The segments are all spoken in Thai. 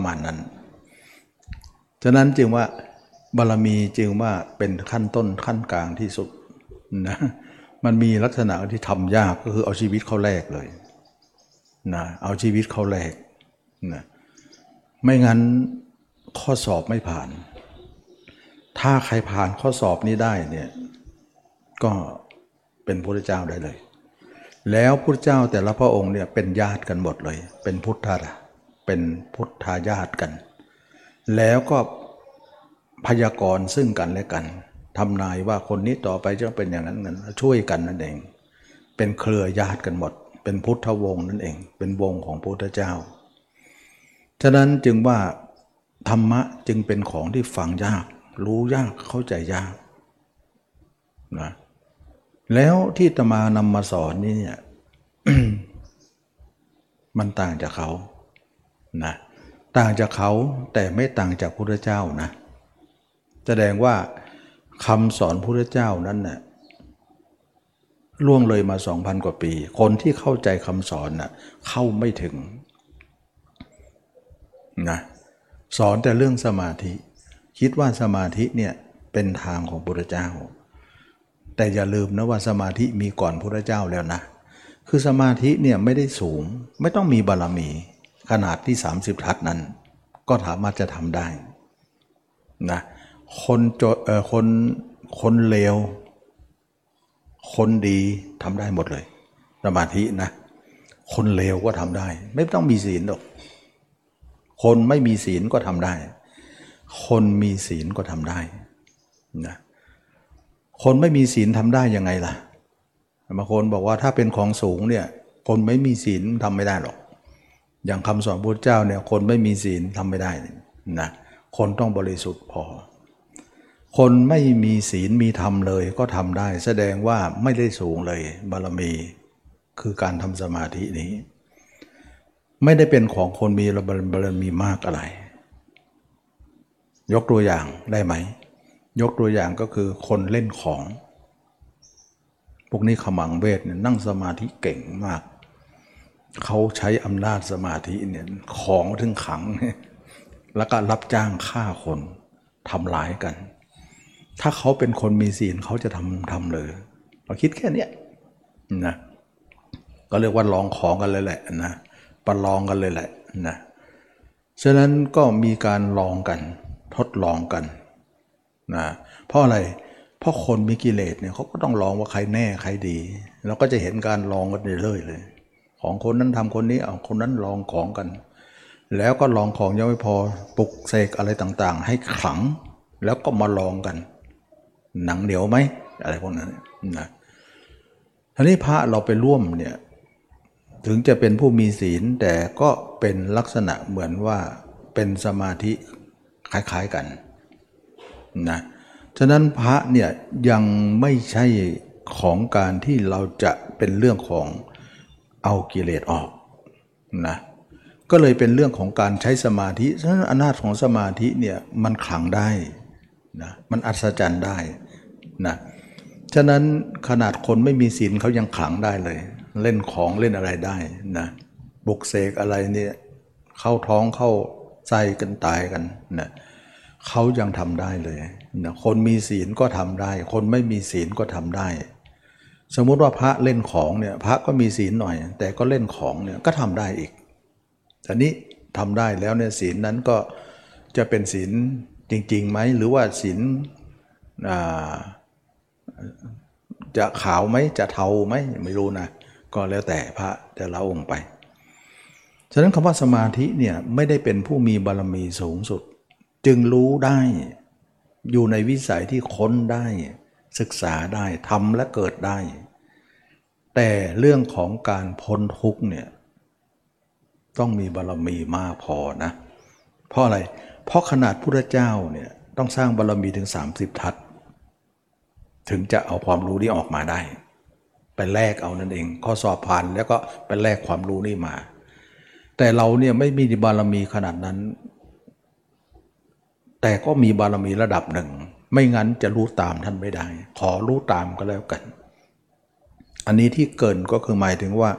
มาณนั้นฉะนั้นจึงว่าบารมีจึงว่าเป็นขั้นต้นขั้นกลางที่สุดนะมันมีลักษณะที่ทำยากก็คือเอาชีวิตเขาแลกเลยนะเอาชีวิตเขาแลกนะไม่งั้นข้อสอบไม่ผ่านถ้าใครผ่านข้อสอบนี้ได้เนี่ยก็เป็นพระเจ้าได้เลยแล้วพระเจ้าแต่ละพระองค์เนี่ยเป็นญาติกันหมดเลยเป็นพุทธาญาติกันแล้วก็พยากรณ์ซึ่งกันและกันทำนายว่าคนนี้ต่อไปจะเป็นอย่างนั้นกันช่วยกันนั่นเองเป็นเครือญาติกันหมดเป็นพุทธวงศ์นั่นเองเป็นวงของพระพุทธเจ้าฉะนั้นจึงว่าธรรมะจึงเป็นของที่ฟังยากรู้ยากเข้าใจยากนะแล้วที่อาตมานำมาสอนนี่เนี่ย มันต่างจากเขานะต่างจากเขาแต่ไม่ต่างจากพระพุทธเจ้านะแสดงว่าคำสอนพระพุทธเจ้านั้นน่ะล่วงเลยมา 2,000 กว่าปีคนที่เข้าใจคำสอนน่ะเข้าไม่ถึงนะสอนแต่เรื่องสมาธิคิดว่าสมาธิเนี่ยเป็นทางของพระพุทธเจ้าแต่อย่าลืมนะว่าสมาธิมีก่อนพระพุทธเจ้าแล้วนะคือสมาธิเนี่ยไม่ได้สูงไม่ต้องมีบารมีขนาดที่30ทัศนั้นก็สามารถจะทำได้นะคนเลวคนดีทำได้หมดเลยสมาธินะคนเลวก็ทำได้ไม่ต้องมีศีลหรอกคนไม่มีศีลก็ทำได้คนมีศีลก็ทำได้นะคนไม่มีศีลทำได้ยังไงล่ะบางคนบอกว่าถ้าเป็นของสูงเนี่ยคนไม่มีศีลทำไม่ได้หรอกอย่างคำสอนพระพุทธเจ้าเนี่ยคนไม่มีศีลทำไม่ได้นะคนต้องบริสุทธิ์พอคนไม่มีศีลมีธรรมเลยก็ทำได้แสดงว่าไม่ได้สูงเลยบารมีคือการทำสมาธินี้ไม่ได้เป็นของคนมีบารมีมากอะไรยกตัวอย่างได้ไหมยกตัวอย่างก็คือคนเล่นของพวกนี้ขมังเวทเนี่ยนั่งสมาธิเก่งมากเขาใช้อำนาจสมาธิเนี่ยของถึงขังแล้วก็รับจ้างฆ่าคนทำร้ายกันถ้าเขาเป็นคนมีศีลเขาจะทำเลยเราคิดแค่นี้นะก็เรียกว่าลองของกันเลยแหละนะประลองกันเลยแหละนะฉะนั้นก็มีการลองกันทดลองกันนะเพราะอะไรเพราะคนมีกิเลสเนี่ยเขาก็ต้องลองว่าใครแน่ใครดีเราก็จะเห็นการลองกันเรื่อยๆเลยของคนนั้นทำคนนี้เอาคนนั้นลองของกันแล้วก็ลองของยังไม่พอปลุกเสกอะไรต่างๆให้ขลังแล้วก็มาลองกันหนังเหนียวไหมอะไรพวกนั้นนะทีนี้พระเราไปร่วมเนี่ยถึงจะเป็นผู้มีศีลแต่ก็เป็นลักษณะเหมือนว่าเป็นสมาธิคล้ายๆกันนะฉะนั้นพระเนี่ยยังไม่ใช่ของการที่เราจะเป็นเรื่องของเอากิเลสออกนะก็เลยเป็นเรื่องของการใช้สมาธิฉะนั้นอำนาจของสมาธิเนี่ยมันขลังได้นะมันอัศจรรย์ได้นะฉะนั้นขนาดคนไม่มีศีลเขายังขลังได้เลยเล่นของเล่นอะไรได้นะบุกเสกอะไรเนี่ยเข้าท้องเข้าไส้กันตายกันนะเขายังทำได้เลยนะคนมีศีลก็ทำได้คนไม่มีศีลก็ทำได้สมมุติว่าพระเล่นของเนี่ยพระก็มีศีลหน่อยแต่ก็เล่นของเนี่ยก็ทำได้อีกแต่นี้ทำได้แล้วเนี่ยศีลนั้นก็จะเป็นศีลจริงๆไหมหรือว่าศีลจะขาวไหมจะเทาไหมไม่รู้นะก็แล้วแต่พระแต่ละองค์ไปฉะนั้นคำว่าสมาธิเนี่ยไม่ได้เป็นผู้มีบารมีสูงสุดจึงรู้ได้อยู่ในวิสัยที่ค้นได้ศึกษาได้ทำและเกิดได้แต่เรื่องของการพ้นทุกข์เนี่ยต้องมีบารมีมากพอนะเพราะอะไรเพราะขนาดพุทธเจ้าเนี่ยต้องสร้างบารมีถึง30ทัศถึงจะเอาความรู้นี้ออกมาได้ไปแลกเอานั่นเองข้อสอบผ่านแล้วก็ไปแลกความรู้นี้มาแต่เราเนี่ยไม่มีบารมีขนาดนั้นแต่ก็มีบารมีระดับหนึ่งไม่งั้นจะรู้ตามท่านไม่ได้ขอรู้ตามก็แล้วกันอันนี้ที่เกินก็คือหมายถึงว่า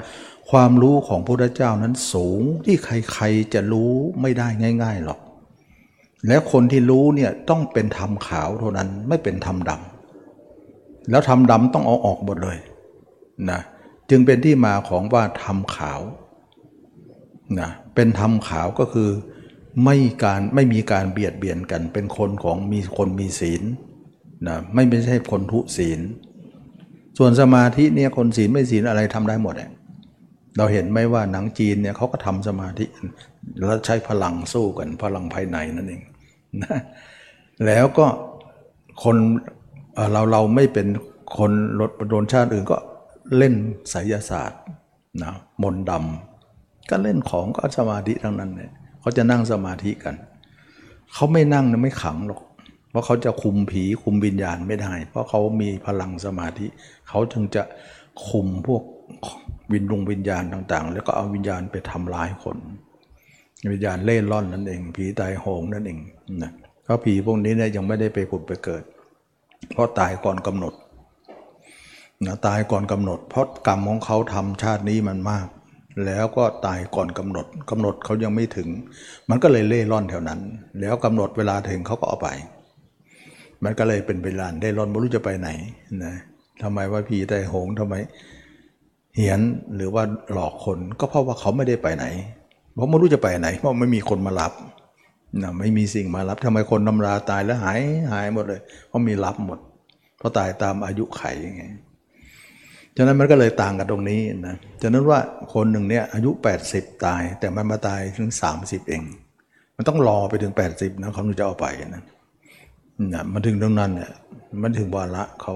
ความรู้ของพระพุทธเจ้านั้นสูงที่ใครๆจะรู้ไม่ได้ง่ายๆหรอกและคนที่รู้เนี่ยต้องเป็นธรรมขาวเท่านั้นไม่เป็นธรรมดำแล้วธรรมดำต้องเอาออกหมดเลยนะจึงเป็นที่มาของว่าธรรมขาวนะเป็นธรรมขาวก็คือไม่มีการเบียดเบียนกันเป็นคนของมีคนมีศีลนะไม่ใช่คนทุศีลส่วนสมาธิเนี่ยคนศีลไม่ศีลอะไรทำได้หมดเลยเราเห็นไหมว่าหนังจีนเนี่ยเขาก็ทำสมาธิแล้วใช้พลังสู้กันพลังภายในนั่นเองนะแล้วก็คนเราไม่เป็นคนโดนชาติอื่นก็เล่นไสยศาสตร์นะมนต์ดำก็เล่นของก็สมาธิทั้งนั้นเนี่ยเขาจะนั่งสมาธิกันเขาไม่นั่งนะไม่ขังหรอกเพราะเขาจะคุมผีคุมวิญญาณไม่ได้เพราะเขามีพลังสมาธิเขาจึงจะคุมพวกวิญญาณต่างๆแล้วก็เอาวิญญาณไปทำร้ายคนวิญญาณเล่ร่อนนั่นเองผีตายโหงนั่นเองนะเพราะผีพวกนี้เนี่ยยังไม่ได้ไปผุดไปเกิดเพราะตายก่อนกำหนดนะตายก่อนกำหนดเพราะกรรมของเขาทำชาตินี้มันมากแล้วก็ตายก่อนกำหนดเขายังไม่ถึงมันก็เลยเล่ร่อนแถวนั้นแล้วกำหนดเวลาถึงเขาก็เอาไปมันก็เลยเป็นเวลาเล่ร่อนไม่รู้จะไปไหนนะทำไมว่าผีตายโหงทำไมเหียนหรือว่าหลอกคนก็เพราะว่าเขาไม่ได้ไปไหนเพราะไม่รู้จะไปไหนเพราะไม่มีคนมารับนะไม่มีสิ่งมารับทำไมคนธรรมดาตายแล้วหายหมดเลยเพราะมีรับหมดเพราะตายตามอายุไขยังไงฉะนั้นมันก็เลยต่างกันตรงนี้นะฉะนั้นว่าคนหนึ่งเนี่ยอายุ80ตายแต่มันมาตายถึง30เองมันต้องรอไปถึง80นะเขาถึงจะเอาไปนะมันถึงตรงนั้นเนี่ยมันถึงวาระเขา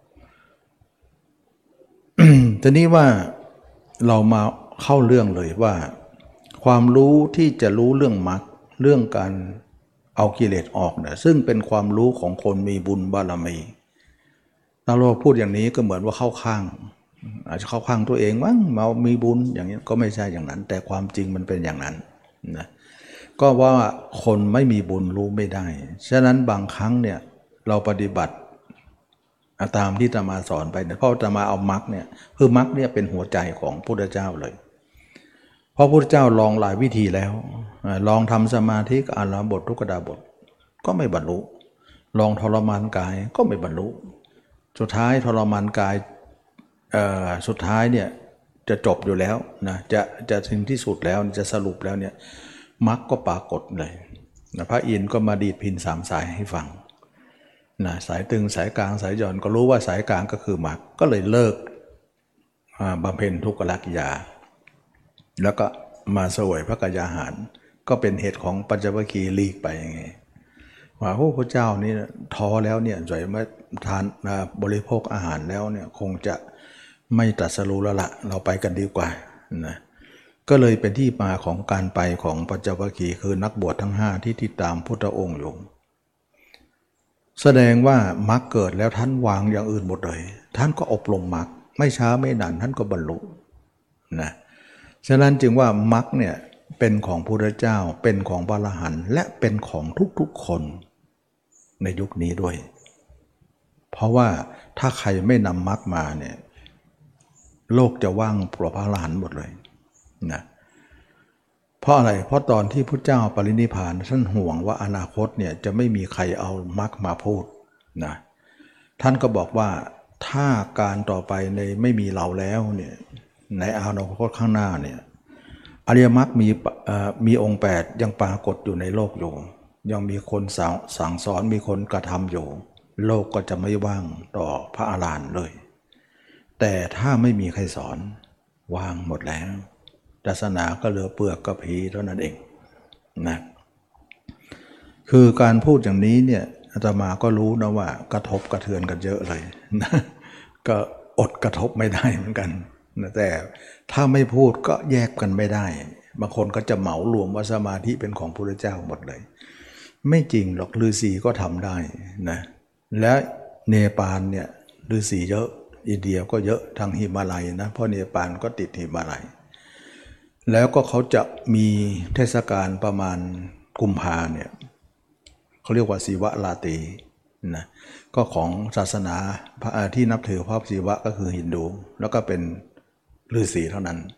ทีนี้ว่าเรามาเข้าเรื่องเลยว่าความรู้ที่จะรู้เรื่องมรรคเรื่องการเอากิเลสออกเนี่ยซึ่งเป็นความรู้ของคนมีบุญบารมีถ้าเราพูดอย่างนี้ก็เหมือนว่าเข้าข้างอาจจะเข้าข้างตัวเองมั้งเรามีบุญอย่างนี้ก็ไม่ใช่อย่างนั้นแต่ความจริงมันเป็นอย่างนั้นนะก็ว่าคนไม่มีบุญรู้ไม่ได้ฉะนั้นบางครั้งเนี่ยเราปฏิบัติตามที่อาตมาสอนไปเนี่ยเพราะอาตมาเอามรรคเนี่ยคือมรรคเนี่ยเป็นหัวใจของพุทธเจ้าเลยเพราะพุทธเจ้าลองหลายวิธีแล้วลองทำสมาธิกับอาราบททุกดาบทก็ไม่บรรลุลองทรมานกายก็ไม่บรรลุสุดท้ายทรมานกายสุดท้ายเนี่ยจะจบอยู่แล้วนะจะถึงที่สุดแล้วจะสรุปแล้วเนี่ยมรรคก็ปรากฏเลยนะพระอินทร์ก็มาดีดพิณ3 สายให้ฟังนะสายตึงสายกลางสายหย่อนก็รู้ว่าสายกลางก็คือมรรคก็เลยเลิกบำเพ็ญทุกขกิริยาแล้วก็มาเสวยพระกายอาหารก็เป็นเหตุของปัญจวัคคีย์ลีกไปยังไงว่าพระเจ้านี่ท้อแล้วเนี่ยจ่อยมาทานบริโภคอาหารแล้วเนี่ยคงจะไม่ตรัสรู้แล้วละเราไปกันดีกว่านะก็เลยเป็นที่มาของการไปของปัญจวัคคีย์คือนักบวชทั้ง5ที่ติดตามพุทธองค์อยู่แสดงว่ามรรคเกิดแล้วท่านวางอย่างอื่นหมดเลยท่านก็อบรมมรรคไม่ช้าไม่นานท่านก็บรรลุนะฉะนั้นจึงว่ามรรคเนี่ยเป็นของพระพุทธเจ้าเป็นของพระอรหันต์และเป็นของทุกๆคนในยุคนี้ด้วยเพราะว่าถ้าใครไม่นำมรรคมาเนี่ยโลกจะว่างเปล่าพระอรหันต์หมดเลยนะเพราะอะไรเพราะตอนที่พุทธเจ้าปรินิพพานท่านห่วงว่าอนาคตเนี่ยจะไม่มีใครเอามรรคมาพูดนะท่านก็บอกว่าถ้าการต่อไปในไม่มีเราแล้วเนี่ยในอนาคตข้างหน้าเนี่ยอริยมรรคมีองค์8ยังปรากฏอยู่ในโลกอยู่ยังมีคนสั่งสอนมีคนกระทำอยู่โลกก็จะไม่ว่างต่อพระอรหันต์เลยแต่ถ้าไม่มีใครสอนว่างหมดแล้วศาสนาก็เหลือเปลือกกับผีเท่านั้นเองนะคือการพูดอย่างนี้เนี่ยอาตมาก็รู้นะว่ากระทบกระเทือนกันเยอะเลยนะก็อดกระทบไม่ได้เหมือนกันนะแต่ถ้าไม่พูดก็แยกกันไม่ได้บางคนก็จะเหมารวมว่าสมาธิเป็นของพระพุทธเจ้าหมดเลยไม่จริงหรอกฤาษีก็ทำได้นะและเนปาลเนี่ยฤาษีเยอะอินเดียก็เยอะทางหิมาลัยนะเพราะเนปาลก็ติดหิมาลัยแล้วก็เขาจะมีเทศกาลประมาณกุมภาเนี่ยเขาเรียกว่าศิวะราตรีนะก็ของศาสนาที่นับถือพระศิวะก็คือฮินดูแล้วก็เป็นฤาษีเท่านั้น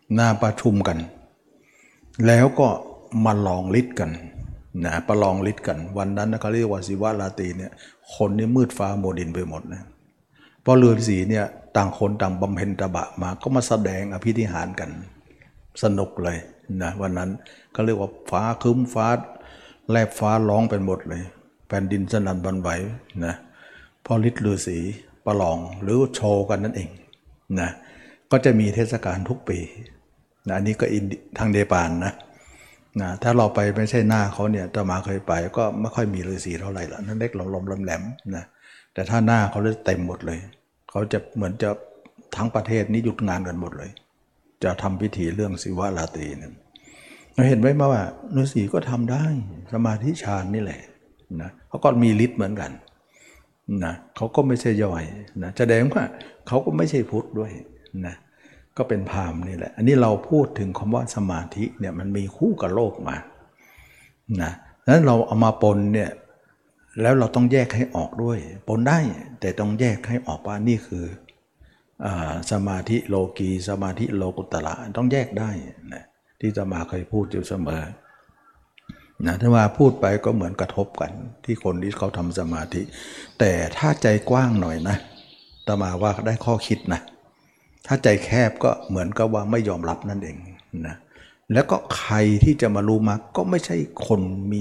นาประชุมกัน แล้วก็มาลองฤทธิ์กันนะประลองฤทธิ์กันวันนั้นนะเขาเรียกว่าศิวะราตรีเนี่ยคนนี่มืดฟ้ามัวดินไปหมดนะเพราะฤาษีเนี่ยต่างคนต่างบำเพ็ญตบะมาก็มาแสดงอภิธิหารกันสนุกเลยนะวันนั้นก็เรียกว่าฟ้าครึ้มฟ้าแลบฟ้าร้องเป็นหมดเลยแผ่นดินสนั่นหวั่นไหวนะเพราะฤทธิ์ฤาษีประลองหรือโชว์กันนั่นเองนะก็จะมีเทศกาลทุกปีนะอันนี้ก็ทางเนปาลนะถ้าเราไปไม่ใช่หน้าเขาเนี่ยอาตมาเคยไปก็ไม่ค่อยมีฤาษีเท่าไหร่ละนั่นเล็กลมๆแหลมๆนะแต่ถ้าหน้าเขาจะเต็มหมดเลยเขาจะเหมือนจะทั้งประเทศนี้หยุดงานกันหมดเลยจะทำพิธีเรื่องศิวะราตรีเนี่ยเราเห็นไว้มาว่าฤาษีก็ทำได้สมาธิฌานนี่แหละนะเขาก็มีฤทธิ์เหมือนกันนะเขาก็ไม่ใช่ย่อยนะแสดงว่าเขาก็ไม่ใช่พุทธด้วยนะก็เป็นพราหมณ์นี่แหละอันนี้เราพูดถึงคำว่าสมาธิเนี่ยมันมีคู่กับโลกมานะนั้นเราเอามาปนเนี่ยแล้วเราต้องแยกให้ออกด้วยปนได้แต่ต้องแยกให้ออกว่านี่คือสมาธิโลกีสมาธิโลกุตระต้องแยกได้นะที่จะมาเคยพูดอยู่เสมอนะถ้าว่าพูดไปก็เหมือนกระทบกันที่คนที่เขาทำสมาธิแต่ถ้าใจกว้างหน่อยนะตมาว่าได้ข้อคิดนะถ้าใจแคบก็เหมือนกับว่าไม่ยอมรับนั่นเองนะแล้วก็ใครที่จะมารู้มรรคก็ไม่ใช่คนมี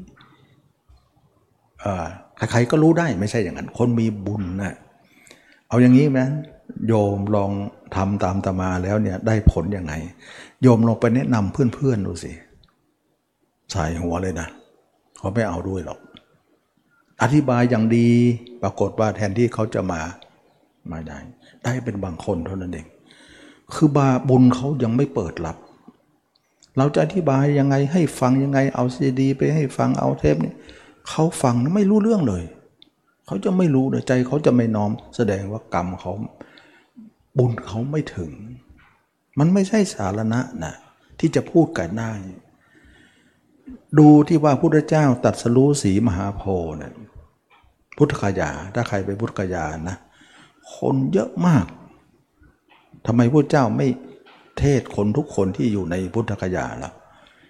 ใครๆก็รู้ได้ไม่ใช่อย่างนั้นคนมีบุญนะเอาอย่างนี้ไหมโยมลองทำตามตมาแล้วเนี่ยได้ผลยังไงโยมลองไปแนะนำเพื่อนๆดูสิใส่หัวเลยนะเขาไม่เอาด้วยหรอกอธิบายอย่างดีปรากฏว่าแทนที่เขาจะมาได้เป็นบางคนเท่านั้นเองคือบาบุญเขายังไม่เปิดรับเราจะอธิบายยังไงให้ฟังยังไงเอาซีดีไปให้ฟังเอาเทปนี่เขาฟังไม่รู้เรื่องเลยเขาจะไม่รู้เลยใจเขาจะไม่น้อมแสดงว่ากรรมเขาบุญเขาไม่ถึงมันไม่ใช่สาระนะที่จะพูดกันได้ดูที่ว่าพุทธเจ้าตรัสรู้สีมหาโพธิ์เนี่ยพุทธคยาถ้าใครไปพุทธคยานะคนเยอะมากทำไมพุทธเจ้าไม่เทศคนทุกคนที่อยู่ในพุทธคยาล่ะ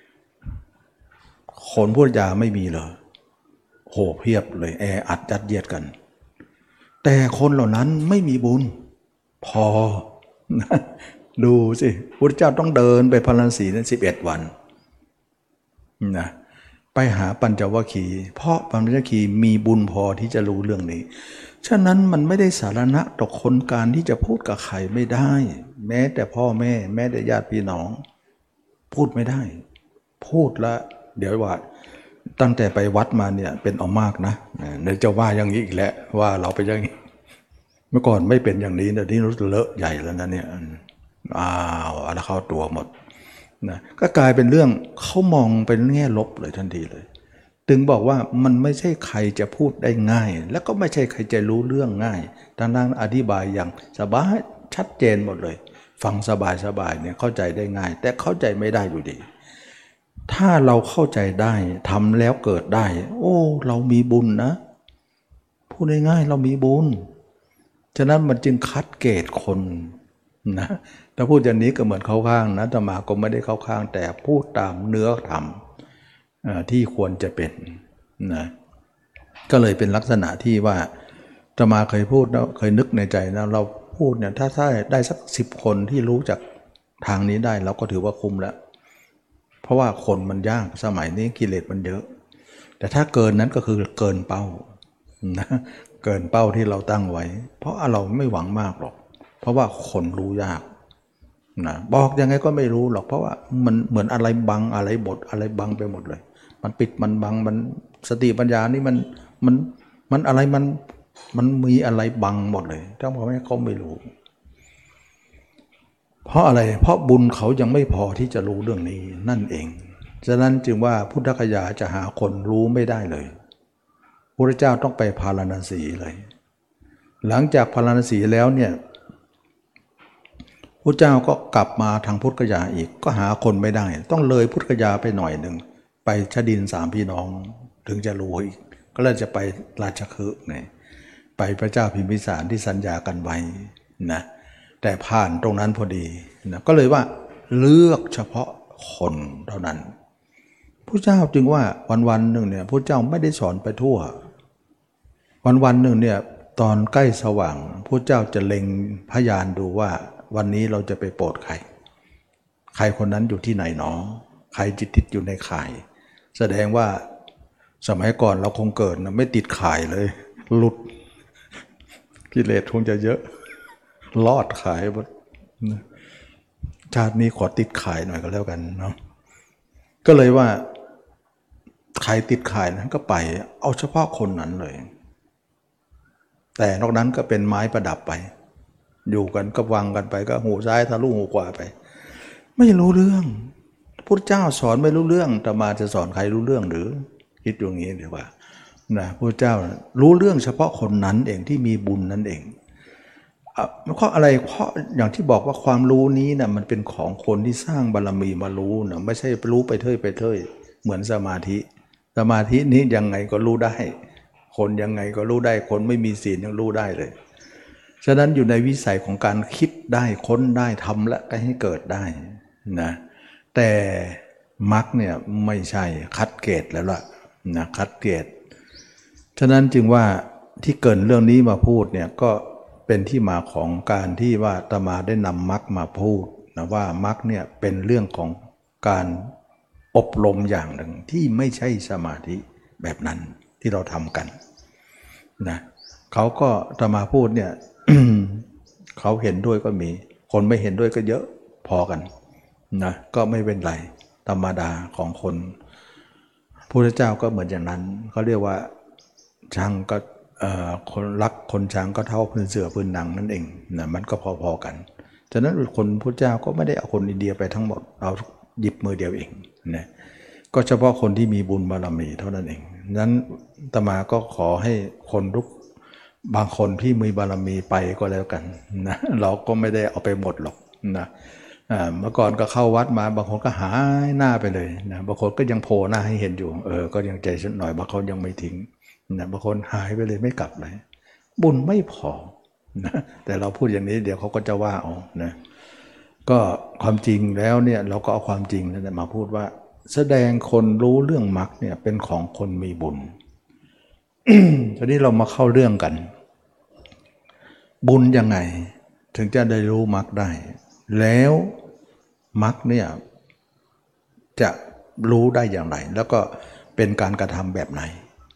คนพุทธคยาไม่มีเลยโหเพียบเลยแออัดยัดเยียดกันแต่คนเหล่านั้นไม่มีบุญพอดูสิพุทธเจ้าต้องเดินไปพาราณสีนั้น11 วันนะไปหาปัญจวัคคีย์เพราะปัญจวัคคีย์มีบุญพอที่จะรู้เรื่องนี้ฉะนั้นมันไม่ได้สาระต่อคนการที่จะพูดกับใครไม่ได้แม้แต่พ่อแม่แม้แต่ญาติพี่น้องพูดไม่ได้พูดแล้วเดี๋ยวว่าตั้งแต่ไปวัดมาเนี่ยเป็นเอามากนะเดี๋ยวจะว่าอย่างนี้อีกแล้วว่าเราไปอย่างนี้เมื่อก่อนไม่เป็นอย่างนี้แต่ที่รู้สึกเลอะใหญ่แล้วนะเนี่ยอะไรเข้าตัวหมดนะก็กลายเป็นเรื่องเขามองเป็นแง่ลบเลยทันทีเลยถึงบอกว่ามันไม่ใช่ใครจะพูดได้ง่ายแล้วก็ไม่ใช่ใครจะรู้เรื่องง่ายทั้งนั้นอธิบายอย่างสบายชัดเจนหมดเลยฟังสบายเนี่ยเข้าใจได้ง่ายแต่เข้าใจไม่ได้อยู่ดีถ้าเราเข้าใจได้ทำแล้วเกิดได้โอ้เรามีบุญนะพูดง่ายๆเรามีบุญฉะนั้นมันจึงคัดเกรดคนนะถ้าพูดอย่างนี้ก็เหมือนเข้าข้างนะอาตมาก็ไม่ได้เข้าข้างแต่พูดตามเนื้อธรรมที่ควรจะเป็นนะก็เลยเป็นลักษณะที่ว่าอาตมาเคยพูดแล้วเคยนึกในใจนะเราพูดเนี่ยถ้าได้สัก10 คนที่รู้จักทางนี้ได้เราก็ถือว่าคุ้มแล้วเพราะว่าคนมันยากสมัยนี้กิเลสมันเยอะแต่ถ้าเกินนั้นก็คือเกินเป้านะเกินเป้าที่เราตั้งไว้เพราะเราไม่หวังมากหรอกเพราะว่าคนรู้ยากนะบอกยังไงก็ไม่รู้หรอกเพราะว่ามันเหมือนอะไรบังอะไรบทอะไรบังไปหมดเลยมันปิดมันบังมันสติปัญญานี่มันอะไรมันมีอะไรบังหมดเลยถ้าเขาไม่รู้เพราะอะไรเพราะบุญเขายังไม่พอที่จะรู้เรื่องนี้นั่นเองฉะนั้นจึงว่าพุทธคยาจะหาคนรู้ไม่ได้เลยพระเจ้าต้องไปพาราณสีเลยหลังจากพาราณสีแล้วเนี่ยพระเจ้าก็กลับมาทางพุทธคยาอีกก็หาคนไม่ได้ต้องเลยพุทธคยาไปหน่อยหนึ่งไปชดิน3 พี่น้องถึงจะรู้อีกก็เลยจะไปราชคฤห์เนี่ยไปพระเจ้าพิมพิสารที่สัญญากันไว้นะแต่ผ่านตรงนั้นพอดีนะก็เลยว่าเลือกเฉพาะคนเท่านั้นพระเจ้าจึงว่าวันๆหนึ่งเนี่ยพระเจ้าไม่ได้สอนไปทั่ววันๆหนึ่งเนี่ยตอนใกล้สว่างพระเจ้าจะเล็งพยานดูว่าวันนี้เราจะไปโปรดใครคนนั้นอยู่ที่ไหนหนอใครจิตติดอยู่ในข่ายแสดงว่าสมัยก่อนเราคงเกิดนะไม่ติดข่ายเลยหลุดกิเลสคงจะเยอะรอดข่ายชาตินี้ขอติดข่ายหน่อยก็แล้วกันเนาะก็เลยว่าใครติดข่ายนั้นก็ไปเอาเฉพาะคนนั้นเลยแต่นอกนั้นก็เป็นไม้ประดับไปอยู่กันก็วางกันไปก็หูซ้ายทะลุหูขวาไปไม่รู้เรื่องพุทธเจ้าสอนไม่รู้เรื่องแต่มาจะสอนใครรู้เรื่องหรือคิดอย่างนี้ดีกว่านะพุทธเจ้ารู้เรื่องเฉพาะคนนั้นเองที่มีบุญนั้นเองเพราะอะไรเพราะอย่างที่บอกว่าความรู้นี้นะมันเป็นของคนที่สร้างบารมีมารู้นะไม่ใช่รู้ไปเท่ยเหมือนสมาธินี้ยังไงก็รู้ได้คนยังไงก็รู้ได้คนไม่มีศีลยังรู้ได้เลยฉะนั้นอยู่ในวิสัยของการคิดได้ค้นได้ทำและก็ให้เกิดได้นะแต่มรรคเนี่ยไม่ใช่คัดเกรดแล้วล่ะนะคัดเกรดฉะนั้นจึงว่าที่เกิดเรื่องนี้มาพูดเนี่ยก็เป็นที่มาของการที่ว่าอาตมาได้นำมรรคมาพูดนะว่ามรรคเนี่ยเป็นเรื่องของการอบรมอย่างหนึ่งที่ไม่ใช่สมาธิแบบนั้นที่เราทำกันนะเขาก็อาตมาพูดเนี่ย เขาเห็นด้วยก็มีคนไม่เห็นด้วยก็เยอะพอกันนะก็ไม่เป็นไรธรรมดาของคนพระพุทธเจ้าก็เหมือนอย่างนั้นเขาเรียกว่าช้างก็คนรักคนช้างก็เท่าพื้นเสือพื้นหนังนั่นเองนะมันก็พอๆกันฉะนั้นคนพุทธเจ้าก็ไม่ได้เอาคนอินเดียไปทั้งหมดเอาหยิบมือเดียวเองนะก็เฉพาะคนที่มีบุญบารมีเท่านั้นเองนั้นอาตมาก็ขอให้คนทุกบางคนที่มีบารมีไปก็แล้วกันนะเราก็ไม่ได้เอาไปหมดหรอกนะเมื่อก่อนก็เข้าวัดมาบางคนก็หายหน้าไปเลยนะบางคนก็ยังโผล่หน้าให้เห็นอยู่ก็ยังใจสักหน่อยบางคนยังไม่ทิ้งนะบางคนหายไปเลยไม่กลับเลยบุญไม่พอนะแต่เราพูดอย่างนี้เดี๋ยวเขาก็จะว่าเอานะก็ความจริงแล้วเนี่ยเราก็เอาความจริงนั่นแหละมาพูดว่าแสดงคนรู้เรื่องมรรคเนี่ยเป็นของคนมีบุญ ทีนี้เรามาเข้าเรื่องกันบุญยังไงถึงจะได้รู้มรรคได้แล้วมรรคเนี่ยจะรู้ได้อย่างไรแล้วก็เป็นการกระทำแบบไหน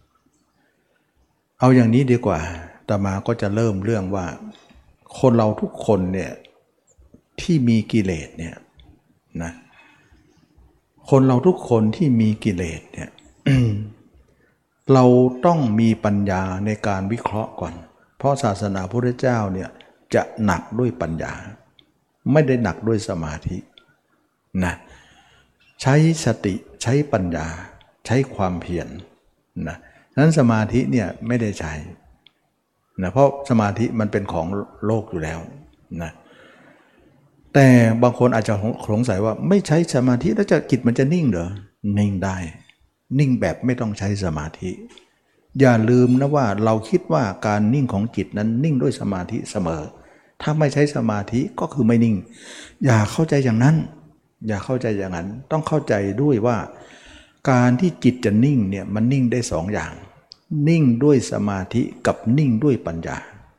เอาอย่างนี้ดีกว่าอาตมาก็จะเริ่มเรื่องว่าคนเราทุกคนเนี่ยที่มีกิเลสเนี่ยนะคนเราทุกคนที่มีกิเลสเนี่ย เราต้องมีปัญญาในการวิเคราะห์ก่อนเพราะศาสนาพุทธเจ้าเนี่ยจะหนักด้วยปัญญาไม่ได้หนักด้วยสมาธินะใช้สติใช้ปัญญาใช้ความเพียรนะนั้นสมาธิเนี่ยไม่ได้ใช้นะเพราะสมาธิมันเป็นของโลกอยู่แล้วนะแต่บางคนอาจจะสงสัยว่าไม่ใช้สมาธิแล้วจิตมันจะนิ่งเหรอนิ่งได้นิ่งแบบไม่ต้องใช้สมาธิอย่าลืมนะว่าเราคิดว่าการนิ่งของจิตนั้นนิ่งด้วยสมาธิเสมอถ้าไม่ใช้สมาธิก็คือไม่นิ่งอย่าเข้าใจอย่างนั้นอย่าเข้าใจอย่างนั้นต้องเข้าใจด้วยว่าการที่จิตจะนิ่งเนี่ยมันนิ่งได้สองอย่างนิ่งด้วยสมาธิกับนิ่งด้วยปัญญา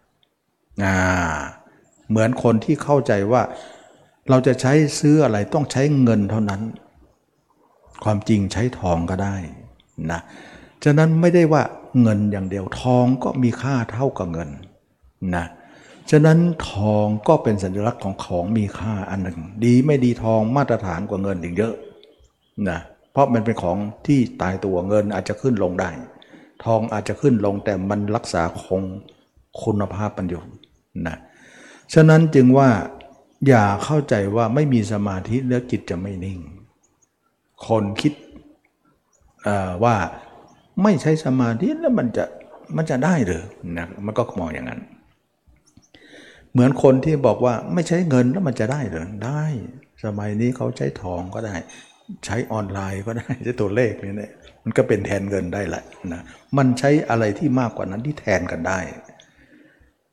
เหมือนคนที่เข้าใจว่าเราจะใช้ซื้ออะไรต้องใช้เงินเท่านั้นความจริงใช้ทองก็ได้นะฉะนั้นไม่ได้ว่าเงินอย่างเดียวทองก็มีค่าเท่ากับเงินนะฉะนั้นทองก็เป็นสัญลักษณ์ของมีค่าอันหนึ่งดีไม่ดีทองมาตรฐานกว่าเงินอีกเยอะนะเพราะมันเป็นของที่ตายตัวเงินอาจจะขึ้นลงได้ทองอาจจะขึ้นลงแต่มันรักษาคงคุณภาพมันอยู่นะฉะนั้นจึงว่าอย่าเข้าใจว่าไม่มีสมาธิแล้วจิตจะไม่นิ่งคนคิดว่าไม่ใช้สมาธิแล้วมันจะได้หรือนะมันก็มองอย่างนั้นเหมือนคนที่บอกว่าไม่ใช้เงินแล้วมันจะได้หรือได้สมัยนี้เขาใช้ทองก็ได้ใช้ออนไลน์ก็ได้ใช้ตัวเลขนี่เนี่ยมันก็เป็นแทนเงินได้แหละนะมันใช้อะไรที่มากกว่านั้นที่แทนกันได้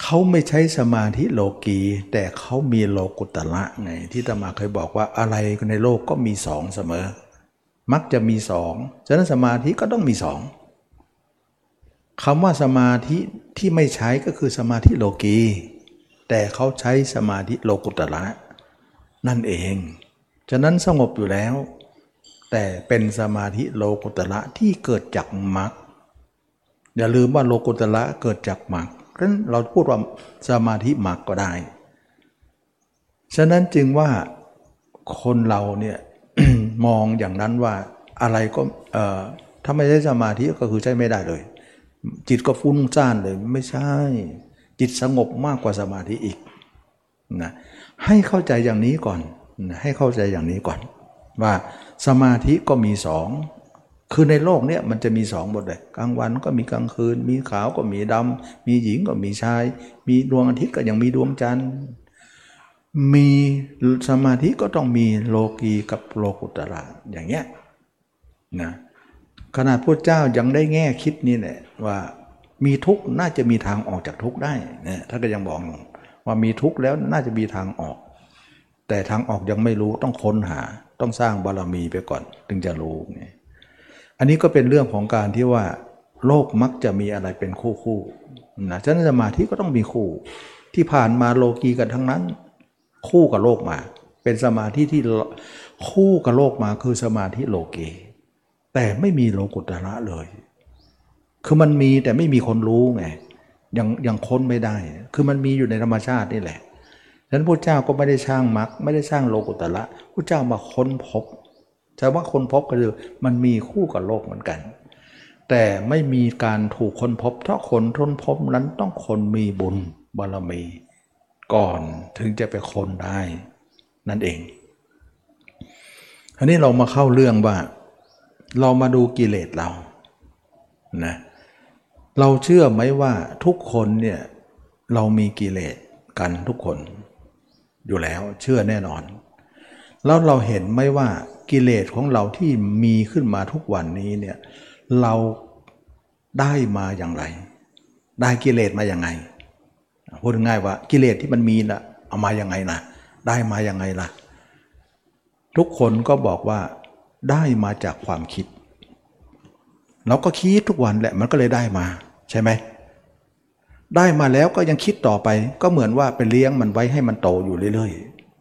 เขาไม่ใช้สมาธิโลกีแต่เขามีโลกุตระไงที่อาตมาเคยบอกว่าอะไรในโลกก็มีสองเสมอมักจะมีสองฉะนั้นสมาธิก็ต้องมีสองคำว่าสมาธิที่ไม่ใช้ก็คือสมาธิโลกีแต่เขาใช้สมาธิโลกุตระนั่นเองฉะนั้นสงบอยู่แล้วแต่เป็นสมาธิโลกุตระที่เกิดจากมรรคอย่าลืมว่าโลกุตระเกิดจากมรรคเพราะฉะนั้นเราพูดว่าสมาธิมรรคก็ได้ฉะนั้นจึงว่าคนเราเนี่ย มองอย่างนั้นว่าอะไรก็ถ้าไม่ใช่สมาธิก็คือใช้ไม่ได้เลยจิตก็ฟุ้งซ่านเลยไม่ใช่จิตสงบมากกว่าสมาธิอีกนะให้เข้าใจอย่างนี้ก่อนนะให้เข้าใจอย่างนี้ก่อนว่าสมาธิก็มีสองคือในโลกเนี่ยมันจะมีสองหมดเลยกลางวันก็มีกลางคืนมีขาวก็มีดำมีหญิงก็มีชายมีดวงอาทิตย์ก็ยังมีดวงจันทร์มีสมาธิก็ต้องมีโลกีกับโลกุตระอย่างเงี้ยนะขนาดพระเจ้ายังได้แง่คิดนี่แหละว่ามีทุกข์น่าจะมีทางออกจากทุกข์ได้นะท่านก็ยังบอกว่ามีทุกข์แล้วน่าจะมีทางออกแต่ทางออกยังไม่รู้ต้องค้นหาต้องสร้างบารมีไปก่อนถึงจะรู้เนี่ยอันนี้ก็เป็นเรื่องของการที่ว่าโลกมักจะมีอะไรเป็นคู่นะฉะนั้นสมาธิก็ต้องมีคู่ที่ผ่านมาโลกีกันทั้งนั้นคู่กับโลกมาเป็นสมาธิที่คู่กับโลกมาคือสมาธิโลกีแต่ไม่มีโลกุตระเลยคือมันมีแต่ไม่มีคนรู้ไงยังค้นไม่ได้คือมันมีอยู่ในธรรมชาตินี่แหละฉะนั้นพระเจ้าก็ไม่ได้สร้างมรรคไม่ได้สร้างโลกุตระพระเจ้ามาค้นพบแต่ว่าค้นพบก็คือมันมีคู่กับโลกเหมือนกันแต่ไม่มีการถูกค้นพบเพราะคนค้นพบนั้นต้องคนมีบุญบารมีก่อนถึงจะไปค้นได้นั่นเองอันนี้เรามาเข้าเรื่องว่าเรามาดูกิเลสเรานะเราเชื่อไหมว่าทุกคนเนี่ยเรามีกิเลสกันทุกคนอยู่แล้วเชื่อแน่นอนแล้วเราเห็นไหมว่ากิเลสของเราที่มีขึ้นมาทุกวันนี้เนี่ยเราได้มาอย่างไรได้กิเลสมาอย่างไงพูดง่ายว่ากิเลสที่มันมีน่ะเอามาอย่างไงนะได้มาอย่างไงล่ะทุกคนก็บอกว่าได้มาจากความคิดเราก็คิดทุกวันแหละมันก็เลยได้มาใช่ไหมได้มาแล้วก็ยังคิดต่อไปก็เหมือนว่าไปเลี้ยงมันไว้ให้มันโตอยู่เรื่อย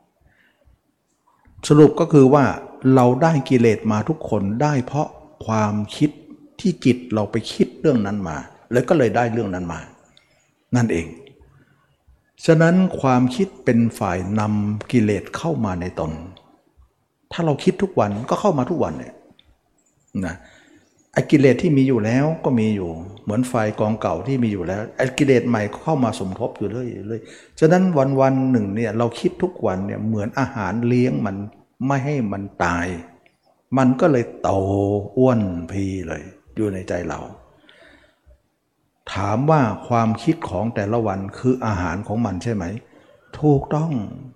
ๆสรุปก็คือว่าเราได้กิเลสมาทุกคนได้เพราะความคิดที่จิตเราไปคิดเรื่องนั้นมาแล้วก็เลยได้เรื่องนั้นมานั่นเองฉะนั้นความคิดเป็นฝ่ายนำกิเลสเข้ามาในตนถ้าเราคิดทุกวันก็เข้ามาทุกวันเนี่ยนะไอ้กิเลสที่มีอยู่แล้วก็มีอยู่เหมือนไฟกองเก่าที่มีอยู่แล้วไอ้กิเลสใหม่เข้ามาสมทบอยู่เรื่อยๆฉะนั้นวันๆหนึ่งเนี่ยเราคิดทุกวันเนี่ยเหมือนอาหารเลี้ยงมันไม่ให้มันตายมันก็เลยโตอ้วนพีเลยอยู่ในใจเราถามว่าความคิดของแต่ละวันคืออาหารของมันใช่ไหมถูกต้อง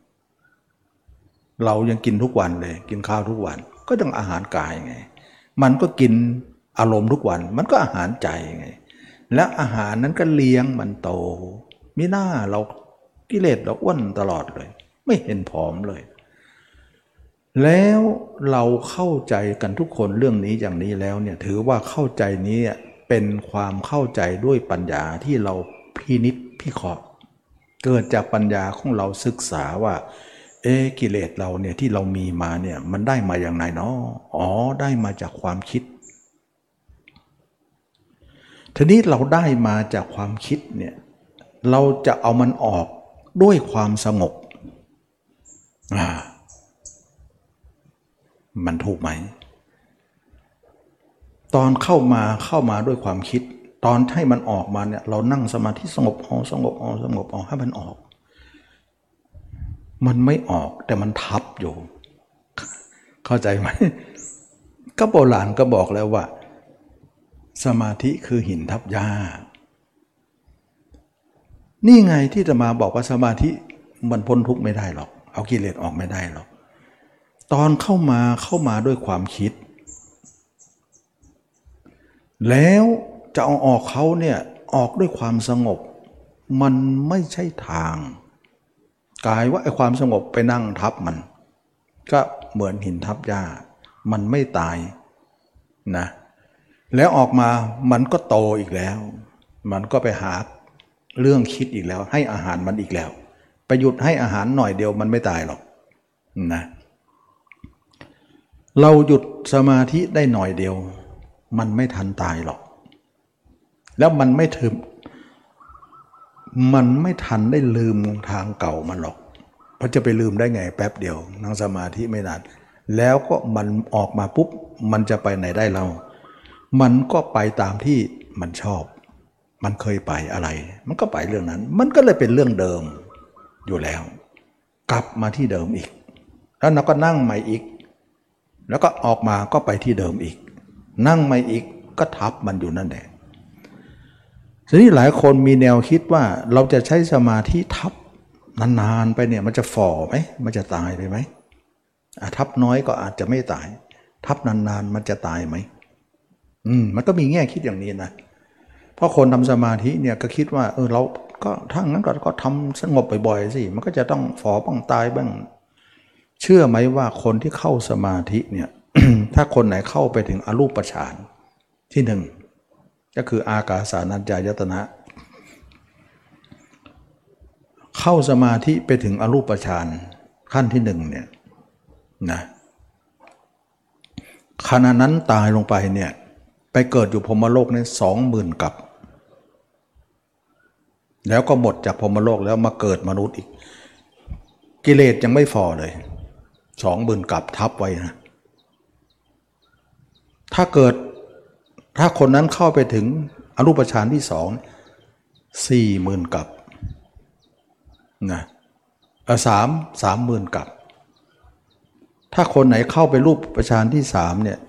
เรายังกินทุกวันเลยกินข้าวทุกวันก็ต้องอาหารกายไงมันก็กินอารมณ์ทุกวันมันก็อาหารใจไงและอาหารนั้นก็เลี้ยงมันโตมิน่าเรากิเลสเราอ้วนตลอดเลยไม่เห็นผอมเลยแล้วเราเข้าใจกันทุกคนเรื่องนี้อย่างนี้แล้วเนี่ยถือว่าเข้าใจนี้เป็นความเข้าใจด้วยปัญญาที่เราพินิจพิเคราะห์เกิดจากปัญญาของเราศึกษาว่ากิเลสเราเนี่ยที่เรามีมาเนี่ยมันได้มาอย่างไรเนาะอ๋อได้มาจากความคิดทีนี้เราได้มาจากความคิดเนี่ยเราจะเอามันออกด้วยความสงบมันถูกไหมตอนเข้ามาด้วยความคิดตอนให้มันออกมาเนี่ยเรานั่งสมาธิสงบสงบให้มันออกมันไม่ออกแต่มันทับอยู่เข้าใจไหมก็โบราณก็บอกแล้วว่าสมาธิคือหินทับหญ้านี่ไงที่จะมาบอกว่าสมาธิมันพ้นทุกข์ไม่ได้หรอกเอากิเลสออกไม่ได้หรอกตอนเข้ามาด้วยความคิดแล้วจะเอาออกเขาเนี่ยออกด้วยความสงบมันไม่ใช่ทางกลายว่าไอ้ความสงบไปนั่งทับมันก็เหมือนหินทับหญ้ามันไม่ตายนะแล้วออกมามันก็โตอีกแล้วมันก็ไปหาเรื่องคิดอีกแล้วให้อาหารมันอีกแล้วไปหยุดให้อาหารหน่อยเดียวมันไม่ตายหรอกนะเราหยุดสมาธิได้หน่อยเดียวมันไม่ทันตายหรอกแล้วมันไม่ทันได้ลืมทางเก่ามันหรอกเพราะจะไปลืมได้ไงแป๊บเดียวนั่งสมาธิไม่นานแล้วก็มันออกมาปุ๊บมันจะไปไหนได้เรามันก็ไปตามที่มันชอบมันเคยไปอะไรมันก็ไปเรื่องนั้นมันก็เลยเป็นเรื่องเดิมอยู่แล้วกลับมาที่เดิมอีกแล้วเราก็นั่งใหม่อีกแล้วก็ออกมาก็ไปที่เดิมอีกนั่งใหม่อีกก็ทับมันอยู่นั่นแหละทีนี้หลายคนมีแนวคิดว่าเราจะใช้สมาธิทับนานๆไปเนี่ยมันจะฝ่อไหมมันจะตายไปไหมทับน้อยก็อาจจะไม่ตายทับนานๆมันจะตายไหมมันก็มีแง่คิดอย่างนี้นะเพราะคนทำสมาธิเนี่ยก็คิดว่าเราก็ถ้างั้นก็ทำสงบบ่อยๆสิมันก็จะต้องฝ่อบ้างตายบ้างเชื่อไหมว่าคนที่เข้าสมาธิเนี่ย ถ้าคนไหนเข้าไปถึงอรูปฌานที่หนึ่งก็คืออากาสานัญจายตนะเข้าสมาธิไปถึงอรูปฌานขั้นที่หนึ่งเนี่ยนะขณะนั้นตายลงไปเนี่ยไปเกิดอยู่พรหมโลกใน20,000 กับแล้วก็หมดจากพรหมโลกแล้วมาเกิดมนุษย์อีกกิเลสยังไม่ฝ่อเลย20,000 กับทับไว้นะถ้าคนนั้นเข้าไปถึงอรูปฌานที่2 40,000 กับนะ30,000 กับถ้าคนไหนเข้าไปรูปฌานที่3เนี่ย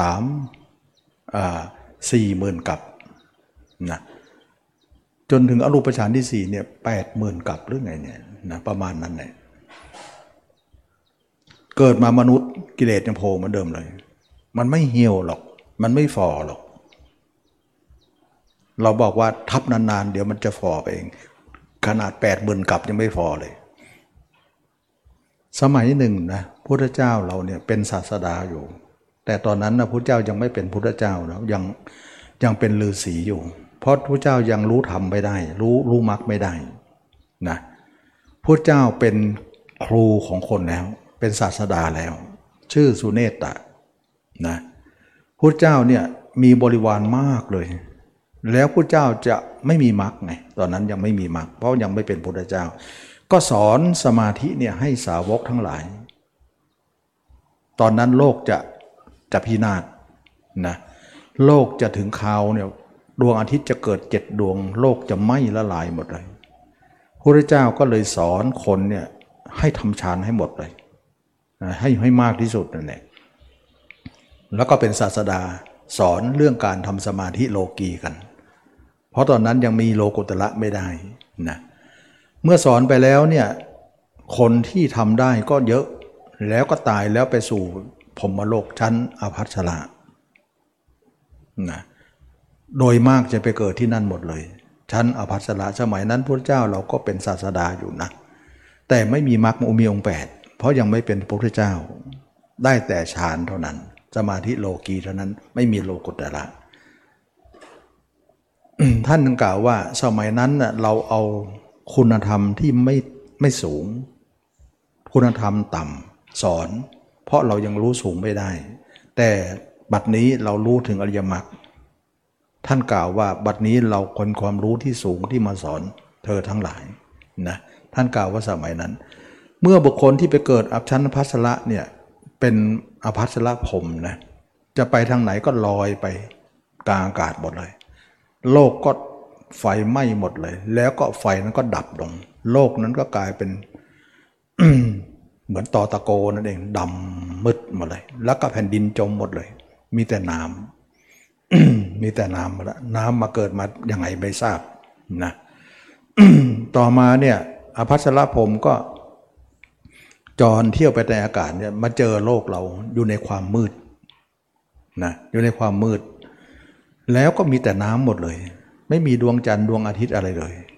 40,000 กับนะจนถึงอรูปฌานที่4เนี่ย80,000 กับหรือไงเนี่ยนะประมาณนั้นแหละเกิดมามนุษย์กิเลสยังโผล่เหมือนเดิมเลยมันไม่เหี่ยวหรอกมันไม่ฝ่อหรอกเราบอกว่าทับนานๆเดี๋ยวมันจะฝ่อไปเองขนาด80,000 กับยังไม่ฝ่อเลยสมัยหนึ่งนะพุทธเจ้าเราเนี่ยเป็นศาสดาอยู่แต่ตอนนั้นนะพุทธเจ้ายังไม่เป็นพุทธเจ้านะยังเป็นฤาษีอยู่เพราะพุทธเจ้ายังรู้ธรรมไม่ได้รู้มรรคไม่ได้นะพุทธเจ้าเป็นครูของคนแล้วเป็นศาสดาแล้วชื่อสุเนตตะนะพุทธเจ้าเนี่ยมีบริวารมากเลยแล้วพุทธเจ้าจะไม่มีมรรคไงตอนนั้นยังไม่มีมรรคเพราะยังไม่เป็นพุทธเจ้าก็สอนสมาธิเนี่ยให้สาวกทั้งหลายตอนนั้นโลกจะพินาศนะโลกจะถึงคราวเนี่ยดวงอาทิตย์จะเกิด7 ดวงโลกจะไหม้ละลายหมดเลยพระพุทธเจ้าก็เลยสอนคนเนี่ยให้ทำฌานให้หมดเลยให้มากที่สุดนั่นแหละแล้วก็เป็นศาสดาสอนเรื่องการทำสมาธิโลกีกันเพราะตอนนั้นยังมีโลกุตระไม่ได้นะเมื่อสอนไปแล้วเนี่ยคนที่ทำได้ก็เยอะแล้วก็ตายแล้วไปสู่พรหมโลกชั้นอภัสรานะโดยมากจะไปเกิดที่นั่นหมดเลยชั้นอภัสราสมัยนั้นพระเจ้าเราก็เป็นศาสดาอยู่นะแต่ไม่มีมรรคมีองค์8เพราะยังไม่เป็นพระพุทธเจ้าได้แต่ฌานเท่านั้นสมาธิโลกีเท่านั้นไม่มีโลกุตระ ท่านกล่าวว่าสมัยนั้นเราเอาคุณธรรมที่ไม่สูงคุณธรรมต่ำสอนเพราะเรายังรู้สูงไม่ได้แต่บัดนี้เรารู้ถึงอริยมรรคท่านกล่าวว่าบัดนี้เราคนความรู้ที่สูงที่มาสอนเธอทั้งหลายนะท่านกล่าวว่าสมัยนั้นเมื่อบุคคลที่ไปเกิดอัปชันภัสระเนี่ยเป็นอภัสระพรหมนะจะไปทางไหนก็ลอยไปกลางอากาศหมดเลยโลกก็ไฟไหม้หมดเลยแล้วก็ไฟนั้นก็ดับลงโลกนั้นก็กลายเป็น เหมือนตอตะโกนั่นเองดำมืดหมดเลยแล้วก็แผ่นดินจมหมดเลยมีแต่น้ำ มีแต่น้ำมาแล้วน้ำมาเกิดมายังไงไม่ทราบนะ ต่อมาเนี่ยอภัสรพรหมก็จรเที่ยวไปในอากาศเนี่ยมาเจอโลกเราอยู่ในความมืดนะอยู่ในความมืดแล้วก็มีแต่น้ำหมดเลยไม่มีดวงจันทร์ดวงอาทิตย์อะไรเลย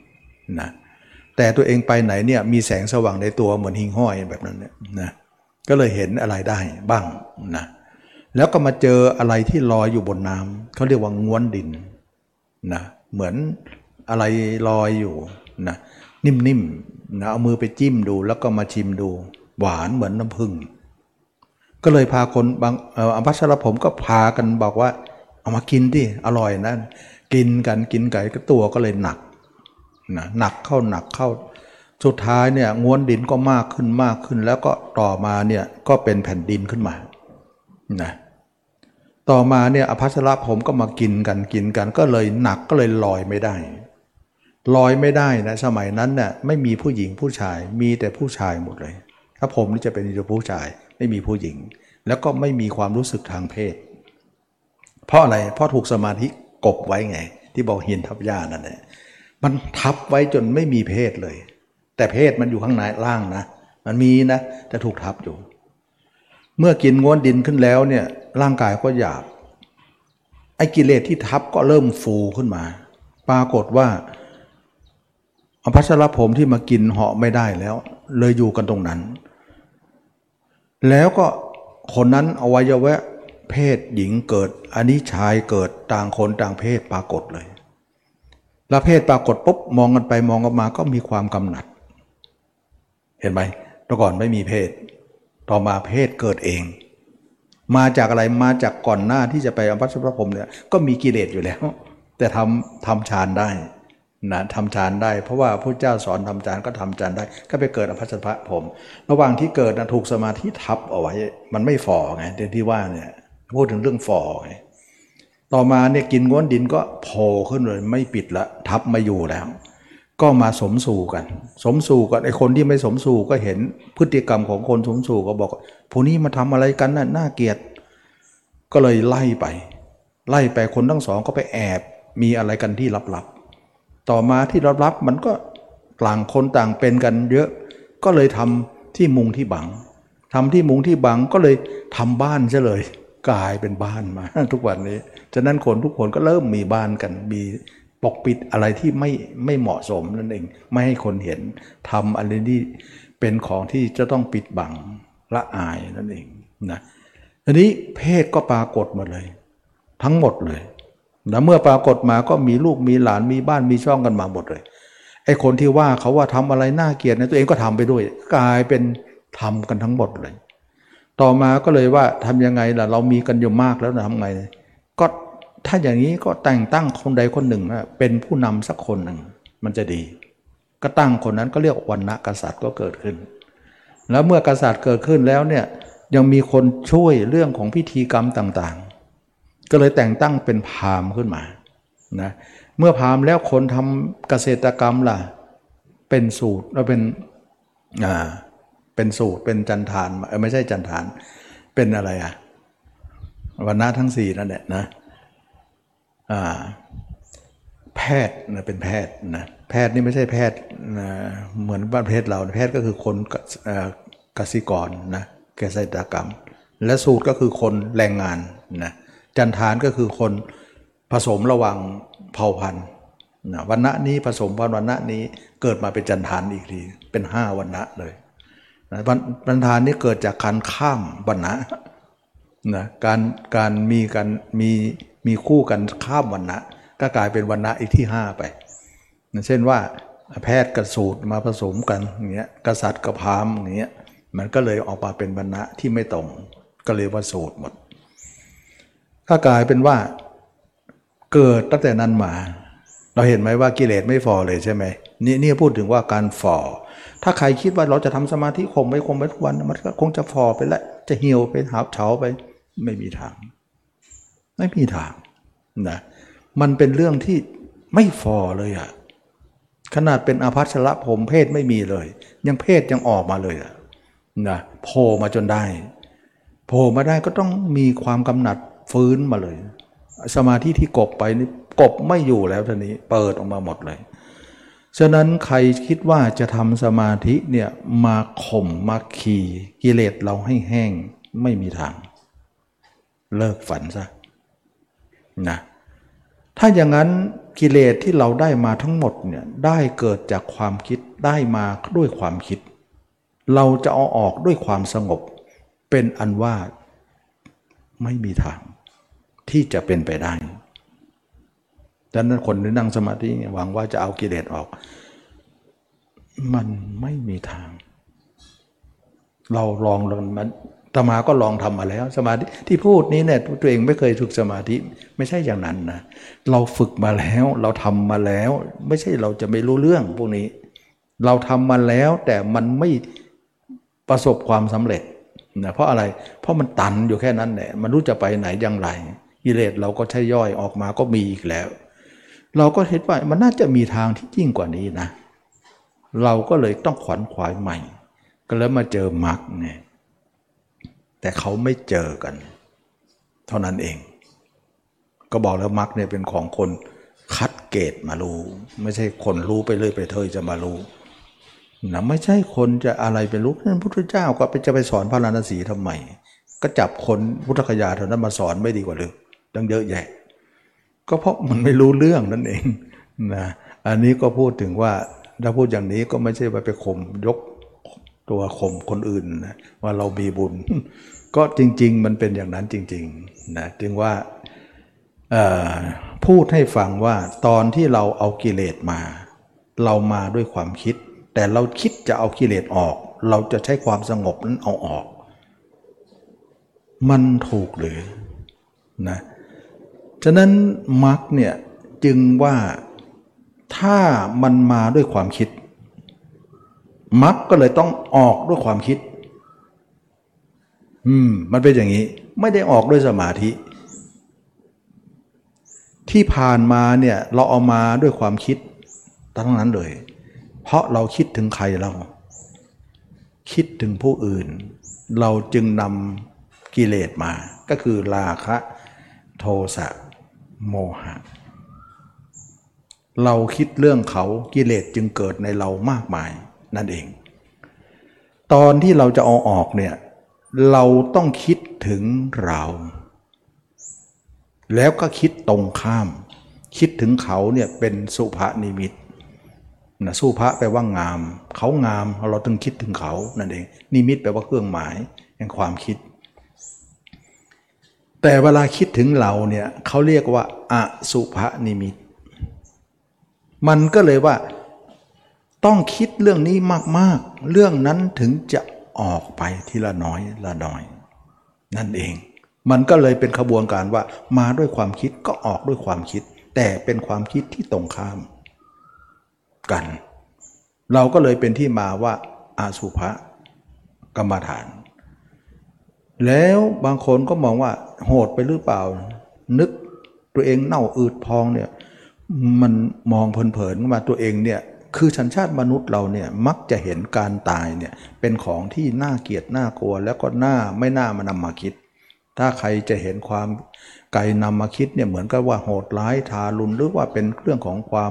นะแต่ตัวเองไปไหนเนี่ยมีแสงสว่างในตัวเหมือนหิ่งห้อยแบบนั้นเนี่ยนะก็เลยเห็นอะไรได้บ้างนะแล้วก็มาเจออะไรที่ลอยอยู่บนน้ำเขาเรียกว่าง้วนดินนะเหมือนอะไรลอยอยู่นะนิ่มๆนะเอามือไปจิ้มดูแล้วก็มาชิมดูหวานเหมือนน้ำผึ้งก็เลยพาคนบางอภัสรผมก็พากันบอกว่าเอามากินดิอร่อยนะกินกันกินไก่ก็ตัวก็เลยหนักนะหนักเข้าสุดท้ายเนี่ยง้วนดินก็มากขึ้นแล้วก็ต่อมาเนี่ยก็เป็นแผ่นดินขึ้นมานะต่อมาเนี่ยอภัสรผมก็มากินกันก็เลยหนักก็เลยลอยไม่ได้นะสมัยนั้นเนี่ยไม่มีผู้หญิงผู้ชายมีแต่ผู้ชายหมดเลยถ้าผมนี่จะเป็นผู้ชายไม่มีผู้หญิงแล้วก็ไม่มีความรู้สึกทางเพศเพราะอะไรเพราะถูกสมาธิกบไว้ไงที่บอกหินทับหญ้านั่นแหละมันทับไว้จนไม่มีเพศเลยแต่เพศมันอยู่ข้างในล่างนะมันมีนะแต่ถูกทับอยู่เมื่อกินง้วนดินขึ้นแล้วเนี่ยร่างกายก็หยาบไอ้กิเลสที่ทับก็เริ่มฟูขึ้นมาปรากฏว่าอภัสรผมที่มากินเหาะไม่ได้แล้วเลยอยู่กันตรงนั้นแล้วก็คนนั้นอวัยวะเพศหญิงเกิดอันนี้ชายเกิดต่างคนต่างเพศปรากฏเลยแล้วเพศปรากฏปุ๊บมองกันไปมองกันมาก็มีความกำหนัดเห็นไหมแต่ก่อนไม่มีเพศต่อมาเพศเกิดเองมาจากอะไรมาจากก่อนหน้าที่จะไปอภัสรผมเนี่ยก็มีกิเลสอยู่แล้วแต่ทำฌานได้นะทำฌานได้เพราะว่าพระเจ้าสอนทำฌานก็ทำฌานได้ก็ไปเกิดอภัสรผมระหว่างที่เกิดนะถูกสมาธิทับเอาไว้มันไม่ฝ่อไงเดี๋ยวที่ว่าเนี่ยพูดถึงเรื่องฝ่อไงต่อมาเนี่ยกินง้วนดินก็โผล่ขึ้นเลยไม่ปิดละทับมาอยู่แล้วก็มาสมสู่กันไอ้คนที่ไม่สมสู่ก็เห็นพฤติกรรมของคนสมสู่ก็บอกพวกนี้มาทำอะไรกันน่ะน่าเกลียดก็เลยไล่ไปคนทั้งสองก็ไปแอบมีอะไรกันที่ลับๆต่อมาที่ลับๆมันก็ต่างคนต่างเป็นกันเยอะก็เลยทำที่มุงที่บังก็เลยทำบ้านซะเลยกลายเป็นบ้านมาทุกวันนี้ฉะนั้นคนทุกคนก็เริ่มมีบ้านกันมีปกปิดอะไรที่ไม่เหมาะสมนั่นเองไม่ให้คนเห็นทำอะไรที่เป็นของที่จะต้องปิดบังละอายนั่นเองนะทีนี้เพศก็ปรากฏมาเลยทั้งหมดเลยแล้วเมื่อปรากฏมาก็มีลูกมีหลานมีบ้านมีช่องกันมาหมดเลยไอ้คนที่ว่าเขาว่าทำอะไรน่าเกลียดเนี่ยตัวเองก็ทำไปด้วยกลายเป็นทำกันทั้งหมดเลยต่อมาก็เลยว่าทำยังไงล่ะเรามีกันอยู่มากแล้วนะทำไงก็ถ้าอย่างนี้ก็แต่งตั้งคนใดคนหนึ่งเป็นผู้นำสักคนหนึ่งมันจะดีก็ตั้งคนนั้นก็เรียกวรรณกษัตริย์ก็เกิดขึ้นแล้วเมื่อกษัตริย์เกิดขึ้นแล้วเนี่ยยังมีคนช่วยเรื่องของพิธีกรรมต่างๆก็เลยแต่งตั้งเป็นพราหมณ์ขึ้นมานะเมื่อพราหมณ์แล้วคนทำเกษตรกรรมล่ะเป็นสูตรแล้วเป็นสูตรเป็นจันทานไม่ใช่จันทานเป็นอะไรวรรณะทั้งสี่นั่นแหละนะแพทย์นะเป็นแพทย์นะแพทย์นี่ไม่ใช่แพทย์เหมือนบ้านเพศเราแพทย์ก็คือคนกสิกรนะเกษตรกรรมและสูตรก็คือคนแรงงานนะจันทานก็คือคนผสมระหว่างเผ่าพันธุ์นะวรรณะนี้ผสมพันธุ์วรรณะนี้เกิดมาเป็นจันทานอีกทีเป็น5วรรณะเลยนะจันทานนี่เกิดจากการข้ามวรรณะนะการมีคู่กันข้ามวรรณะก็กลายเป็นวรรณะอีกที่5ไปเช่นว่าแพทย์กับสูตรมาผสมกันอย่างเงี้ยกษัตริย์กับพราหมณ์อย่างเงี้ยมันก็เลยออกมาเป็นวรรณะที่ไม่ตรงก็เลยว่าสูตรหมดก็กลายเป็นว่าเกิดตั้งแต่นั้นมาเราเห็นไหมว่ากิเลสไม่ฝ่อเลยใช่ไหมนี่พูดถึงว่าการฝ่อถ้าใครคิดว่าเราจะทำสมาธิข่มไปทุกวันมันก็คงจะฝ่อไปแล้วจะเหี่ยวไปหาเฉาไปไม่มีทางนะมันเป็นเรื่องที่ไม่ฝ่อเลยขนาดเป็นอภัสรผมเพศไม่มีเลยยังเพศยังออกมาเลยนะโผล่มาจนได้โผล่มาได้ก็ต้องมีความกำหนัดฟื้นมาเลยสมาธิที่กบไปนี่กบไม่อยู่แล้วทีนี้เปิดออกมาหมดเลยฉะนั้นใครคิดว่าจะทำสมาธิเนี่ยมาข่มมาขี่กิเลสเราให้แห้งไม่มีทางเลิกฝันซะนะถ้าอย่างนั้นกิเลสที่เราได้มาทั้งหมดเนี่ยได้เกิดจากความคิดได้มาด้วยความคิดเราจะเอาออกด้วยความสงบเป็นอันว่าไม่มีทางที่จะเป็นไปได้ดังนั้นคนที่นั่งสมาธิหวังว่าจะเอากิเลสออกมันไม่มีทางเราลองมันอาตมาก็ลองทำมาแล้วสมาธิที่พูดนี้เนี่ยตัวเองไม่เคยฝึกสมาธิไม่ใช่อย่างนั้นนะเราฝึกมาแล้วเราทำมาแล้วไม่ใช่เราจะไม่รู้เรื่องพวกนี้เราทำมาแล้วแต่มันไม่ประสบความสำเร็จนะเพราะอะไรเพราะมันตันอยู่แค่นั้นแหละมันรู้จะไปไหนอย่างไรกิเลสเราก็ใช้ย่อยออกมาก็มีอีกแล้วเราก็เห็นว่ามันน่าจะมีทางที่ยิ่งกว่านี้นะเราก็เลยต้องขวนขวายใหม่ก็แล้วมาเจอมรรคเนี่ยแต่เขาไม่เจอกันเท่านั้นเองก็บอกแล้วมรรคเนี่ยเป็นของคนคัดเกรดมารู้ไม่ใช่คนรู้ไปเรื่อยไปเทยจะมารู้นะไม่ใช่คนจะอะไรไปรู้นั่นพุทธเจ้าก็จะไปสอนพระอรหันตสีทำไมก็จับคนพุทธคยาเท่านั้นมาสอนไม่ดีกว่าหรือตั้งเยอะแยะก็เพราะมันไม่รู้เรื่องนั่นเองนะอันนี้ก็พูดถึงว่าถ้าพูดอย่างนี้ก็ไม่ใช่ไปข่มยกตัวข่มคนอื่นนะว่าเรามีบุญก็จริงๆมันเป็นอย่างนั้นจริงๆนะจึงว่าพูดให้ฟังว่าตอนที่เราเอากิเลสมาเรามาด้วยความคิดแต่เราคิดจะเอากิเลสออกเราจะใช้ความสงบนั้นเอาออกมันถูกหรือนะฉะนั้นมรรคเนี่ยจึงว่าถ้ามันมาด้วยความคิดมรรคก็เลยต้องออกด้วยความคิดมันเป็นอย่างนี้ไม่ได้ออกด้วยสมาธิที่ผ่านมาเนี่ยเราเอามาด้วยความคิดทั้งนั้นเลยเพราะเราคิดถึงใครเราคิดถึงผู้อื่นเราจึงนำกิเลสมาก็คือราคะโทสะโมหะเราคิดเรื่องเขากิเลสจึงเกิดในเรามากมายนั่นเองตอนที่เราจะเอาออกเนี่ยเราต้องคิดถึงเราแล้วก็คิดตรงข้ามคิดถึงเขาเนี่ยเป็นสุภนิมิตนะสุภะแปลว่างามเขางามเราต้องคิดถึงเขานั่นเองนิมิตแปลว่าเครื่องหมายแห่งความคิดแต่เวลาคิดถึงเราเนี่ยเขาเรียกว่าอสุภนิมิตมันก็เลยว่าต้องคิดเรื่องนี้มากๆเรื่องนั้นถึงจะออกไปทีละน้อยละน้อยนั่นเองมันก็เลยเป็นขบวนการว่ามาด้วยความคิดก็ออกด้วยความคิดแต่เป็นความคิดที่ตรงข้ามกันเราก็เลยเป็นที่มาว่าอสุภกรรมฐานแล้วบางคนก็มองว่าโหดไปหรือเปล่านึกตัวเองเน่าอืดพองเนี่ยมันมองเผินๆมาตัวเองเนี่ยคือสัญชาติมนุษย์เราเนี่ยมักจะเห็นการตายเนี่ยเป็นของที่น่าเกลียดน่ากลัวแล้วก็ไม่น่ามานำมาคิดถ้าใครจะเห็นความไกลนำมาคิดเนี่ยเหมือนกับว่าโหดร้ายทารุณหรือว่าเป็นเรื่องของความ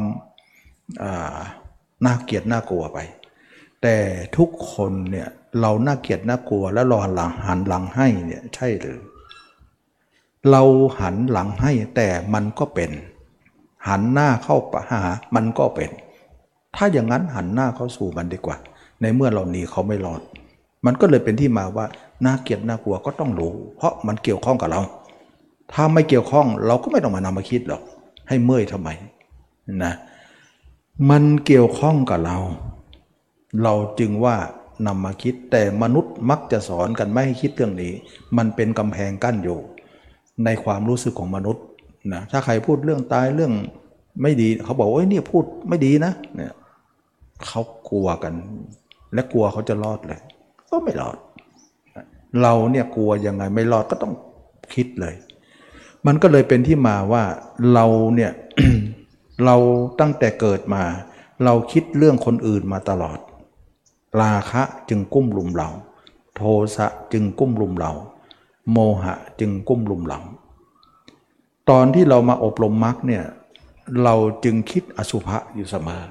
น่าเกลียดน่ากลัวไปแต่ทุกคนเนี่ยเราน่าเกลียดน่ากลัวแล้วเราหันหลังให้เนี่ยใช่หรือเราหันหลังให้แต่มันก็เป็นหันหน้าเข้าหามันก็เป็นถ้าอย่างนั้นหันหน้าเข้าสู่มันดีกว่าในเมื่อเราหนีเขาไม่รอดมันก็เลยเป็นที่มาว่าน่าเกลียดน่ากลัวก็ต้องรู้เพราะมันเกี่ยวข้องกับเราถ้าไม่เกี่ยวข้องเราก็ไม่ต้องมานำมาคิดหรอกให้เมื่อยทำไมนะมันเกี่ยวข้องกับเราจึงว่านำมาคิดแต่มนุษย์มักจะสอนกันไม่ให้คิดเรื่องนี้มันเป็นกำแพงกั้นอยู่ในความรู้สึกของมนุษย์นะถ้าใครพูดเรื่องตายเรื่องไม่ดีเขาบอกว่านี่พูดไม่ดีนะเนี่ยเขากลัวกันและกลัวเขาจะรอดเลยก็ไม่รอดเราเนี่ยกลัวยังไงไม่รอดก็ต้องคิดเลยมันก็เลยเป็นที่มาว่าเราเนี่ย เราตั้งแต่เกิดมาเราคิดเรื่องคนอื่นมาตลอดราคะจึงกุ้มลุมเราโทสะจึงกุ้มลุมเราโมหะจึงกุ้มลุมเราตอนที่เรามาอบรมมรรคเนี่ยเราจึงคิดอสุภะอยู่เสมอ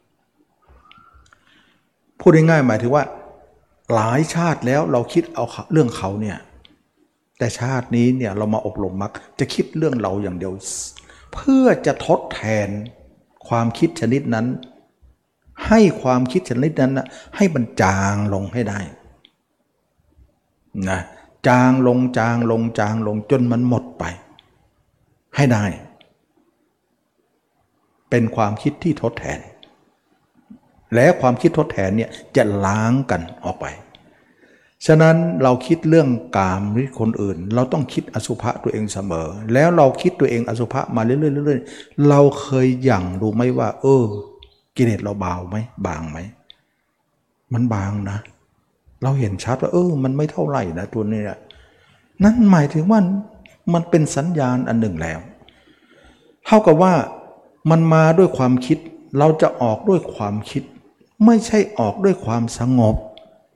พูดง่ายๆหมายถึงว่าหลายชาติแล้วเราคิดเอาเรื่องเขาเนี่ยแต่ชาตินี้เนี่ยเรามาอบรมมรรคจะคิดเรื่องเราอย่างเดียวเพื่อจะทดแทนความคิดชนิดนั้นให้ความคิดชนิดนั้นนะให้มันจางลงให้ได้นะจางลงจางลงจางลงจนมันหมดไปให้ได้เป็นความคิดที่ทดแทนและความคิดทดแทนเนี่ยจะล้างกันออกไปฉะนั้นเราคิดเรื่องกามหรือคนอื่นเราต้องคิดอสุภะตัวเองเสมอแล้วเราคิดตัวเองอสุภะมาเรื่อยๆเรื่อยๆเราเคยหยั่งดูไหมว่ากิเลสเราเบาไหมบางไหมมันบางนะเราเห็นชัดว่ามันไม่เท่าไหร่นะตัวนี้นั่นหมายถึงว่ามันเป็นสัญญาณอันหนึ่งแล้วเท่ากับว่ามันมาด้วยความคิดเราจะออกด้วยความคิดไม่ใช่ออกด้วยความสงบ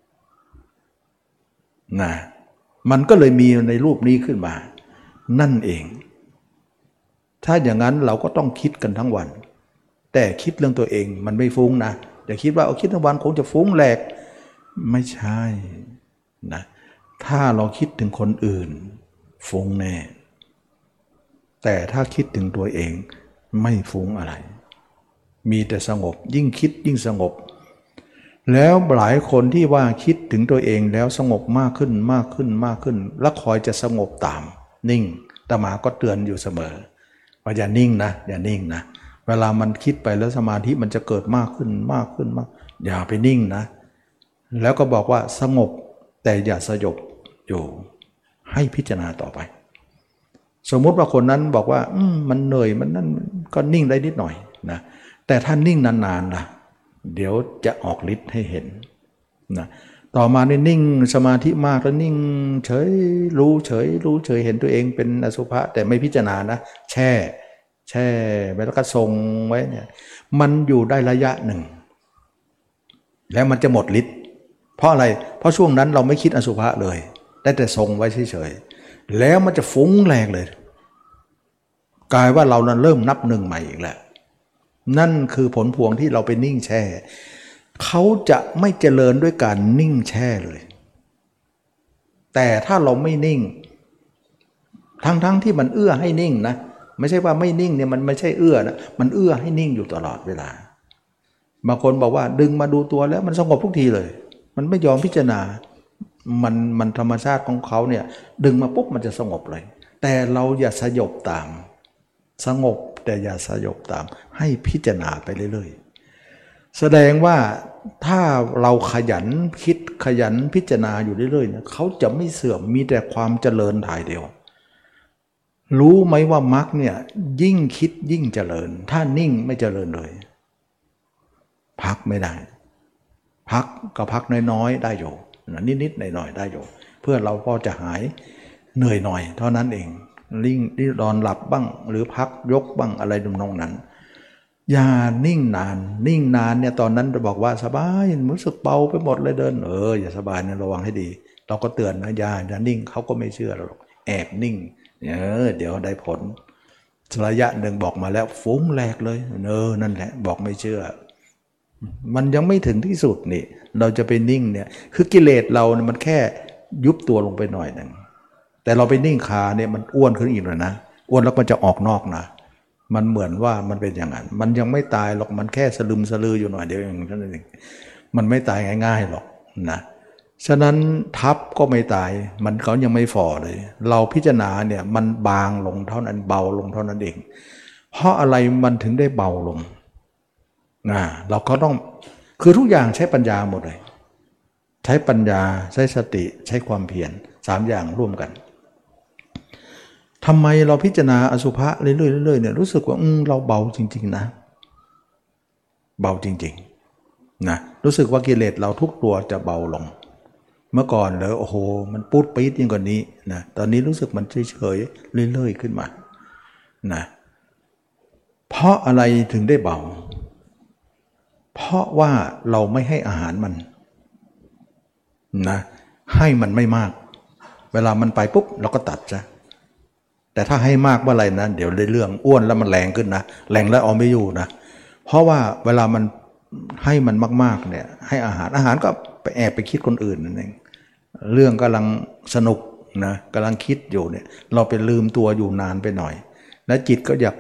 นะมันก็เลยมีในรูปนี้ขึ้นมานั่นเองถ้าอย่างนั้นเราก็ต้องคิดกันทั้งวันแต่คิดเรื่องตัวเองมันไม่ฟุ้งนะอย่าคิดว่าคิดทั้งวันคงจะฟุ้งแหลกไม่ใช่นะถ้าเราคิดถึงคนอื่นฟุ้งแน่แต่ถ้าคิดถึงตัวเองไม่ฟุ้งอะไรมีแต่สงบยิ่งคิดยิ่งสงบแล้วหลายคนที่ว่าคิดถึงตัวเองแล้วสงบมากขึ้นมากขึ้นมากขึ้นแล้วคอยจะสงบตามนิ่งอาตมาก็เตือนอยู่เสมอว่าอย่านิ่งนะอย่านิ่งนะเวลามันคิดไปแล้วสมาธิมันจะเกิดมากขึ้นมากขึ้นมากอย่าไปนิ่งนะแล้วก็บอกว่าสงบแต่อย่าสยบอยู่ให้พิจารณาต่อไปสมมุติว่าคนนั้นบอกว่ามันเหนื่อยมันนั่นก็นิ่งได้นิดหน่อยนะแต่ถ้านิ่งนานๆนะเดี๋ยวจะออกฤทธิ์ให้เห็นนะต่อมาในนิ่งสมาธิมากแล้วนิ่งเฉยรู้เฉยรู้เฉยเห็นตัวเองเป็นอสุภะแต่ไม่พิจารณานะแช่ไว้แล้วก็ทรงไว้เนี่ยมันอยู่ได้ระยะหนึ่งแล้วมันจะหมดฤทธิ์เพราะอะไรเพราะช่วงนั้นเราไม่คิดอสุภะเลยได้แต่ทรงไว้เฉยๆแล้วมันจะฟุ้งแรงเลยกลายว่าเรานั้นเริ่มนับหนึ่งใหม่อีกแล้วนั่นคือผลพวงที่เราไปนิ่งแช่เขาจะไม่เจริญด้วยการนิ่งแช่เลยแต่ถ้าเราไม่นิ่งทั้งที่มันเอื้อให้นิ่งนะไม่ใช่ว่าไม่นิ่งเนี่ยมันไม่ใช่เอื้อนะมันเอื้อให้นิ่งอยู่ตลอดเวลาบางคนบอกว่าดึงมาดูตัวแล้วมันสงบทุกทีเลยมันไม่ยอมพิจารณามันธรรมชาติของเขาเนี่ยดึงมาปุ๊บมันจะสงบเลยแต่เราอย่าสยบตามสงบแต่อย่าสยบตามให้พิจารณาไปเรื่อยๆแสดงว่าถ้าเราขยันคิดขยันพิจารณาอยู่เรื่อยๆเนี่ยเขาจะไม่เสื่อมมีแต่ความเจริญถ่ายเดียวรู้ไหมว่ามรรคเนี่ยยิ่งคิดยิ่งเจริญถ้านิ่งไม่เจริญเลยพักไม่ได้พักก็พักน้อยๆได้อยู่นิดๆหน่อยๆได้อยู่เพื่อเราพอจะหายเหนื่อยหน่อยเท่านั้นเองลิ่งนอนหลับบ้างหรือพักยกบ้างอะไรดุมนองนั้นอย่านิ่งนานนิ่งนานเนี่ยตอนนั้นจะบอกว่าสบายรู้สึกเบาไปหมดเลยเดินอย่าสบายเนี่ยระวังให้ดีเราก็เตือนนะอย่านิ่งเขาก็ไม่เชื่อหรอกแอบนิ่งเดี๋ยวได้ผลระยะหนึ่งบอกมาแล้วฟุ้งแหลกเลยนั่นแหละบอกไม่เชื่อมันยังไม่ถึงที่สุดนี่เราจะไปนิ่งเนี่ยคือกิเลสเราเนี่ยมันแค่ยุบตัวลงไปหน่อยนึงแต่เราไปนิ่งคาเนี่ยมันอ้วนขึ้นอีกเลยนะอ้วนแล้วมันจะออกนอกนะมันเหมือนว่ามันเป็นอย่างนั้นมันยังไม่ตายหรอกมันแค่สลึมสลืออยู่หน่อยเดียวเองนั่นเองมันไม่ตายง่ายๆหรอกนะฉะนั้นทับก็ไม่ตายมันเขายังไม่ฝ่อเลยเราพิจารณาเนี่ยมันบางลงเท่านั้นเบาลงเท่านั้นเองเพราะอะไรมันถึงได้เบาลงเราก็ต้องคือทุกอย่างใช้ปัญญาหมดเลยใช้ปัญญาใช้สติใช้ความเพียร3อย่างร่วมกันทำไมเราพิจารณาอสุภะเรื่อยๆเนี่ยรู้สึกว่าเราเบาจริงๆนะเบาจริงๆนะรู้สึกว่ากิเลสเราทุกตัวจะเบาลงเมื่อก่อนเลยโอ้โหมันปูดปี๊ดยิ่งกว่านี้นะตอนนี้รู้สึกมันเฉยๆเรื่อยๆขึ้นมานะเพราะอะไรถึงได้เบาเพราะว่าเราไม่ให้อาหารมันนะให้มันไม่มากเวลามันไปปุ๊บเราก็ตัดซะแต่ถ้าให้มากเมื่อไหร่นะเดี๋ยวเรื่องอ้วนแล้วมันแรงขึ้นนะแรงแล้วเอาไม่อยู่นะเพราะว่าเวลามันให้มันมากๆเนี่ยให้อาหารก็ไปแอบไปคิดคนอื่นนั่นเองเรื่องกำลังสนุกนะกำลังคิดอยู่เนี่ยเราไปลืมตัวอยู่นานไปหน่อยแล้วจิตก็อยาก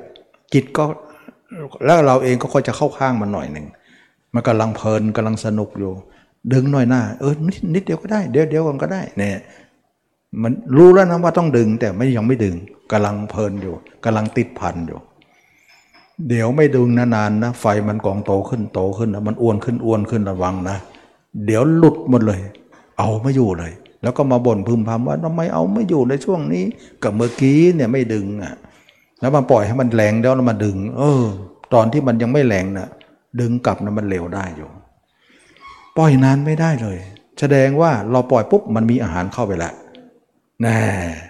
จิตก็แล้วเราเองก็ค่อยจะเข้าข้างมันหน่อยหนึ่งมันกำลังเพลินกำลังสนุกอยู่ดึงหน่อยหน้านิดเดียวก็ได้เดี๋ยวกันก็ได้เนี่ยมันรู้แล้วนะว่าต้องดึงแต่ยังไม่ดึงกำลังเพลินอยู่กำลังติดพันอยู่เดี๋ยวไม่ดึงนานๆนะไฟมันกองโตขึ้นนะมันอ้วนขึ้นระวังนะเดี๋ยวหลุดหมดเลยเอาไม่อยู่เลยแล้วก็มาบ่นพึมพำว่าทำไมเอาไม่อยู่ในช่วงนี้กับเมื่อกี้เนี่ยไม่ดึงอ่ะแล้วมันปล่อยให้มันแรงแล้วมาดึงตอนที่มันยังไม่แรงนะดึงกลับนะมันเร็วได้อยู่ปล่อยนานไม่ได้เลยแสดงว่าเราปล่อยปุ๊บมันมีอาหารเข้าไปแล้วแน่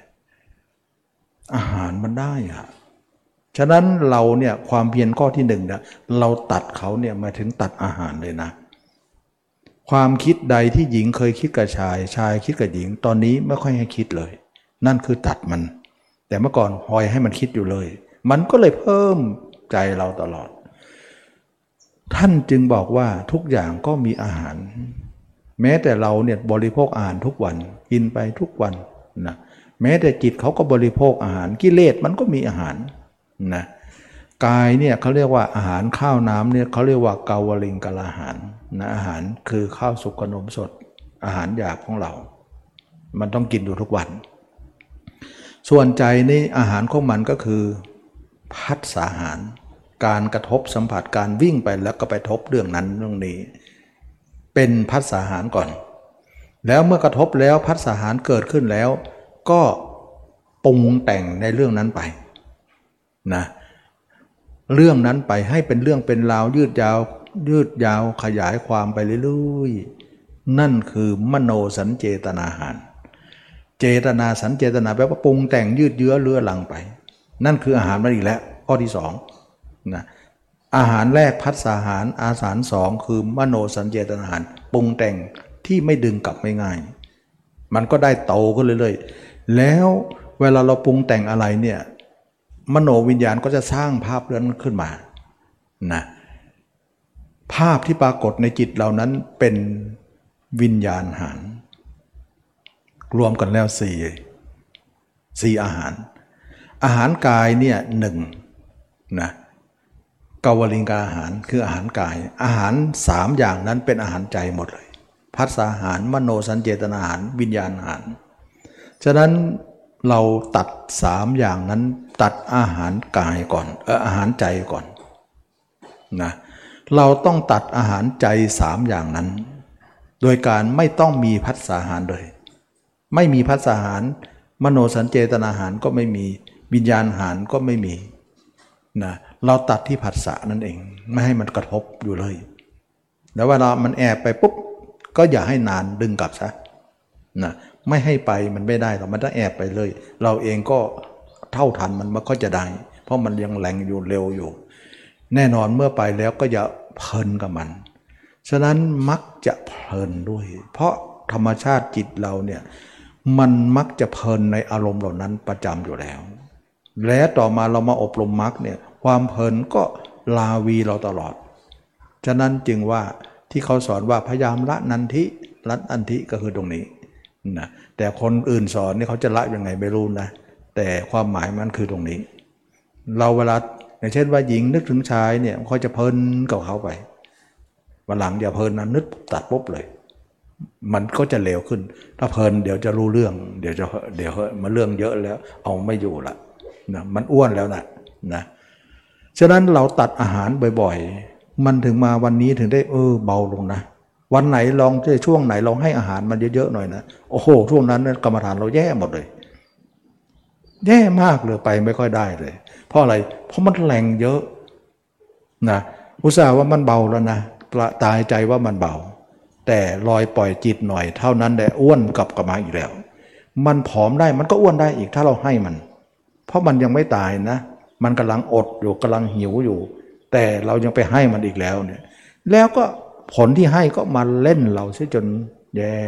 อาหารมันได้อะฉะนั้นเราเนี่ยความเพียรข้อที่หนึ่งเนี่ยเราตัดเขาเนี่ยมาถึงตัดอาหารเลยนะความคิดใดที่หญิงเคยคิดกับชายคิดกับหญิงตอนนี้ไม่ค่อยให้คิดเลยนั่นคือตัดมันแต่เมื่อก่อนหอยให้มันคิดอยู่เลยมันก็เลยเพิ่มใจเราตลอดท่านจึงบอกว่าทุกอย่างก็มีอาหารแม้แต่เราเนี่ยบริโภคอาหารทุกวันกินไปทุกวันนะแม้แต่จิตเขาก็บริโภคอาหารกิเลสมันก็มีอาหารนะกายเนี่ยเขาเรียกว่าอาหารข้าวน้ำเนี่ยเขาเรียกว่าเกาวลิงกลาหารนะอาหารคือข้าวสุกขนมสดอาหารหยาบของเรามันต้องกินอยู่ทุกวันส่วนใจนี่อาหารของมันก็คือภัสสาหารการกระทบสัมผัสการวิ่งไปแล้วก็ไปทบเรื่องนั้นเรื่องนี้เป็นภัสสาหารก่อนแล้วเมื่อกระทบแล้วภัสสาหารเกิดขึ้นแล้วก็ปรุงแต่งในเรื่องนั้นไปนะเรื่องนั้นไปให้เป็นเรื่องเป็นราวยืดยาวขยายความไปเรื่อยๆนั่นคือมโนสัญเจตนาหารเจตนาสัญเจตนาแปลว่าปรุงแต่งยืดเยื้อเลื้อรังไปนั่นคืออาหารมันอีกแล้วข้อที่สองนะอาหารแรกภัสสาหารอาหารสองคือมโนสัญเจตนาหารปรุงแต่งที่ไม่ดึงกลับไม่ง่ายมันก็ได้โตขึ้นเรื่อยๆแล้วเวลาเราปรุงแต่งอะไรเนี่ยมโนวิญญาณก็จะสร้างภาพเรื่องนั้นขึ้นมานะภาพที่ปรากฏในจิตเรานั้นเป็นวิญญาณหารรวมกันแล้วสี่อาหารกายเนี่ยหนึ่งนะกาวลิงกาอาหารคืออาหารกายอาหารสามอย่างนั้นเป็นอาหารใจหมดเลยภัสสาหารมโนสัญเจตนาอาหารวิญญาณอาหารฉะนั้นเราตัดสามอย่างนั้นตัดอาหารกายก่อนอาหารใจก่อนนะเราต้องตัดอาหารใจสามอย่างนั้นโดยการไม่ต้องมีภัสสาหารเลยไม่มีภัสสาหารมโนสัญเจตนาอาหารก็ไม่มีวิญญาณอาหารก็ไม่มีนะเราตัดที่ผัสสะนั่นเองไม่ให้มันกระทบอยู่เลยแล้วเวลามันแอบไปปุ๊บก็อย่าให้นานดึงกลับซะนะไม่ให้ไปมันไม่ได้หรอกมันต้องแอบไปเลยเราเองก็เท่าทันมันก็จะได้เพราะมันยังแรงอยู่เร็วอยู่แน่นอนเมื่อไปแล้วก็อย่าเพลินกับมันฉะนั้นมักจะเพลินด้วยเพราะธรรมชาติจิตเราเนี่ยมันมักจะเพลินในอารมณ์เหล่านั้นประจำอยู่แล้วและต่อมาเรามาอบรมมรรคเนี่ยความเพลินก็ลาวีเราตลอดฉะนั้นจึงว่าที่เขาสอนว่าพยายามละนันทิละอันทิก็คือตรงนี้นะแต่คนอื่นสอนนี่เขาจะละยังไงไม่รู้นะแต่ความหมายมันคือตรงนี้เราเวลาอย่างเช่นว่าหญิงนึกถึงชายเนี่ยเขาจะเพลินกับเขาไปวันหลังอย่าเพลินนะนึกตัดปุ๊บเลยมันก็จะเร็วขึ้นถ้าเพลินเดี๋ยวจะรู้เรื่องเดี๋ยวมาเรื่องเยอะแล้วเอาไม่อยู่ละนะมันอ้วนแล้วนะฉะนั้นเราตัดอาหารบ่อยๆมันถึงมาวันนี้ถึงได้เบาลงนะวันไหนลองช่วงไหนลองให้อาหารมันเยอะๆหน่อยนะโอ้โหช่วงนั้นกรรมฐานเราแย่หมดเลยแย่มากเลยไปไม่ค่อยได้เลยเพราะอะไรเพราะมันแรงเยอะนะอุตส่าห์ว่ามันเบาแล้วนะตายใจว่ามันเบาแต่ลอยปล่อยจิตหน่อยเท่านั้นแหละอ้วนกลับมาอีกแล้วมันผอมได้มันก็อ้วนได้อีกถ้าเราให้มันเพราะมันยังไม่ตายนะมันกำลังอดอยู่กำลังหิวอยู่แต่เรายังไปให้มันอีกแล้วเนี่ยแล้วก็ผลที่ให้ก็มาเล่นเราซะจนแย่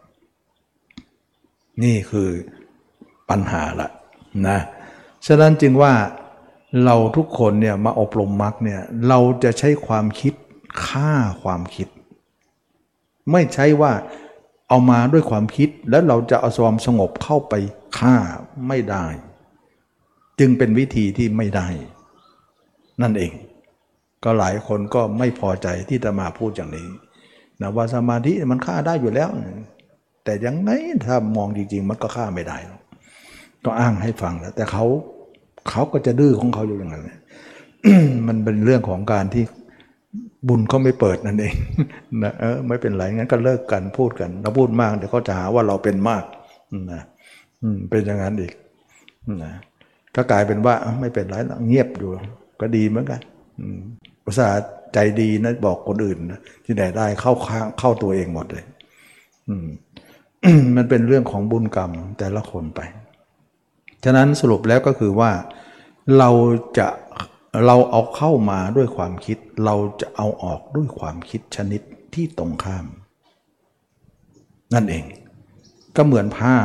นี่คือปัญหาละนะฉะนั้นจึงว่าเราทุกคนเนี่ยมาอบรมมรรคเนี่ยเราจะใช้ความคิดฆ่าความคิดไม่ใช่ว่าเอามาด้วยความคิดแล้วเราจะเอาความสงบเข้าไปฆ่าไม่ได้จึงเป็นวิธีที่ไม่ได้นั่นเองก็หลายคนก็ไม่พอใจที่จะมาพูดอย่างนี้นะว่าสมาธิมันฆ่าได้อยู่แล้วแต่ยังไงถ้ามองจริงๆมันก็ฆ่าไม่ได้หรอกก็อ้างให้ฟังแล้วแต่เขาก็จะดื้อของเขาอยู่อย่างนั้น มันเป็นเรื่องของการที่บุญเขาไม่เปิดนั่นเองนะไม่เป็นไรงั้นก็เลิกกันพูดกันเราพูดมากเดี๋ยวเขาจะหาว่าเราเป็นมากนะเป็นอย่างนั้นอีกนะก็กลายเป็นว่าไม่เป็นไรเงียบอยู่ก็ดีเหมือนกันอุตส่าห์ใจดีนะบอกคนอื่นนะที่ไหนได้เข้าตัวเองหมดเลยมันเป็นเรื่องของบุญกรรมแต่ละคนไปฉะนั้นสรุปแล้วก็คือว่าเราเอาเข้ามาด้วยความคิดเราจะเอาออกด้วยความคิดชนิดที่ตรงข้ามนั่นเองก็เหมือนผ้า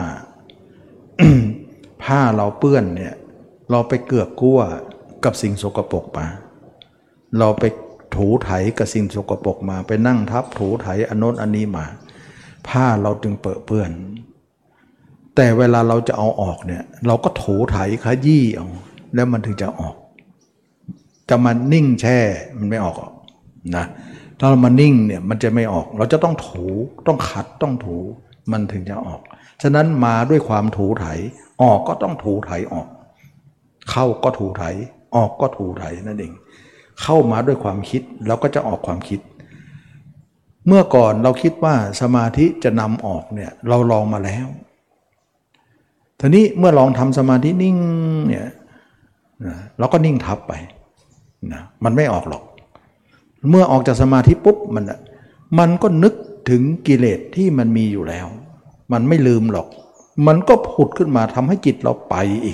ผ้าเราเปื้อนเนี่ยเราไปเกือกกลั้วกับสิ่งสกปรกมาเราไปถูไถกับสิ่งสกปรกมาไปนั่งทับถูไถอันโน้นอันนี้มาผ้าเราจึงเปื้อนแต่เวลาเราจะเอาออกเนี่ยเราก็ถูไถขยี้เอาแล้วมันถึงจะออกจะมานิ่งแช่มันไม่ออกนะถ้าเรามานิ่งเนี่ยมันจะไม่ออกเราจะต้องถูต้องขัดต้องถูมันถึงจะออกฉะนั้นมาด้วยความถูไถออกก็ต้องถูไถออกเข้าก็ถูไถออกก็ถูไถนั่นเองเข้ามาด้วยความคิดเราก็จะออกความคิดเมื่อก่อนเราคิดว่าสมาธิจะนำออกเนี่ยเราลองมาแล้วทีนี้เมื่อลองทำสมาธินิ่งเนี่ยเราก็นิ่งทับไปนะมันไม่ออกหรอกเมื่อออกจากสมาธิปุ๊บมันก็นึกถึงกิเลสที่มันมีอยู่แล้วมันไม่ลืมหรอกมันก็ผุดขึ้นมาทำให้จิตเราไปอีก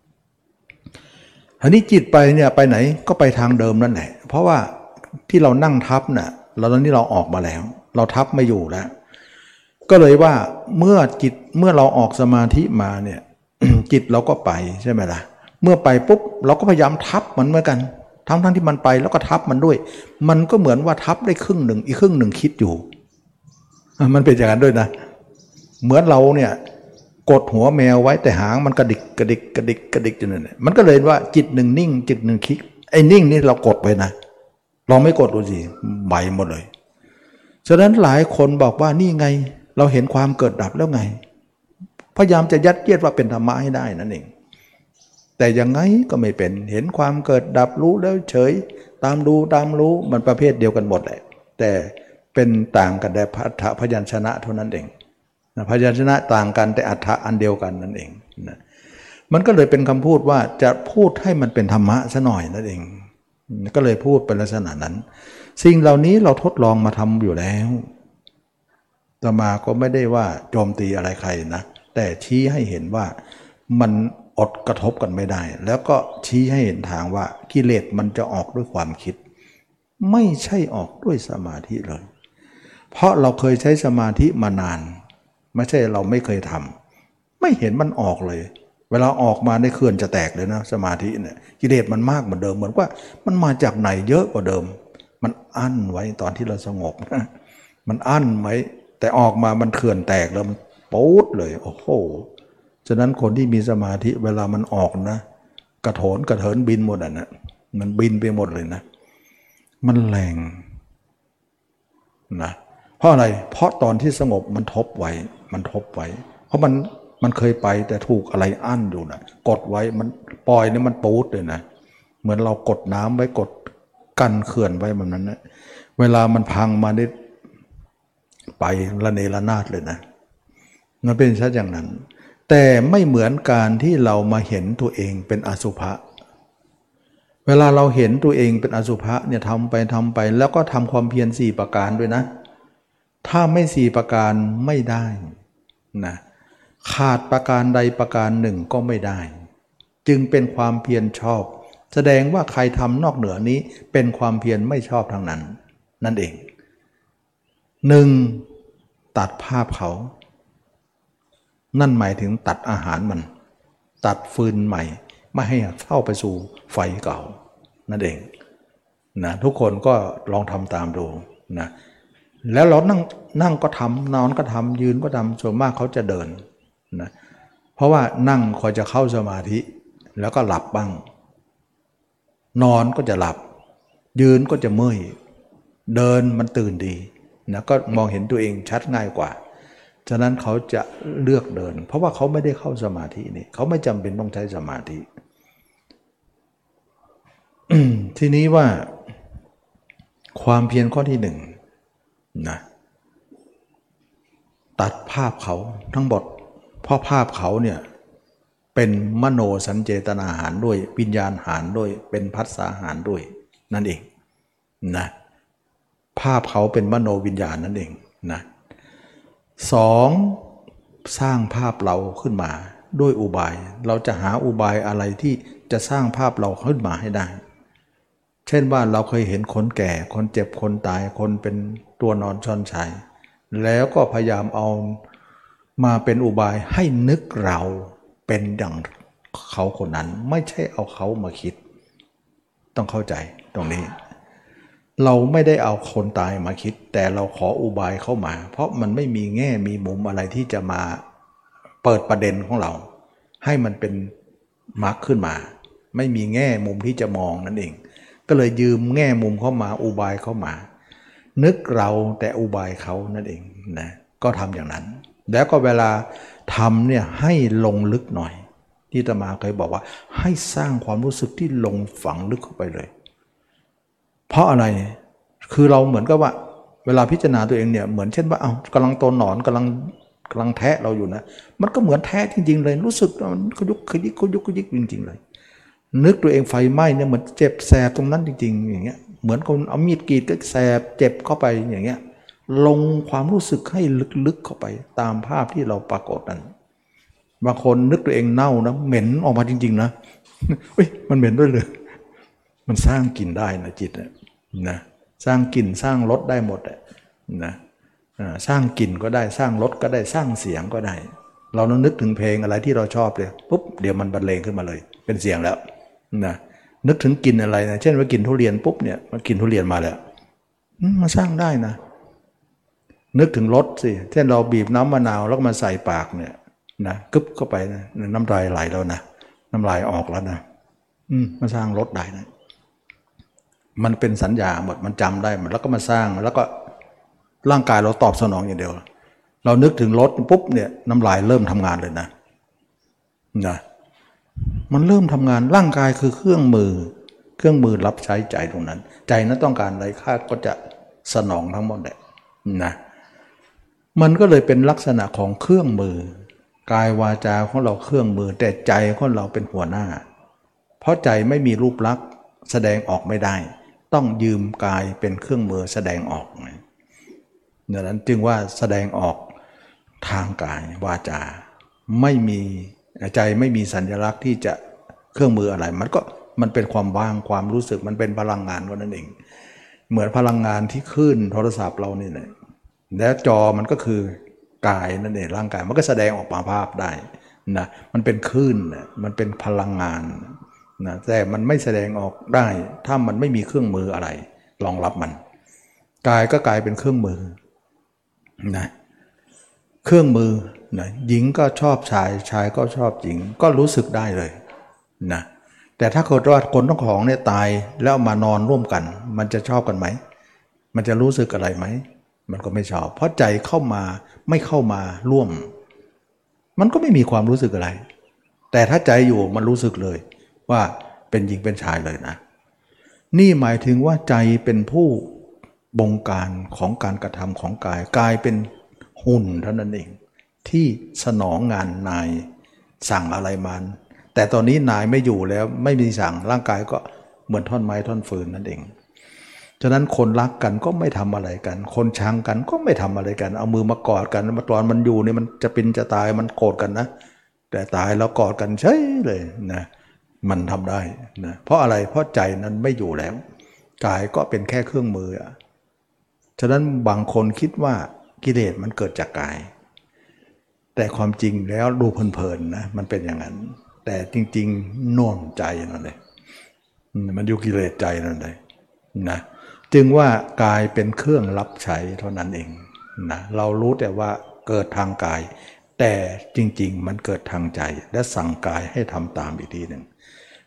ทีนี้จิตไปเนี่ยไปไหนก็ไปทางเดิมนั่นแหละเพราะว่าที่เรานั่งทับน่ะตอนนี้เราออกมาแล้วเราทับไม่อยู่แล้วก็เลยว่าเมื่อเราออกสมาธิมาเนี่ย จิตเราก็ไปใช่ไหมล่ะเมื่อไปปุ๊บเราก็พยายามทับมันเหมือนกันทั้งที่มันไปแล้วก็ทับมันด้วยมันก็เหมือนว่าทับได้ครึ่งหนึ่งอีกครึ่งหนึ่งคิดอยู่มันเป็นอย่างนั้นด้วยนะเหมือนเราเนี่ยกดหัวแมวไว้แต่หางมันกระดิกจนนั่นแหละมันก็เลยว่าจิตหนึ่งนิ่งจิตหนึ่งคิดไอ้นิ่งนี่เรากดไปนะลองไม่กดดูสิใบหมดเลยฉะนั้นหลายคนบอกว่านี่ไงเราเห็นความเกิดดับแล้วไงพยายามจะยัดเยียดว่าเป็นธรรมะให้ได้นั่นเองแต่ยังไงก็ไม่เป็นเห็นความเกิดดับรู้แล้วเฉยตามรู้มันประเภทเดียวกันหมดแหละแต่เป็นต่างกันแต่อัฏฐพยัญชนะเท่านั้นเองพยัญชนะต่างกันแต่อัฏฐะอันเดียวกันนั่นเองนะมันก็เลยเป็นคำพูดว่าจะพูดให้มันเป็นธรรมะซะหน่อยนั่นเองก็เลยพูดเป็นลักษณะนั้นสิ่งเหล่านี้เราทดลองมาทำอยู่แล้วอาตมาก็ไม่ได้ว่าโจมตีอะไรใครนะแต่ชี้ให้เห็นว่ามันอดกระทบกันไม่ได้แล้วก็ชี้ให้เห็นทางว่ากิเลสมันจะออกด้วยความคิดไม่ใช่ออกด้วยสมาธิเลยเพราะเราเคยใช้สมาธิมานานไม่ใช่เราไม่เคยทำไม่เห็นมันออกเลยเวลาออกมาในเคลื่อนจะแตกเลยนะสมาธิเนี่ยกิเลสมันมากเหมือนเดิมเหมือนว่ามันมาจากไหนเยอะกว่าเดิมมันอั้นไว้ตอนที่เราสงบนะมันอั้นไว้แต่ออกมามันเคลื่อนแตกแล้วมันปุ๊ดเลยโอ้โหฉะนั้นคนที่มีสมาธิเวลามันออกนะกระเถินบินหมดอ่ะนะมันบินไปหมดเลยนะมันแรงนะเพราะอะไรเพราะตอนที่สงบมันทบไว้เพราะมันเคยไปแต่ถูกอะไรอั้นอยู่นะกดไว้มันปล่อยนี่มันปูดเลยนะเหมือนเรากดน้ำไว้กดกันเขื่อนไว้แบบนั้นนะเวลามันพังมาได้ไประเนระนาดเลยนะมันเป็นซะอย่างนั้นแต่ไม่เหมือนการที่เรามาเห็นตัวเองเป็นอสุภะเวลาเราเห็นตัวเองเป็นอสุภะเนี่ยทำไปแล้วก็ทำความเพียร4ประการด้วยนะถ้าไม่4ประการไม่ได้นะขาดประการใดประการหนึ่งก็ไม่ได้จึงเป็นความเพียรชอบแสดงว่าใครทำนอกเหนือนี้เป็นความเพียรไม่ชอบทางนั้นนั่นเอง1ตัดภาพเขานั่นหมายถึงตัดอาหารมันตัดฟืนใหม่ไม่ให้เข้าไปสู่ไฟเก่านั่นเองนะทุกคนก็ลองทำตามดูนะแล้วเรานั่งก็ทำนอนก็ทำยืนก็ทำส่วนมากเขาจะเดินนะเพราะว่านั่งคอยจะเข้าสมาธิแล้วก็หลับบ้างนอนก็จะหลับยืนก็จะเมื่อยเดินมันตื่นดีนะก็มองเห็นตัวเองชัดง่ายกว่าฉะนั้นเขาจะเลือกเดินเพราะว่าเขาไม่ได้เข้าสมาธินี่เขาไม่จำเป็นต้องใช้สมาธิ ทีนี้ว่าความเพียรข้อที่หนึ่งนะตัดภาพเขาทั้งหมดเพราะภาพเขาเนี่ยเป็นมโนสัญเจตนาหารด้วยวิญญาณหารด้วยเป็นภัสสาหารด้วยนั่นเองนะภาพเขาเป็นมโนวิญญาณนั่นเองนะสองสร้างภาพเราขึ้นมาด้วยอุบายเราจะหาอุบายอะไรที่จะสร้างภาพเราขึ้นมาให้ได้เช่นว่าเราเคยเห็นคนแก่คนเจ็บคนตายคนเป็นตัวนอนซ่อนชัยแล้วก็พยายามเอามาเป็นอุบายให้นึกเราเป็นดังเขาคนนั้นไม่ใช่เอาเขามาคิดต้องเข้าใจตรงนี้เราไม่ได้เอาคนตายมาคิดแต่เราขออุบายเข้ามาเพราะมันไม่มีแง่มีมุมอะไรที่จะมาเปิดประเด็นของเราให้มันเป็นมรรคขึ้นมาไม่มีแง่มุมที่จะมองนั่นเองก็เลยยืมแง่มุมเข้ามาอุบายเข้ามานึกเราแต่อุบายเขานั่นเองนะก็ทำอย่างนั้นแล้วก็เวลาทำเนี่ยให้ลงลึกหน่อยที่อาตมาเคยบอกว่าให้สร้างความรู้สึกที่ลงฝังลึกเข้าไปเลยเพราะอะไรคือเราเหมือนกับว่าเวลาพิจารณาตัวเองเนี่ยเหมือนเช่นว่าเอากำลังตัวหนอนกำลังแทะเราอยู่นะมันก็เหมือนแทะจริงๆเลยรู้สึกมันขยุกขยิกขยุกขยิกจริงๆเลยนึกตัวเองไฟไหม้เนี่ยเหมือนเจ็บแสบตรงนั้นจริงๆอย่างเงี้ยเหมือนคนเอามีดกรีดก็แสบเจ็บเข้าไปอย่างเงี้ยลงความรู้สึกให้ลึกๆเข้าไปตามภาพที่เราปรากฏนั้นบางคนนึกตัวเองเน่านะเหม็นออกมาจริงๆนะเฮ้ยมันเหม็นด้วยเลยมันสร้างกลิ่นได้นะจิตนะสร้างกลิ่นสร้างรสได้หมดนะสร้างกลิ่นก็ได้สร้างรสก็ได้สร้างเสียงก็ได้เราต้องนึกถึงเพลงอะไรที่เราชอบเลยปุ๊บเดี๋ยวมันบรรเลงขึ้นมาเลยเป็นเสียงแล้วนะนึกถึงกลิ่นอะไรนะเช่นว่ากลิ่นทุเรียนปุ๊บเนี่ยมันกลิ่นทุเรียนมาแล้วมันสร้างได้นะนึกถึงรสสิเช่นเราบีบน้ำมะนาวแล้วก็มาใส่ปากเนี่ยนะกึบเข้าไปนะน้ำลายไหลแล้วนะน้ำลายออกแล้วนะมันสร้างรสได้นะมันเป็นสัญญาหมดมันจำได้หมดแล้วก็มาสร้างแล้วก็ร่างกายเราตอบสนองอย่างเดียวเรานึกถึงรสปุ๊บเนี่ยน้ำลายเริ่มทำงานเลยนะมันเริ่มทำงานร่างกายคือเครื่องมือรับใช้ใจตรงนั้นใจนั้นต้องการอะไรข้าก็จะสนองทั้งหมดแหละนะมันก็เลยเป็นลักษณะของเครื่องมือกายวาจาของเราเครื่องมือแต่ใจของเราเป็นหัวหน้าเพราะใจไม่มีรูปลักษณ์แสดงออกไม่ได้ต้องยืมกายเป็นเครื่องมือแสดงออกดังนั้นจึงว่าแสดงออกทางกายวาจาไม่มีใจไม่มีสัญลักษณ์ที่จะเครื่องมืออะไรมันเป็นความว่างความรู้สึกมันเป็นพลังงานก็นั่นเองเหมือนพลังงานที่ขึ้นโทรศัพท์เรานี่แหละแล้วจอมันก็คือกายนั่นเองร่างกายมันก็แสดงออกมาภาพได้นะมันเป็นคลื่นมันเป็นพลังงานนะแต่มันไม่แสดงออกได้ถ้ามันไม่มีเครื่องมืออะไรรองรับมันกายก็กลายเป็นเครื่องมือนะเครื่องมือนะหญิงก็ชอบชายชายก็ชอบหญิงก็รู้สึกได้เลยนะแต่ถ้าเกิดว่าคนทั้งของเนี่ยตายแล้วมานอนร่วมกันมันจะชอบกันไหมมันจะรู้สึกอะไรไหมมันก็ไม่ชอบเพราะใจเข้ามาไม่เข้ามาร่วมมันก็ไม่มีความรู้สึกอะไรแต่ถ้าใจอยู่มันรู้สึกเลยว่าเป็นหญิงเป็นชายเลยนะนี่หมายถึงว่าใจเป็นผู้บงการของการกระทำของกายกายเป็นหุ่นเท่านั้นเองที่สนองงานนายสั่งอะไรมันแต่ตอนนี้นายไม่อยู่แล้วไม่มีสั่งร่างกายก็เหมือนท่อนไม้ท่อนฟืนนั่นเองฉะนั้นคนรักกันก็ไม่ทำอะไรกันคนชังกันก็ไม่ทำอะไรกันเอามือมากอดกันมาตอนมันอยู่นี่มันจะเป็นจะตายมันโกรธกันนะแต่ตายแล้วกอดกันเฉยเลยนะมันทำได้นะเพราะอะไรเพราะใจนั้นไม่อยู่แล้วกายก็เป็นแค่เครื่องมือฉะนั้นบางคนคิดว่ากิเลสมันเกิดจากกายแต่ความจริงแล้วดูเพลินๆนะมันเป็นอย่างนั้นแต่จริงๆน่วมใจนั่นเลยมันอยู่กิเลสใจนั่นเลยนะจึงว่ากายเป็นเครื่องรับใช้เท่านั้นเองนะเรารู้แต่ว่าเกิดทางกายแต่จริงๆมันเกิดทางใจและสั่งกายให้ทำตามอีกทีหนึ่ง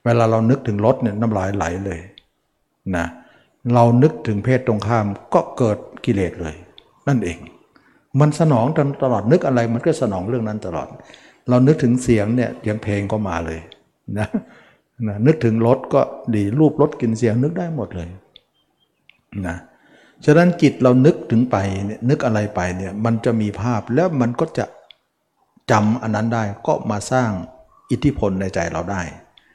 เวลาเรานึกถึงรถเนี่ยน้ำลายไหลเลยนะเรานึกถึงเพศตรงข้ามก็เกิดกิเลสเลยนั่นเองมันสนองตลอดนึกอะไรมันก็สนองเรื่องนั้นตลอดเรานึกถึงเสียงเนี่ยอย่างเพลงก็มาเลยนะนึกถึงรถก็ดีรูปรถกลิ่นเสียงนึกได้หมดเลยนะฉะนั้นจิตเรานึกถึงไปเนี่ยนึกอะไรไปเนี่ยมันจะมีภาพแล้วมันก็จะจำอันนั้นได้ก็มาสร้างอิทธิพลในใจเราได้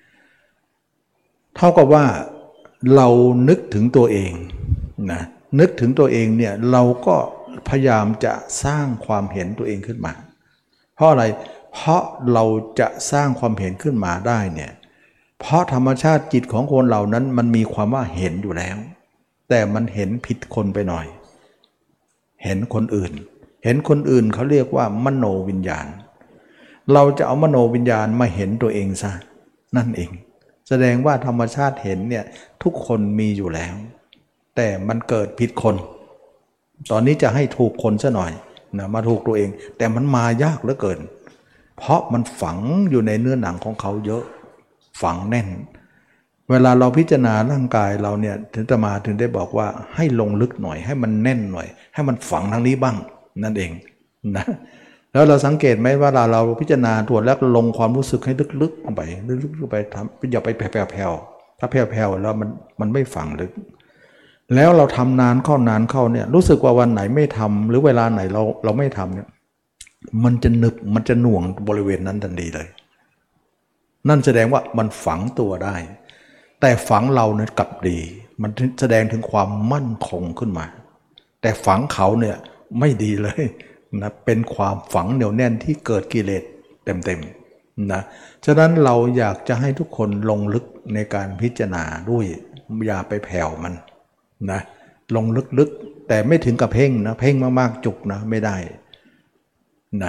เท่ากับว่าเรานึกถึงตัวเองนะนึกถึงตัวเองเนี่ยเราก็พยายามจะสร้างความเห็นตัวเองขึ้นมาเพราะอะไรเพราะเราจะสร้างความเห็นขึ้นมาได้เนี่ยเพราะธรรมชาติจิตของคนเหล่านั้นมันมีความว่าเห็นอยู่แล้วแต่มันเห็นผิดคนไปหน่อยเห็นคนอื่นเห็นคนอื่นเขาเรียกว่ามโนวิญญาณเราจะเอามโนวิญญาณมาเห็นตัวเองซะนั่นเองแสดงว่าธรรมชาติเห็นเนี่ยทุกคนมีอยู่แล้วแต่มันเกิดผิดคนตอนนี้จะให้ถูกคนซะหน่อยนะมาถูกตัวเองแต่มันมายากเหลือเกินเพราะมันฝังอยู่ในเนื้อหนังของเขาเยอะฝังแน่นเวลาเราพิจารณาร่างกายเราเนี่ยถึงจะมาถึงได้บอกว่าให้ลงลึกหน่อยให้มันแน่นหน่อยให้มันฝังทางนี้บ้างนั่นเองนะแล้วเราสังเกตไหมว่าเราพิจารณาตรวจแล้วลงความรู้สึกให้ลึกๆลงไปลึกๆลงไปทำอย่าไปแผ่วๆถ้าแผ่วๆแล้วมันไม่ฝังลึกแล้วเราทำนานเข้าเนี่ยรู้สึกว่าวันไหนไม่ทำหรือเวลาไหนเราไม่ทำเนี่ยมันจะหนึบมันจะหน่วงบริเวณนั้นทันทีเลยนั่นแสดงว่ามันฝังตัวได้แต่ฝังเราเนี่ยกลับดีมันแสดงถึงความมั่นคงขึ้นมาแต่ฝังเขาเนี่ยไม่ดีเลยนะเป็นความฝังเหนียวแน่นที่เกิดกิเลสเต็มๆนะฉะนั้นเราอยากจะให้ทุกคนลงลึกในการพิจารณาด้วยอย่าไปแผ่วมันนะลงลึกๆแต่ไม่ถึงกับเพ่งนะเพ่งมากๆจุกนะไม่ได้นะ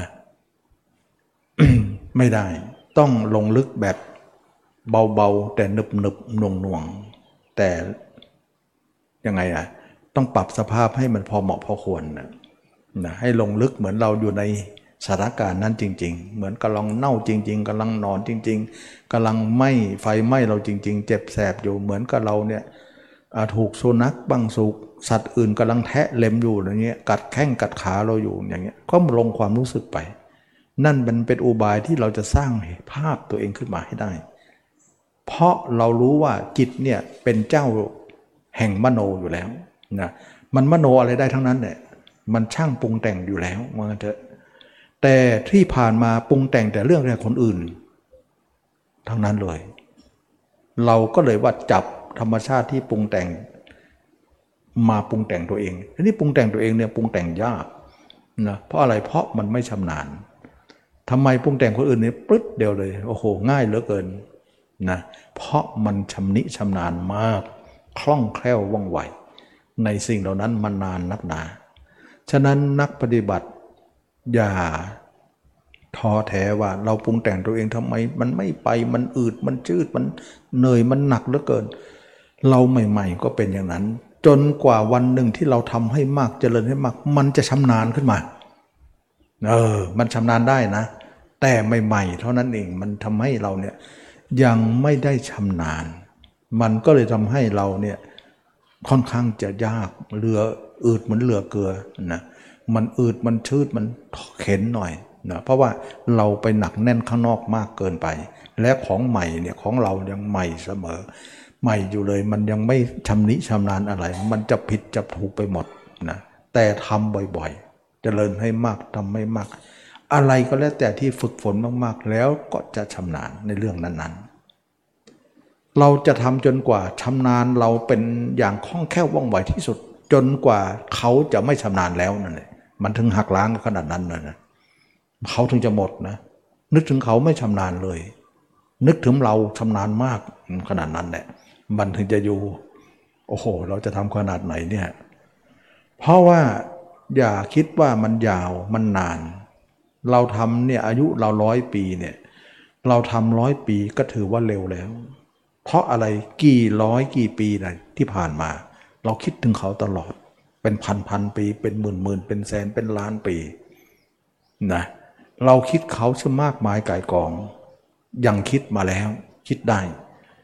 ไม่ได้ต้องลงลึกแบบเบาๆแต่หนึบๆหน่วงๆแต่ยังไงอ่ะต้องปรับสภาพให้มันพอเหมาะพอควรนะให้ลงลึกเหมือนเราอยู่ในสถานการณ์นั้นจริงๆเหมือนกำลังเน่าจริงๆกำลังนอนจริงๆกำลังไหม้ไฟไหม้เราจริงๆเจ็บแสบอยู่เหมือนกับเราเนี่ยถูกสุนัขบ้างสุกสัตว์อื่นกำลังแทะเล็มอยู่อย่างเงี้ยกัดแข้งกัดขาเราอยู่อย่างเงี้ยก็ลงความรู้สึกไปนั่นมันเป็นอุบายที่เราจะสร้างภาพตัวเองขึ้นมาให้ได้เพราะเรารู้ว่าจิตเนี่ยเป็นเจ้าแห่งมโนอยู่แล้วนะมันมโนอะไรได้ทั้งนั้นเนี่ยมันช่างปรุงแต่งอยู่แล้วมันเถอะแต่ที่ผ่านมาปรุงแต่งแต่เรื่องอะไรคนอื่นทั้งนั้นเลยเราก็เลยว่าจับธรรมชาติที่ปรุงแต่งมาปรุงแต่งตัวเองทีนี้ปรุงแต่งตัวเองเนี่ยปรุงแต่งยากนะเพราะอะไรเพราะมันไม่ชำนาญทำไมปรุงแต่งคนอื่นเนี่ยปึ๊ดเดียวเลยโอ้โหง่ายเหลือเกินนะเพราะมันชำนิชำนาญมากคล่องแคล่วว่องไวในสิ่งเหล่านั้นมานานนักหนาฉะนั้นนักปฏิบัติอย่าท้อแท้ว่าเราปรุงแต่งตัวเองทำไมมันไม่ไปมันอืดมันจืดมันเหนื่อยมันหนักเหลือเกินเราใหม่ๆก็เป็นอย่างนั้นจนกว่าวันหนึ่งที่เราทำให้มากเจริญให้มากมันจะชำนาญขึ้นมามันชำนาญได้นะแต่ใหม่ๆเท่านั้นเองมันทำให้เราเนี่ยยังไม่ได้ชำนาญมันก็เลยทำให้เราเนี่ยค่อนข้างจะยากเรืออืดเหมือนเรือเกลือนะมันอืดมันชืดมันเข็นหน่อยนะเพราะว่าเราไปหนักแน่นข้างนอกมากเกินไปและของใหม่เนี่ยของเรายังใหม่เสมอใหม่อยู่เลยมันยังไม่ชำนิชำนาญอะไรมันจะผิดจะถูกไปหมดนะแต่ทำบ่อยๆเจริญให้มากทำให้มากอะไรก็แล้วแต่ที่ฝึกฝนมากๆแล้วก็จะชำนาญในเรื่องนั้นๆเราจะทำจนกว่าชำนาญเราเป็นอย่างคล่องแคล่วว่องไวที่สุดจนกว่าเขาจะไม่ชำนาญแล้วนั่นแหละมันถึงหักล้างขนาดนั้นเลยนะเขาถึงจะหมดนะนึกถึงเขาไม่ชำนาญเลยนึกถึงเราชำนาญมากขนาดนั้นแหละมันถึงจะอยู่โอ้โหเราจะทำขนาดไหนเนี่ยเพราะว่าอย่าคิดว่ามันยาวมันนานเราทำเนี่ยอายุเรา100 ปีเนี่ยเราทำ100 ปีก็ถือว่าเร็วแล้วเพราะอะไรกี่ร้อยกี่ปีนะที่ผ่านมาเราคิดถึงเขาตลอดเป็นพันปีเป็นหมื่นเป็นแสนเป็นล้านปีนะเราคิดเขาซะมากมายก่ายกองยังคิดมาแล้วคิดได้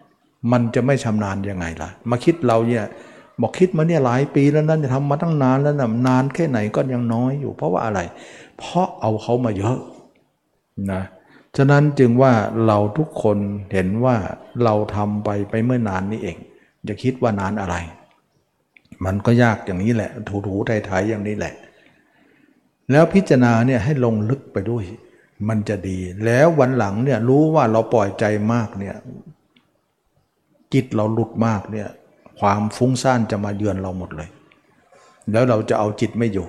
มันจะไม่ชำนาญยังไงล่ะมาคิดเราเนี่ยบอกคิดมาเนี่ยหลายปีแล้วนั่นจะทำมาตั้งนานแล้วนะนานแค่ไหนก็ยังน้อยอยู่เพราะว่าอะไรเพราะเอาเขามาเยอะนะฉะนั้นจึงว่าเราทุกคนเห็นว่าเราทำไปเมื่อนานนี้เองจะคิดว่านานอะไรมันก็ยากอย่างนี้แหละถูๆไถๆอย่างนี้แหละแล้วพิจารณาเนี่ยให้ลงลึกไปด้วยมันจะดีแล้ววันหลังเนี่ยรู้ว่าเราปล่อยใจมากเนี่ยจิตเราหลุดมากเนี่ยความฟุ้งซ่านจะมาเยือนเราหมดเลยแล้วเราจะเอาจิตไม่อยู่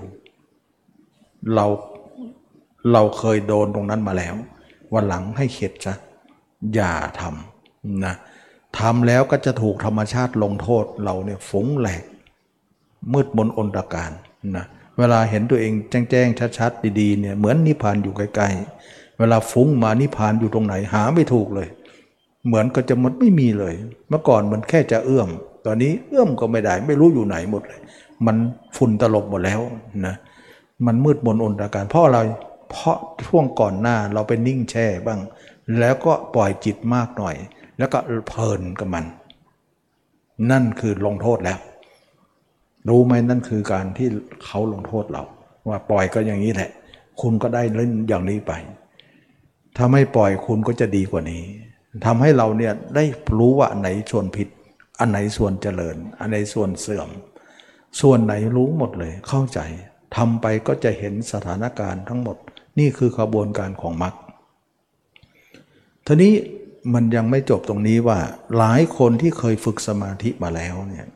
เราเคยโดนตรงนั้นมาแล้ววันหลังให้เข็ดซะอย่าทำนะทำแล้วก็จะถูกธรรมชาติลงโทษเราเนี่ยฟุ้งแหลกมืดมนอนตการนะเวลาเห็นตัวเองแจ้งๆชัดๆดีๆเนี่ยเหมือนนิพพานอยู่ใกล้ๆเวลาฟุ้งมานิพพานอยู่ตรงไหนหาไม่ถูกเลยเหมือนก็จะหมดไม่มีเลยเมื่อก่อนมันแค่จะเอื้อมตอนนี้เอื้อมก็ไม่ได้ไม่รู้อยู่ไหนหมดเลยมันฝุ่นตลบหมดแล้วนะมันมืดมนอนตการเพราะอะไรเพราะช่วงก่อนหน้าเราไปนิ่งแช่บ้างแล้วก็ปล่อยจิตมากหน่อยแล้วก็เพลินกับมันนั่นคือลงโทษแล้วรู้ไหมนั่นคือการที่เขาลงโทษเราว่าปล่อยก็อย่างนี้แหละคุณก็ได้เล่นอย่างนี้ไปถ้าไม่ปล่อยคุณก็จะดีกว่านี้ทำให้เราเนี่ยได้รู้ว่าอันไหนส่วนผิดอันไหนส่วนเจริญอันไหนส่วนเสื่อมส่วนไหนรู้หมดเลยเข้าใจทำไปก็จะเห็นสถานการณ์ทั้งหมดนี่คือขบวนการของมรรคทีนี้มันยังไม่จบตรงนี้ว่าหลายคนที่เคยฝึกสมาธิมาแล้วเนี่ย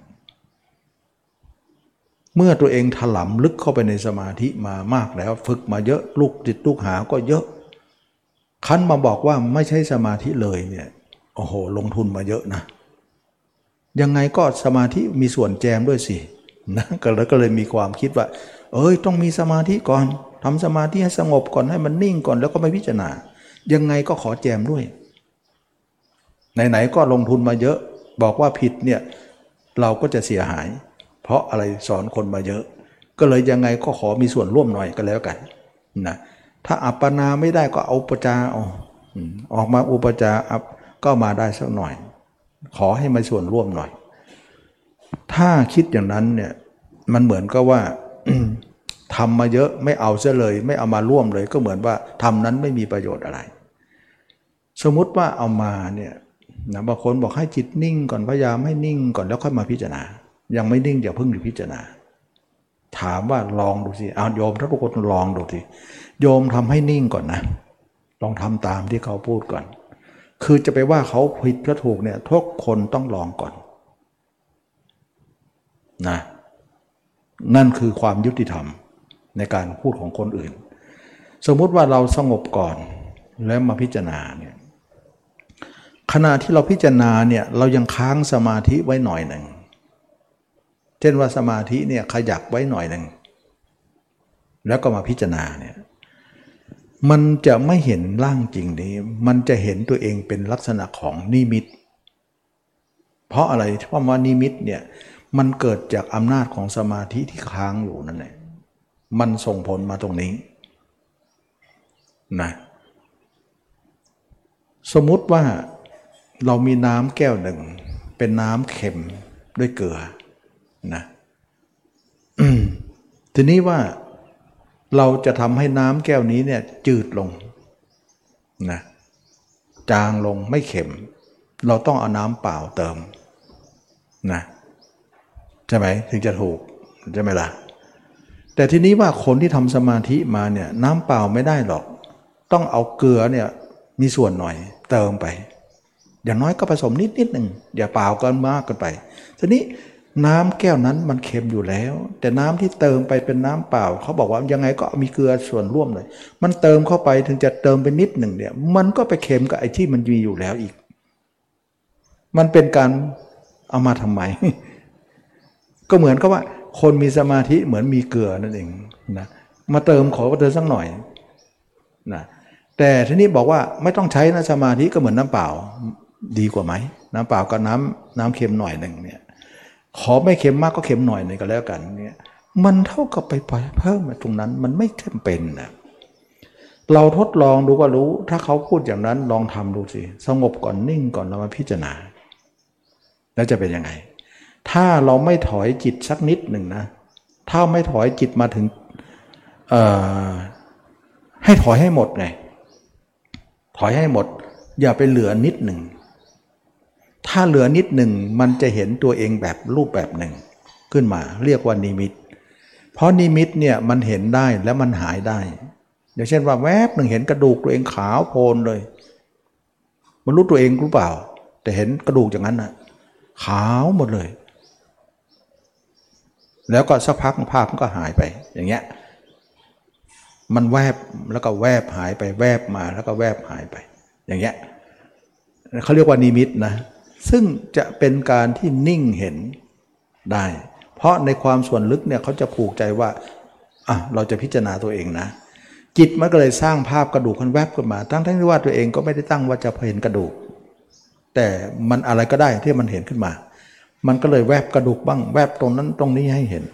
เมื่อตัวเองถลำลึกเข้าไปในสมาธิมามากแล้วฝึกมาเยอะลูกจิตลูกหาก็เยอะคันมาบอกว่าไม่ใช่สมาธิเลยเนี่ยโอ้โหลงทุนมาเยอะนะยังไงก็สมาธิมีส่วนแจมด้วยสินะก็เลยมีความคิดว่าต้องมีสมาธิก่อนทำสมาธิให้สงบก่อนให้มันนิ่งก่อนแล้วก็ไม่พิจารณายังไงก็ขอแจมด้วยไหนๆก็ลงทุนมาเยอะบอกว่าผิดเนี่ยเราก็จะเสียหายเพราะอะไรสอนคนมาเยอะก็เลยยังไงก็ขอมีส่วนร่วมหน่อยก็แล้วกันนะถ้าอัปปนาไม่ได้ก็เอาอุปจาออกมาอุปจาก็มาได้สักหน่อยขอให้มาส่วนร่วมหน่อยถ้าคิดอย่างนั้นเนี่ยมันเหมือนกับว่า ทำมาเยอะไม่เอาซะเลยไม่เอามาร่วมเลยก็เหมือนว่าทำนั้นไม่มีประโยชน์อะไรสมมุติว่าเอามาเนี่ยนะบางคนบอกให้จิตนิ่งก่อนพยายามให้นิ่งก่อนแล้วค่อยมาพิจารณายังไม่นิ่งอย่าเพิ่งพิจารณาถามว่าลองดูสิเอาโยมถ้าทุกคนลองดูสิโยมทำให้นิ่งก่อนนะลองทำตามที่เขาพูดก่อนคือจะไปว่าเขาผิดหรือถูกเนี่ยทุกคนต้องลองก่อนนะนั่นคือความยุติธรรมในการพูดของคนอื่นสมมุติว่าเราสงบก่อนแล้วมาพิจารณาเนี่ยขณะที่เราพิจารณาเนี่ยเรายังค้างสมาธิไว้หน่อยหนึ่งเช่นว่าสมาธิเนี่ยขยับไว้หน่อยหนึ่งแล้วก็มาพิจารณาเนี่ยมันจะไม่เห็นร่างจริงนี้มันจะเห็นตัวเองเป็นลักษณะของนิมิตเพราะอะไรเพราะว่านิมิตเนี่ยมันเกิดจากอำนาจของสมาธิที่ค้างอยู่นั่นแหละมันส่งผลมาตรงนี้นะสมมุติว่าเรามีน้ำแก้วหนึ่งเป็นน้ำเค็มด้วยเกลือนะทีนี้ว่าเราจะทำให้น้ำแก้วนี้เนี่ยจืดลงนะจางลงไม่เค็มเราต้องเอาน้ำเปล่าเติมนะใช่ไหมถึงจะถูกใช่ไหมล่ะแต่ทีนี้ว่าคนที่ทำสมาธิมาเนี่ยน้ำเปล่าไม่ได้หรอกต้องเอาเกลือเนี่ยมีส่วนหน่อยเติมไปอย่างน้อยก็ผสมนิดหนึ่งอย่าเปล่าเกินมากเกินไปทีนี้น้ำแก้วนั้นมันเค็มอยู่แล้วแต่น้ำที่เติมไปเป็นน้ำเปล่าเขาบอกว่ายังไงก็มีเกลือส่วนร่วมเลยมันเติมเข้าไปถึงจะเติมไปนิดหนึ่งเนี่ยมันก็ไปเค็มกับไอ้ที่มันมีอยู่แล้วอีกมันเป็นการเอามาทำไม ก็เหมือนกับว่าคนมีสมาธิเหมือนมีเกลือนั่นเองนะมาเติมขอเติมสักหน่อยนะแต่ทีนี้บอกว่าไม่ต้องใช้นะสมาธิก็เหมือนน้ำเปล่าดีกว่าไหมน้ำเปล่ากับน้ำเค็มหน่อยหนึ่งเนี่ยขอไม่เค็มมากก็เค็มหน่อยหนึ่งก็แล้วกันเนี่ยมันเท่ากับไปเพิ่มตรงนั้นมันไม่จำเป็นนะเราทดลองดูก็รู้ถ้าเขาพูดอย่างนั้นลองทำดูสิสงบก่อนนิ่งก่อนเรามาพิจารณาแล้วจะเป็นยังไงถ้าเราไม่ถอยจิตสักนิดหนึ่งนะถ้าไม่ถอยจิตมาถึงให้ถอยให้หมดไงถอยให้หมดอย่าไปเหลือนิดหนึ่งถ้าเหลือนิดหนึ่งมันจะเห็นตัวเองแบบรูปแบบหนึ่งขึ้นมาเรียกว่านิมิตเพราะนิมิตเนี่ยมันเห็นได้แล้วมันหายได้อย่างเช่นว่าแวบหนึ่งเห็นกระดูกตัวเองขาวโพลนเลยมันรู้ตัวเองรู้เปล่าแต่เห็นกระดูกอย่างนั้นนะขาวหมดเลยแล้วก็สักพักภาพมันก็หายไปอย่างเงี้ยมันแวบแล้วก็แวบหายไปแวบมาแล้วก็แวบหายไปอย่างเงี้ยเขาเรียกว่านิมิตนะซึ่งจะเป็นการที่นิ่งเห็นได้เพราะในความส่วนลึกเนี่ยเขาจะผูกใจว่าเราจะพิจารณาตัวเองนะจิตมันก็เลยสร้างภาพกระดูกมันแวบขึ้นมาทั้งที่ว่าตัวเองก็ไม่ได้ตั้งว่าจะเห็นกระดูกแต่มันอะไรก็ได้ที่มันเห็นขึ้นมามันก็เลยแวบกระดูกบ้างแวบตรงนั้นตรงนี้ให้เห็น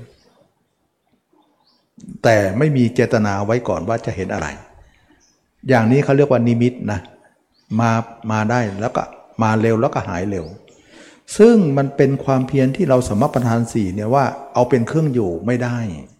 แต่ไม่มีเจตนาไว้ก่อนว่าจะเห็นอะไรอย่างนี้เขาเรียกว่านิมิตนะมาได้แล้วก็มาเร็วแล้วก็หายเร็วซึ่งมันเป็นความเพียรที่เราสมมาประธานสี่เนี่ยว่าเอาเป็นเครื่องอยู่ไม่ได้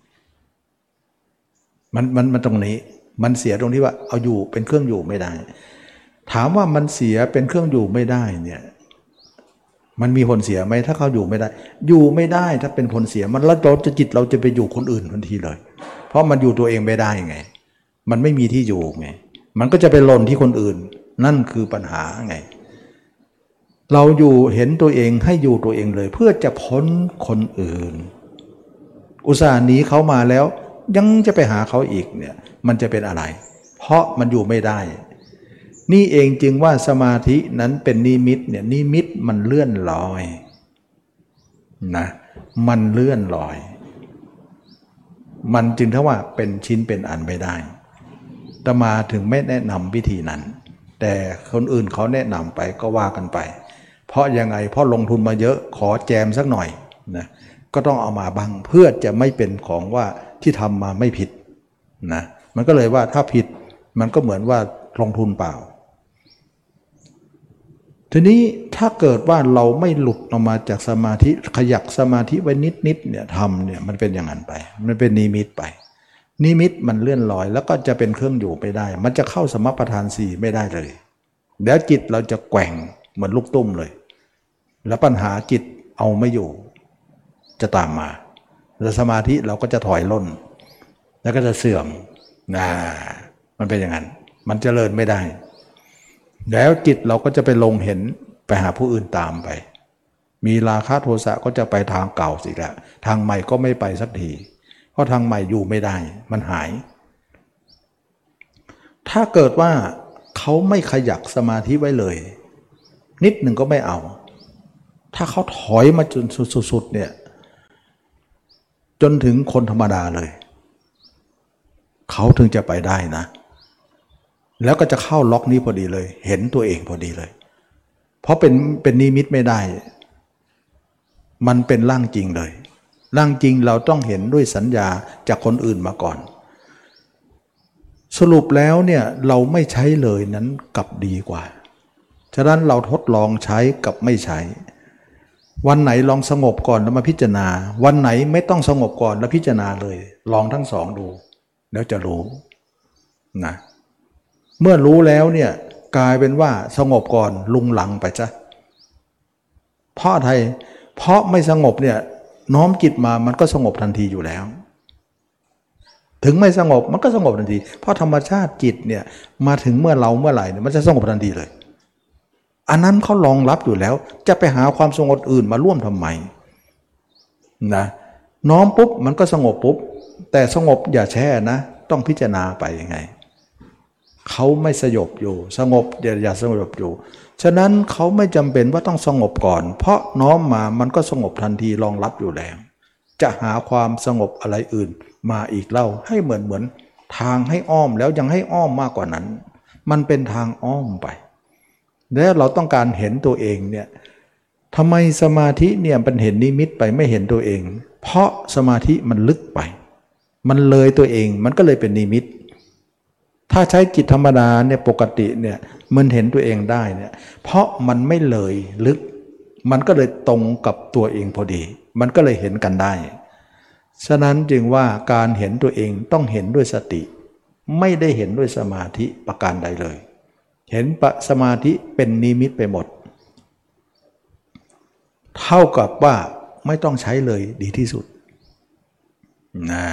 มันตรงนี้มันเสียตรงที่ว่าเอาอยู่เป็นเครื่องอยู่ไม่ได้ถามว่ามันเสียเป็นเครื่องอยู่ไม่ได้เนี่ยมันมีผลเสียไหมถ้าเขาอยู่ไม่ได้อยู่ไม่ได้ถ้าเป็นผลเสียมันแล้วเราจะจิตเราจะไปอยู่คนอื่นทันทีเลยเพราะมันอยู่ตัวเองไม่ได้ไงมันไม่มีที่อยู่ไงมันก็จะไปหล่นที่คนอื่นนั่นคือปัญหาไงเราอยู่เห็นตัวเองให้อยู่ตัวเองเลยเพื่อจะพ้นคนอื่นอุตส่าห์หนีเขามาแล้วยังจะไปหาเขาอีกเนี่ยมันจะเป็นอะไรเพราะมันอยู่ไม่ได้นี่เองจึงว่าสมาธินั้นเป็นนิมิตเนี่ยนิมิตมันเลื่อนลอยนะมันเลื่อนลอยมันจึงเท่าว่าเป็นชิ้นเป็นอันไม่ได้อาตมาถึงไม่แนะนำวิธีนั้นแต่คนอื่นเขาแนะนำไปก็ว่ากันไปเพราะยังไงเพราะลงทุนมาเยอะขอแจมสักหน่อยนะก็ต้องเอามาบังเพื่อจะไม่เป็นของว่าที่ทำมาไม่ผิดนะมันก็เลยว่าถ้าผิดมันก็เหมือนว่าลงทุนเปล่าทีนี้ถ้าเกิดว่าเราไม่หลุดออกมาจากสมาธิขยักสมาธิไว้นิดเนี่ยทำเนี่ยมันเป็นอย่างนั้นไปมันเป็นนิมิตไปนิมิตมันเลื่อนลอยแล้วก็จะเป็นเครื่องอยู่ไม่ได้มันจะเข้าสมปัฏฐานสี่ไม่ได้เลยแล้วจิตเราจะแกว่งเหมือนลูกตุ้มเลยแล้วปัญหาจิตเอาไม่อยู่จะตามมาแล้วสมาธิเราก็จะถอยล่นแล้วก็จะเสื่อมมันเป็นอย่างนั้นมันเจริญไม่ได้แล้วจิตเราก็จะไปลงเห็นไปหาผู้อื่นตามไปมีราคะโทสะก็จะไปทางเก่าสิละทางใหม่ก็ไม่ไปสักทีเพราะทางใหม่อยู่ไม่ได้มันหายถ้าเกิดว่าเขาไม่ขยักสมาธิไว้เลยนิดหนึ่งก็ไม่เอาถ้าเขาถอยมาจนสุดๆเนี่ยจนถึงคนธรรมดาเลยเขาถึงจะไปได้นะแล้วก็จะเข้าล็อกนี้พอดีเลยเห็นตัวเองพอดีเลยเพราะเป็นนิมิตไม่ได้มันเป็นร่างจริงเลยร่างจริงเราต้องเห็นด้วยสัญญาจากคนอื่นมาก่อนสรุปแล้วเนี่ยเราไม่ใช้เลยนั้นกลับดีกว่าฉะนั้นเราทดลองใช้กับไม่ใช้วันไหนลองสงบก่อนแล้วมาพิจารณาวันไหนไม่ต้องสงบก่อนแล้วพิจารณาเลยลองทั้งสองดูแล้วจะรู้นะเมื่อรู้แล้วเนี่ยกลายเป็นว่าสงบก่อนลุงหลังไปจ้ะเพราะอะไรเพราะไม่สงบเนี่ยน้อมจิตมามันก็สงบทันทีอยู่แล้วถึงไม่สงบมันก็สงบทันทีเพราะธรรมชาติจิตเนี่ยมาถึงเมื่อไหร่เนี่ยมันจะสงบทันทีเลยอันนั้นเขารองรับอยู่แล้วจะไปหาความสงบอื่นมาร่วมทำไมนะน้อมปุ๊บมันก็สงบปุ๊บแต่สงบอย่าแช่นะต้องพิจารณาไปยังไงเขาไม่สยบอยู่สงบอย่าสงบอยู่ฉะนั้นเขาไม่จำเป็นว่าต้องสงบก่อนเพราะน้อมมามันก็สงบทันทีรองรับอยู่แล้วจะหาความสงบอะไรอื่นมาอีกเล่าให้เหมือนทางให้อ้อมแล้วยังให้อ้อมมากกว่านั้นมันเป็นทางอ้อมไปแล้วเราต้องการเห็นตัวเองเนี่ยทำไมสมาธิเนี่ยมันเห็นนิมิตไปไม่เห็นตัวเองเพราะสมาธิมันลึกไปมันเลยตัวเองมันก็เลยเป็นนิมิตถ้าใช้จิตธรรมดาเนี่ยปกติเนี่ยมันเห็นตัวเองได้เนี่ยเพราะมันไม่เลยลึกมันก็เลยตรงกับตัวเองพอดีมันก็เลยเห็นกันได้ฉะนั้นจึงว่าการเห็นตัวเองต้องเห็นด้วยสติไม่ได้เห็นด้วยสมาธิประการใดเลยเห็นสมาธิเป็นนิมิตไปหมดเท่ากับว่าไม่ต้องใช้เลยดีที่สุดนะ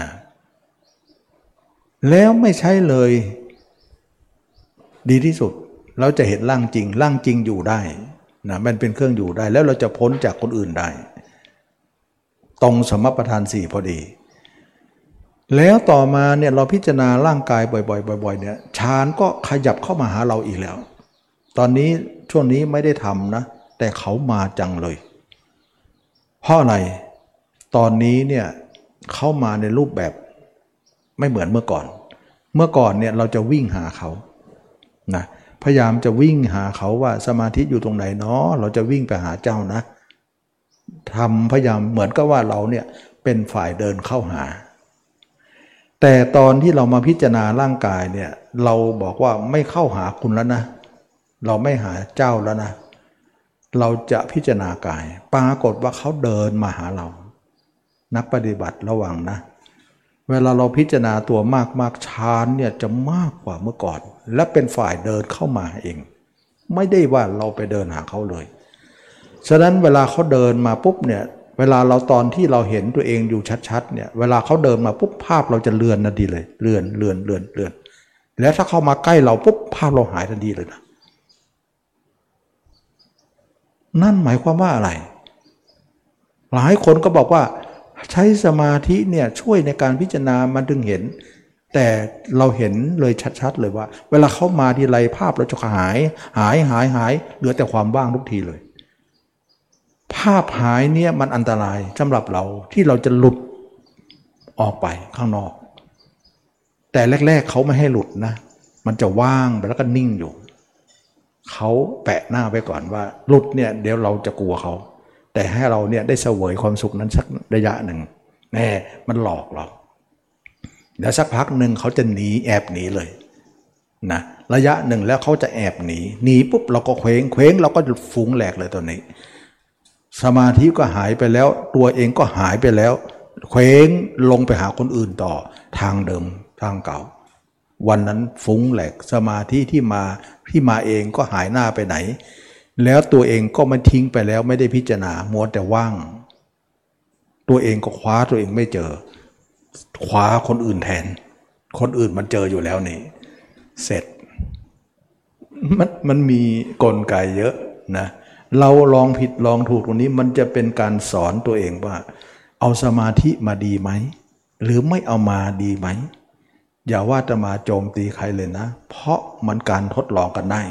แล้วไม่ใช้เลยดีที่สุดเราจะเห็นร่างจริงร่างจริงอยู่ได้นะมันเป็นเครื่องอยู่ได้แล้วเราจะพ้นจากคนอื่นได้ตรงสมประทานสี่พอดีแล้วต่อมาเนี่ยเราพิจารณาร่างกายบ่อยๆเนี่ยฌานก็ขยับเข้ามาหาเราอีกแล้วตอนนี้ช่วงนี้ไม่ได้ทำนะแต่เขามาจังเลยเพราะอะไรตอนนี้เนี่ยเข้ามาในรูปแบบไม่เหมือนเมื่อก่อนเนี่ยเราจะวิ่งหาเขานะพยายามจะวิ่งหาเขาว่าสมาธิอยู่ตรงไหนเนาะเราจะวิ่งไปหาเจ้านะทำพยายามเหมือนกับว่าเราเนี่ยเป็นฝ่ายเดินเข้าหาแต่ตอนที่เรามาพิจารณาร่างกายเนี่ยเราบอกว่าไม่เข้าหาคุณแล้วนะเราไม่หาเจ้าแล้วนะเราจะพิจารณากายปรากฏว่าเขาเดินมาหาเรานักปฏิบัติระวังนะเวลาเราพิจารณาตัวมากๆฌานเนี่ยจะมากกว่าเมื่อก่อนและเป็นฝ่ายเดินเข้ามาเองไม่ได้ว่าเราไปเดินหาเขาเลยฉะนั้นเวลาเขาเดินมาปุ๊บเนี่ยเวลาเราตอนที่เราเห็นตัวเองอยู่ชัดๆเนี่ยเวลาเขาเดินมาปุ๊บภาพเราจะเลือนทันทีเลยเลือนแล้วถ้าเข้ามาใกล้เราปุ๊บภาพเราหายทันทีเลยนะนั่นหมายความว่าอะไรหลายคนก็บอกว่าใช้สมาธิเนี่ยช่วยในการพิจารณามันถึงเห็นแต่เราเห็นเลยชัดๆเลยว่าเวลาเข้ามาทีไรภาพเราจะหายเหลือแต่ความว่างทุกทีเลยภาพหายเนี่ยมันอันตรายสำหรับเราที่เราจะหลุดออกไปข้างนอกแต่แรกๆเขาไม่ให้หลุดนะมันจะว่างไปแล้วก็นิ่งอยู่เขาแปะหน้าไว้ก่อนว่าหลุดเนี่ยเดี๋ยวเราจะกลัวเขาแต่ให้เราเนี่ยได้เสวยความสุขนั้นสักระยะหนึ่งแน่มันหลอกเราแล้วสักพักหนึ่งเขาจะหนีแอบหนีเลยนะระยะหนึ่งแล้วเขาจะแอบหนีปุ๊บเราก็เคว้งเราก็ฟุ้งแหลกเลยตอนนี้สมาธิก็หายไปแล้วตัวเองก็หายไปแล้วเคว้งลงไปหาคนอื่นต่อทางเดิมทางเก่าวันนั้นฟุ้งแหลกสมาธิที่มาเองก็หายหน้าไปไหนแล้วตัวเองก็ไม่ทิ้งไปแล้วไม่ได้พิจารณามัวแต่ว่างตัวเองก็คว้าตัวเองไม่เจอคว้าคนอื่นแทนคนอื่นมันเจออยู่แล้วนี่เสร็จมันมีกลไกเยอะนะเราลองผิดลองถูกตรงนี้มันจะเป็นการสอนตัวเองว่าเอาสมาธิมาดีไหมหรือไม่เอามาดีไหมอย่าว่าจะมาโจมตีใครเลยนะเพราะมันการทดลองกันได้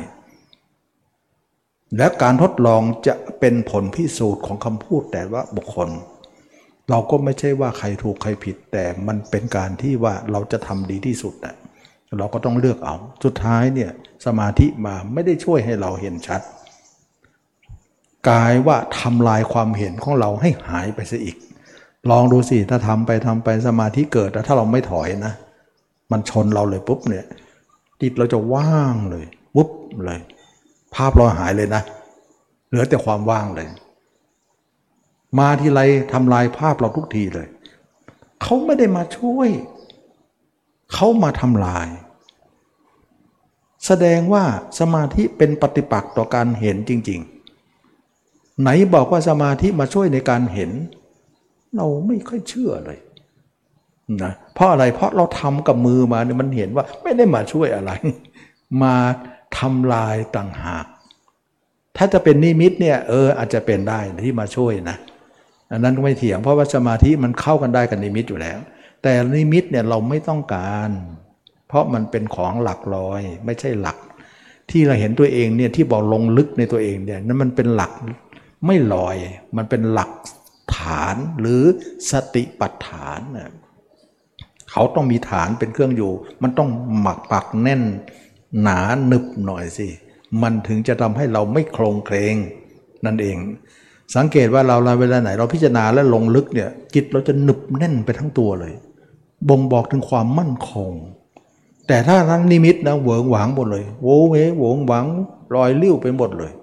และการทดลองจะเป็นผลพิสูจน์ของคำพูดแต่ว่าบุคคลเราก็ไม่ใช่ว่าใครถูกใครผิดแต่มันเป็นการที่ว่าเราจะทำดีที่สุดนะเราก็ต้องเลือกเอาสุดท้ายเนี่ยสมาธิมาไม่ได้ช่วยให้เราเห็นชัดกลายว่าทำลายความเห็นของเราให้หายไปซะอีกลองดูสิถ้าทำไปสมาธิเกิดแล้วถ้าเราไม่ถอยนะมันชนเราเลยปุ๊บเนี่ยจิตเราจะว่างเลยปุ๊บเลยภาพเราหายเลยนะเหลือแต่ความว่างเลยมาทีไรทำลายภาพเราทุกทีเลยเขาไม่ได้มาช่วยเขามาทำลายแสดงว่าสมาธิเป็นปฏิปักษ์ต่อการเห็นจริงๆไหนบอกว่าสมาธิมาช่วยในการเห็นเราไม่ค่อยเชื่อเลยนะเพราะอะไรเพราะเราทำกับมือมาเนี่ยมันเห็นว่าไม่ได้มาช่วยอะไรมาทำลายต่างหากถ้าจะเป็นนิมิตเนี่ยอาจจะเป็นได้ที่มาช่วยนะอันนั้นก็ไม่เถียงเพราะว่าสมาธิมันเข้ากันได้กับนิมิตอยู่แล้วแต่นิมิตเนี่ยเราไม่ต้องการเพราะมันเป็นของหลักลอยไม่ใช่หลักที่เราเห็นตัวเองเนี่ยที่บอกลงลึกในตัวเองเนี่ยนั้นมันเป็นหลักไม่ลอยมันเป็นหลักฐานหรือสติปัฏฐานนะเขาต้องมีฐานเป็นเครื่องอยู่มันต้องหมักปักแน่นหนาหนึบหน่อยสิมันถึงจะทำให้เราไม่โคลงเคลงนั่นเองสังเกตว่าเราเวลาไหนเราพิจารณาและลงลึกเนี่ยจิตเราจะหนึบแน่นไปทั้งตัวเลยบ่งบอกถึงความมั่นคงแต่ถ้าทั้งนิมิตนะเหวิงหวางหมดเลยโวเวโหวงหวางลอยลิ้วไปหมดเลย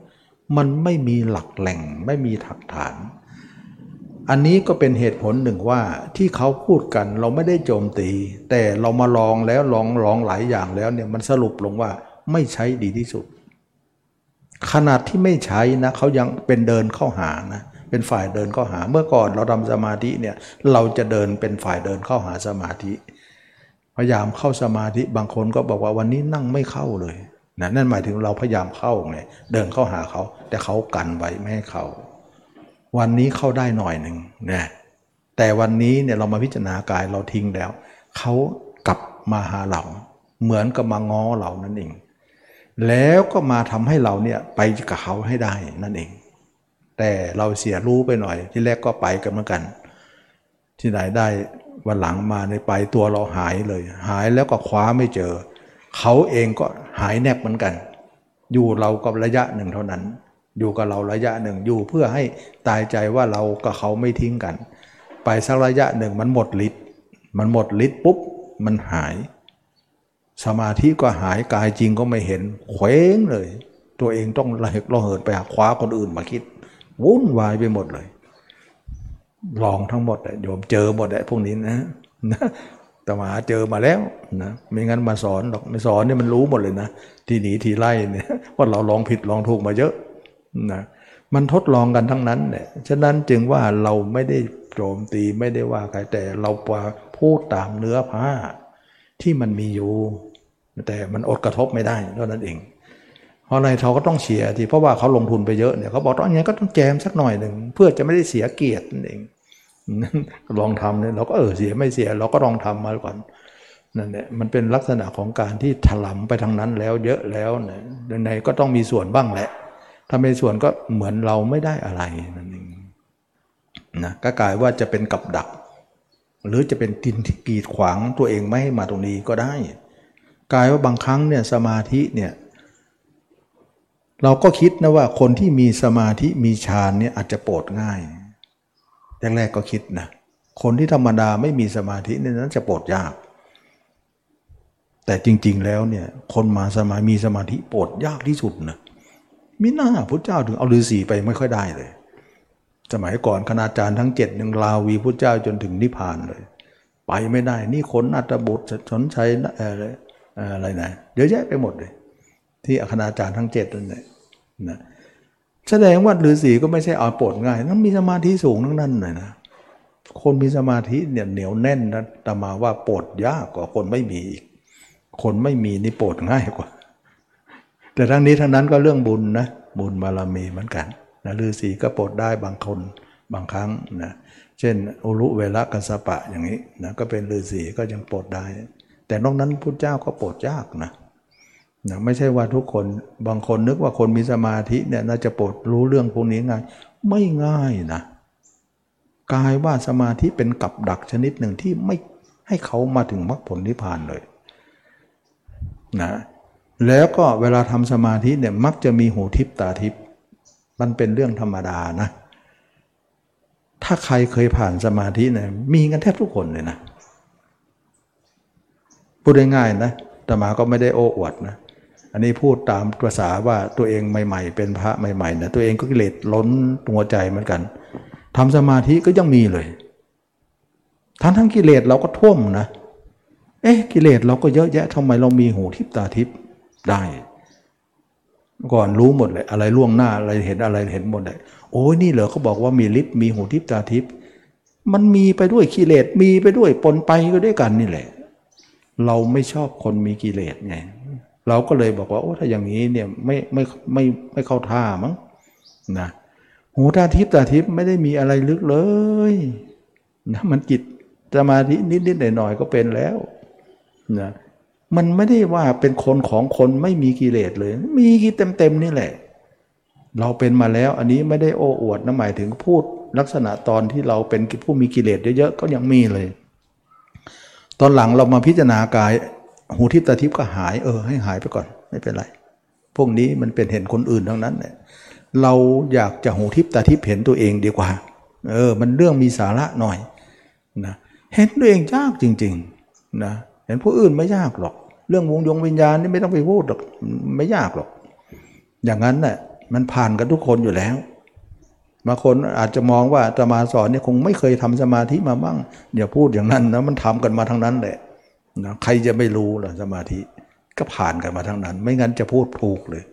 มันไม่มีหลักแหล่งไม่มีหลักฐานอันนี้ก็เป็นเหตุผลหนึ่งว่าที่เขาพูดกันเราไม่ได้โจมตีแต่เรามาลองแล้วลองหลายอย่างแล้วเนี่ยมันสรุปลงว่าไม่ใช้ดีที่สุดขนาดที่ไม่ใช้นะเขายังเป็นเดินเข้าหานะเป็นฝ่ายเดินเข้าหาเมื่อก่อนเราทำสมาธิเนี่ยเราจะเดินเป็นฝ่ายเดินเข้าหาสมาธิพยายามเข้าสมาธิบางคนก็บอกว่าวันนี้นั่งไม่เข้าเลยนะนั่นหมายถึงเราพยายามเข้าไงเดินเข้าหาเขาแต่เขากันไว้ไม่ให้เข้าวันนี้เข้าได้หน่อยหนึ่งนะแต่วันนี้เนี่ยเรามาพิจารณากายเราทิ้งแล้วเขากลับมาหาเราเหมือนกับมาง้อเรานั่นเองแล้วก็มาทำให้เราเนี่ยไปกับเขาให้ได้นั่นเองแต่เราเสียรู้ไปหน่อยที่แรกก็ไปกันเหมือนกันที่ไหนได้วันหลังมาในไปตัวเราหายเลยหายแล้วก็คว้าไม่เจอเขาเองก็หายแนบเหมือนกันอยู่เรากับระยะหนึ่งเท่านั้นอยู่กับเราระยะหนึ่งอยู่เพื่อให้ตายใจว่าเรากับเขาไม่ทิ้งกันไปสักระยะหนึ่งมันหมดฤทธิ์ปุ๊บมันหายสมาธิก็หายกายจริงก็ไม่เห็นเคว้งเลยตัวเองต้องระเหิดไปหาคว้าคนอื่นมาคิดวุ่นวายไปหมดเลยลองทั้งหมดโยมเจอหมดพวกนี้นะแต่มาเจอมาแล้วนะไม่งั้นมาสอนหรอกไม่สอนเนี่ยมันรู้หมดเลยนะทีหนีทีไล่เนี่ยว่าเราลองผิดลองถูกมาเยอะนะมันทดลองกันทั้งนั้นเนี่ยฉะนั้นจึงว่าเราไม่ได้โจมตีไม่ได้ว่าใครแต่เราพูดตามเนื้อผ้าที่มันมีอยู่แต่มันอดกระทบไม่ได้เท่านั้นเองเพราะอะไรเขาก็ต้องเสียทีเพราะว่าเขาลงทุนไปเยอะเนี่ยเขาบอกตอนนี้ก็ต้องแจมสักหน่อยหนึ่งเพื่อจะไม่ได้เสียเกียรตินั่นเองลองทำเนี่ยเราก็เสียไม่เสียเราก็ลองทำมาก่อนนั่นแหละมันเป็นลักษณะของการที่ถลำไปทางนั้นแล้วเยอะแล้วเนี่ยในก็ต้องมีส่วนบ้างแหละถ้าไม่ส่วนก็เหมือนเราไม่ได้อะไรนั่นเองนะก็กลายว่าจะเป็นกับดักหรือจะเป็นทินที่กีดขวางตัวเองไม่ให้มาตรงนี้ก็ได้กลายว่าบางครั้งเนี่ยสมาธิเนี่ยเราก็คิดนะว่าคนที่มีสมาธิมีฌานเนี่ยอาจจะโปรดง่ายแรกๆก็คิดนะคนที่ธรรมดาไม่มีสมาธิเนี่ยนั้นจะโปรดยากแต่จริงๆแล้วเนี่ยคนมีสมาธิโปรดยากที่สุดนะมิน่าพุทธเจ้าถึงเอาฤาษีไปไม่ค่อยได้เลยสมัยก่อนคณาจารย์ทั้ง7ยังลาวีพุทธเจ้าจนถึงนิพพานเลยไปไม่ได้นี่คนอัตบุตรสนชัยอะไรนะเยอะแยะไปหมดเลยที่คณาจารย์ทั้ง7นั่นแหละนะแสดงว่าฤาษีก็ไม่ใช่เอาโปรดง่ายต้องมีสมาธิสูงทั้งนั้นเลยนะคนมีสมาธิเนี่ยเหนียวแน่นนะแต่มาว่าโปรดยากกว่าคนไม่มีอีกคนไม่มีนี่โปรดง่ายกว่าแต่ทั้งนี้ทั้งนั้นก็เรื่องบุญนะบุญบารมีเหมือนกันนะฤาษีก็โปรดได้บางคนบางครั้งนะเช่นอุรุเวลกัสสปะอย่างนี้นะก็เป็นฤาษีก็ยังโปรดได้แต่นอกนั้นพุทธเจ้าก็โปรดยากนะไม่ใช่ว่าทุกคนบางคนนึกว่าคนมีสมาธิเนี่ยน่าจะโปรดรู้เรื่องพวกนี้ง่ายไม่ง่ายนะกลายว่าสมาธิเป็นกับดักชนิดหนึ่งที่ไม่ให้เขามาถึงมรรคผลนิพพานเลยนะแล้วก็เวลาทำสมาธิเนี่ยมักจะมีหูทิพตาทิพมันเป็นเรื่องธรรมดานะถ้าใครเคยผ่านสมาธิเนี่ยมีกันแทบทุกคนเลยนะพูดง่ายๆนะแต่มาก็ไม่ได้โอ้อวดนะอันนี้พูดตามภาษาว่าตัวเองใหม่ๆเป็นพระใหม่ๆนะตัวเองก็กิเลสล้นหัวใจเหมือนกันทำสมาธิก็ยังมีเลยทั้งกิเลสเราก็ท่วมนะกิเลสเราก็เยอะแยะทำไมเรามีหูทิพตาทิพได้ก่อนรู้หมดเลยอะไรล่วงหน้าอะไรเห็นอะไรเห็นหมดเลยโอ้ยนี่เหรอเขาบอกว่ามีฤทธิ์มีหูทิพตาทิพมันมีไปด้วยกิเลสมีไปด้วยปนไปก็ด้วยกันนี่แหละเราไม่ชอบคนมีกิเลสไงเราก็เลยบอกว่าโอ้ถ้าอย่างนี้เนี่ยไม่เข้าท่ามั้งนะหูตาทิพไม่ได้มีอะไรลึกเลยนะมันจิตสมาธินิดๆหน่อยๆก็เป็นแล้วนะมันไม่ได้ว่าเป็นคนของคนไม่มีกิเลสเลยมีกิเลสเต็มๆนี่แหละเราเป็นมาแล้วอันนี้ไม่ได้โอ้อวดนะหมายถึงพูดลักษณะตอนที่เราเป็นผู้มีกิเลสเยอะๆก็ยังมีเลยตอนหลังเรามาพิจารณากายหูทิพตาทิพก็หายให้หายไปก่อนไม่เป็นไรพวกนี้มันเป็นเห็นคนอื่นทั้งนั้นเนี่ยเราอยากจะหูทิพตาทิพเห็นตัวเองดีกว่ามันเรื่องมีสาระหน่อยนะเห็นตัวเองยากจริงๆนะเห็นผู้อื่นไม่ยากหรอกเรื่องวิญญาณนี่ไม่ต้องไปพูดหรอกไม่ยากหรอกอย่างนั้นน่ะมันผ่านกันทุกคนอยู่แล้วบางคนอาจจะมองว่าอาตมาสอนเนี่ยคงไม่เคยทำสมาธิมาบ้างอย่าพูดอย่างนั้นนะมันทำกันมาทั้งนั้นแหละนะใครจะไม่รู้ล่ะสมาธิก็ผ่านกันมาทั้งนั้นไม่งั้นจะพูดถูกเลย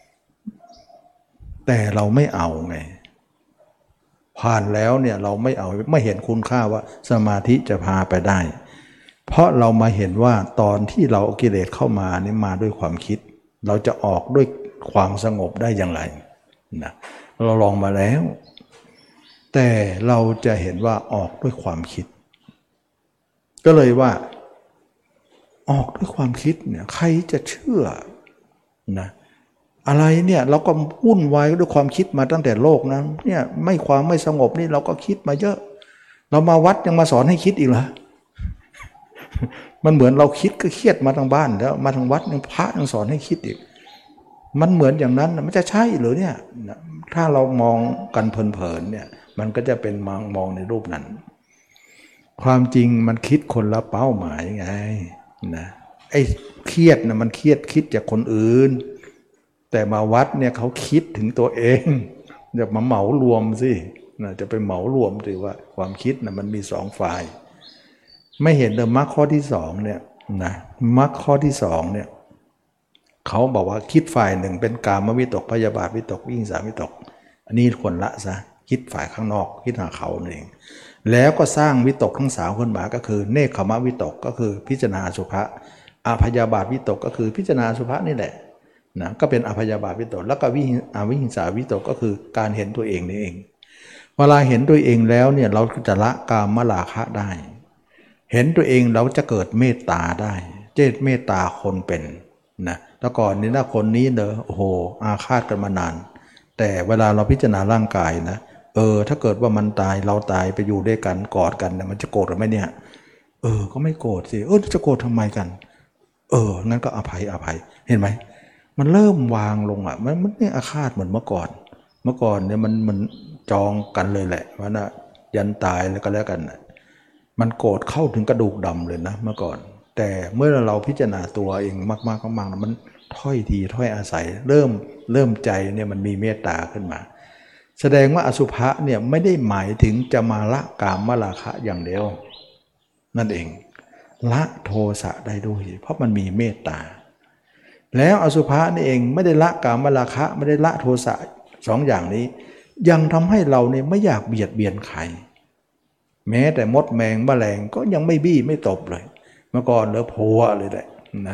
แต่เราไม่เอาไงผ่านแล้วเนี่ยเราไม่เอาไม่เห็นคุณค่าว่าสมาธิจะพาไปได้เพราะเรามาเห็นว่าตอนที่เราเอากิเลสเข้ามานี่มาด้วยความคิดเราจะออกด้วยความสงบได้อย่างไรนะเราลองมาแล้วแต่เราจะเห็นว่าออกด้วยความคิดก็เลยว่าออกด้วยความคิดเนี่ยใครจะเชื่อนะอะไรเนี่ยเราก็วุ่นวายด้วยความคิดมาตั้งแต่โลกนั้นเนี่ยความไม่สงบนี่เราก็คิดมาเยอะเรามาวัดยังมาสอนให้คิดอีกเหรอมันเหมือนเราคิดก็เครียดมาทางบ้านแล้วมาทางวัดยังพระยังสอนให้คิดอีกมันเหมือนอย่างนั้นมันจะใช่หรือเนี่ยถ้าเรามองกันเพลินๆเนี่ยมันก็จะเป็นมองในรูปนั้นความจริงมันคิดคนละเป้าหมายไงนะไอ้เครียดนะมันเครียดคิดจากคนอื่นแต่มาวัดเนี่ยเขาคิดถึงตัวเองอย่ามาเหมารวมสินะจะไปเหมารวมสิว่าความคิดนะมันมีสองฝ่ายไม่เห็นเลยมรรคข้อที่สองเนี่ยนะมรรคข้อที่สองเนี่ยเขาบอกว่าคิดฝ่ายหนึ่งเป็นกามวิตกพยาบาทวิตกวิหิงสาวิตกอันนี้ควรละซะคิดฝ่ายข้างนอกคิดหาเขาเองแล้วก็สร้างวิตกทั้งสามขึ้นมาก็คือเนคขมวิตกก็คือพิจารณาอสุภะอพยาบาทวิตกก็คือพิจารณาอสุภะนี่แหละนะก็เป็นอพยาบาทวิตกแล้วก็วิหิงสาวิตกก็คือการเห็นตัวเองนี่เองเวลาเห็นตัวเองแล้วเนี่ยเราจะละกามราคะได้เห็นตัวเองเราจะเกิดเมตตาได้เมตตาคนเป็นนะแต่ก่อนนี้นะคนนี้เนอะโอ้โหอาฆาตกันมานานแต่เวลาเราพิจารณาร่างกายนะถ้าเกิดว่ามันตายเราตายไปอยู่ด้วยกันกอดกันเนี่ยมันจะโกรธหรือไม่เนี่ยก็ไม่โกรธสิจะโกรธทำไมกันงั้นก็อภัยเห็นไหมมันเริ่มวางลงอ่ะมันไม่อาฆาตเหมือนเมื่อก่อนเนี่ยมันจองกันเลยแหละว่านะยันตายแล้วก็แล้วกันมันโกรธเข้าถึงกระดูกดำเลยนะเมื่อก่อนแต่เมื่อเราพิจารณาตัวเองมากๆมันถ้อยทีถ้อยอาศัยเริ่มใจเนี่ยมันมีเมตตาขึ้นมาแสดงว่าอสุภะเนี่ยไม่ได้หมายถึงจะมาละกามราคะอย่างเดียวนั่นเองละโทสะได้ด้วยเพราะมันมีเมตตาแล้วอสุภะนี่เองไม่ได้ละกามราคะไม่ได้ละโทสะสองอย่างนี้ยังทำให้เราเนี่ยไม่อยากเบียดเบียนใครแม้แต่มดแมงแมลงก็ยังไม่บี้ไม่ตบเลยเมื่อก่อนเหลือโผล่เลยแหละนะ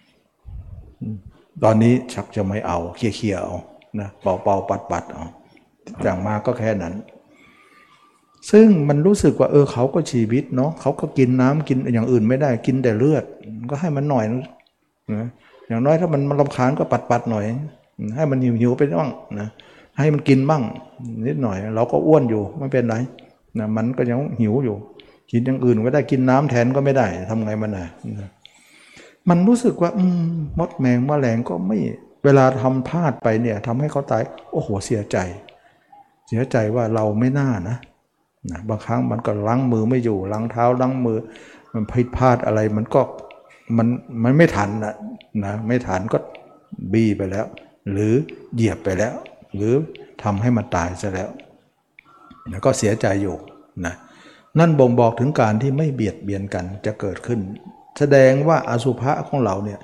ตอนนี้ชักจะไม่เอาเคลียร์เอานะเป่าปัดเอาอย่างมากก็แค่นั้นซึ่งมันรู้สึกว่าเขาก็ชีวิตเนาะเขาก็กินน้ำกินอย่างอื่นไม่ได้กินแต่เลือดก็ให้มันหน่อยนะอย่างน้อยถ้ามันรำคาญก็ปัดหน่อยให้มันหิวไปบ้างนะให้มันกินบ้างนิดหน่อยเราก็อ้วนอยู่ไม่เป็นไรนะมันก็ยังหิวอยู่กินอย่างอื่นก็ได้กินน้ำแทนก็ไม่ได้ทำไงมันนะมันรู้สึกว่ามดแมงแมลงก็ไม่เวลาทำพลาดไปเนี่ยทำให้เขาตายโอ้โหเสียใจว่าเราไม่น่านะบางครั้งมันก็ล้างมือไม่อยู่ล้างเท้าล้างมือมันผิดพลาดอะไรมันก็มันไม่ทันนะไม่ทันก็บี้ไปแล้วหรือเหยียบไปแล้วหรือทำให้มันตายซะแล้วแล้วก็เสียใจอยู่นะนั่นบ่งบอกถึงการที่ไม่เบียดเบียนกันจะเกิดขึ้นแสดงว่าอสุภะของเราเนี่ย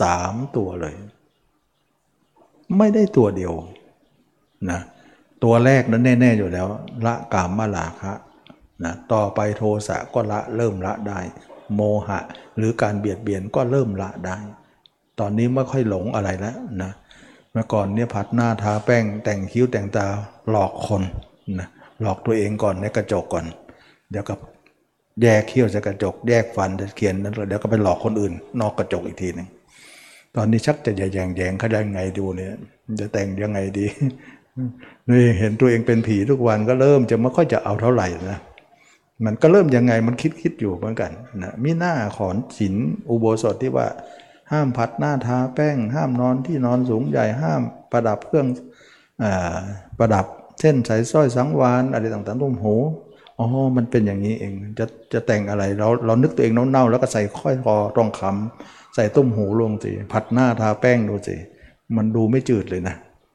3ตัวเลยไม่ได้ตัวเดียวนะตัวแรกนั้นแน่ๆอยู่แล้วละกามราคะนะต่อไปโทสะก็เริ่มละได้โมหะหรือการเบียดเบียนก็เริ่มละได้ตอนนี้ไม่ค่อยหลงอะไรแล้วนะเมื่อก่อนเนี่ยผัดหน้าทาแป้งแต่งคิ้วแต่งตาหลอกคนนะหลอกตัวเองก่อนในกระจกก่อนเดี๋ยวก็แยกเขี้ยวจากกระจกแยกฟันจะเขียนนั้นเดี๋ยวก็ไปหลอกคนอื่นนอกกระจกอีกทีนึงตอนนี้ชักจะแยงเขาได้ไงดูเนี่ยจะแต่งยังไงดีนี่เห็นตัวเองเป็นผีทุกวันก็เริ่มจะไม่ค่อยจะเอาเท่าไหร่นะมันก็เริ่มยังไงมันคิดอยู่เหมือนกันนะมีหน้าขอนศีลอุโบสถที่ว่าห้ามผัดหน้าทาแป้งห้ามนอนที่นอนสูงใหญ่ห้ามประดับเครื่องประดับเส้นสายสร้อยสังวาลอะไรต่างๆตุ้มหูมันเป็นอย่างนี้เองจะแต่งอะไรเรานึกตัวเองเน่าๆแล้วก็ใส่ค่อยคอทองคำใส่ตุ้มหูลงสิผัดหน้าทาแป้งดูสิมันดูไม่จืดเลยนะ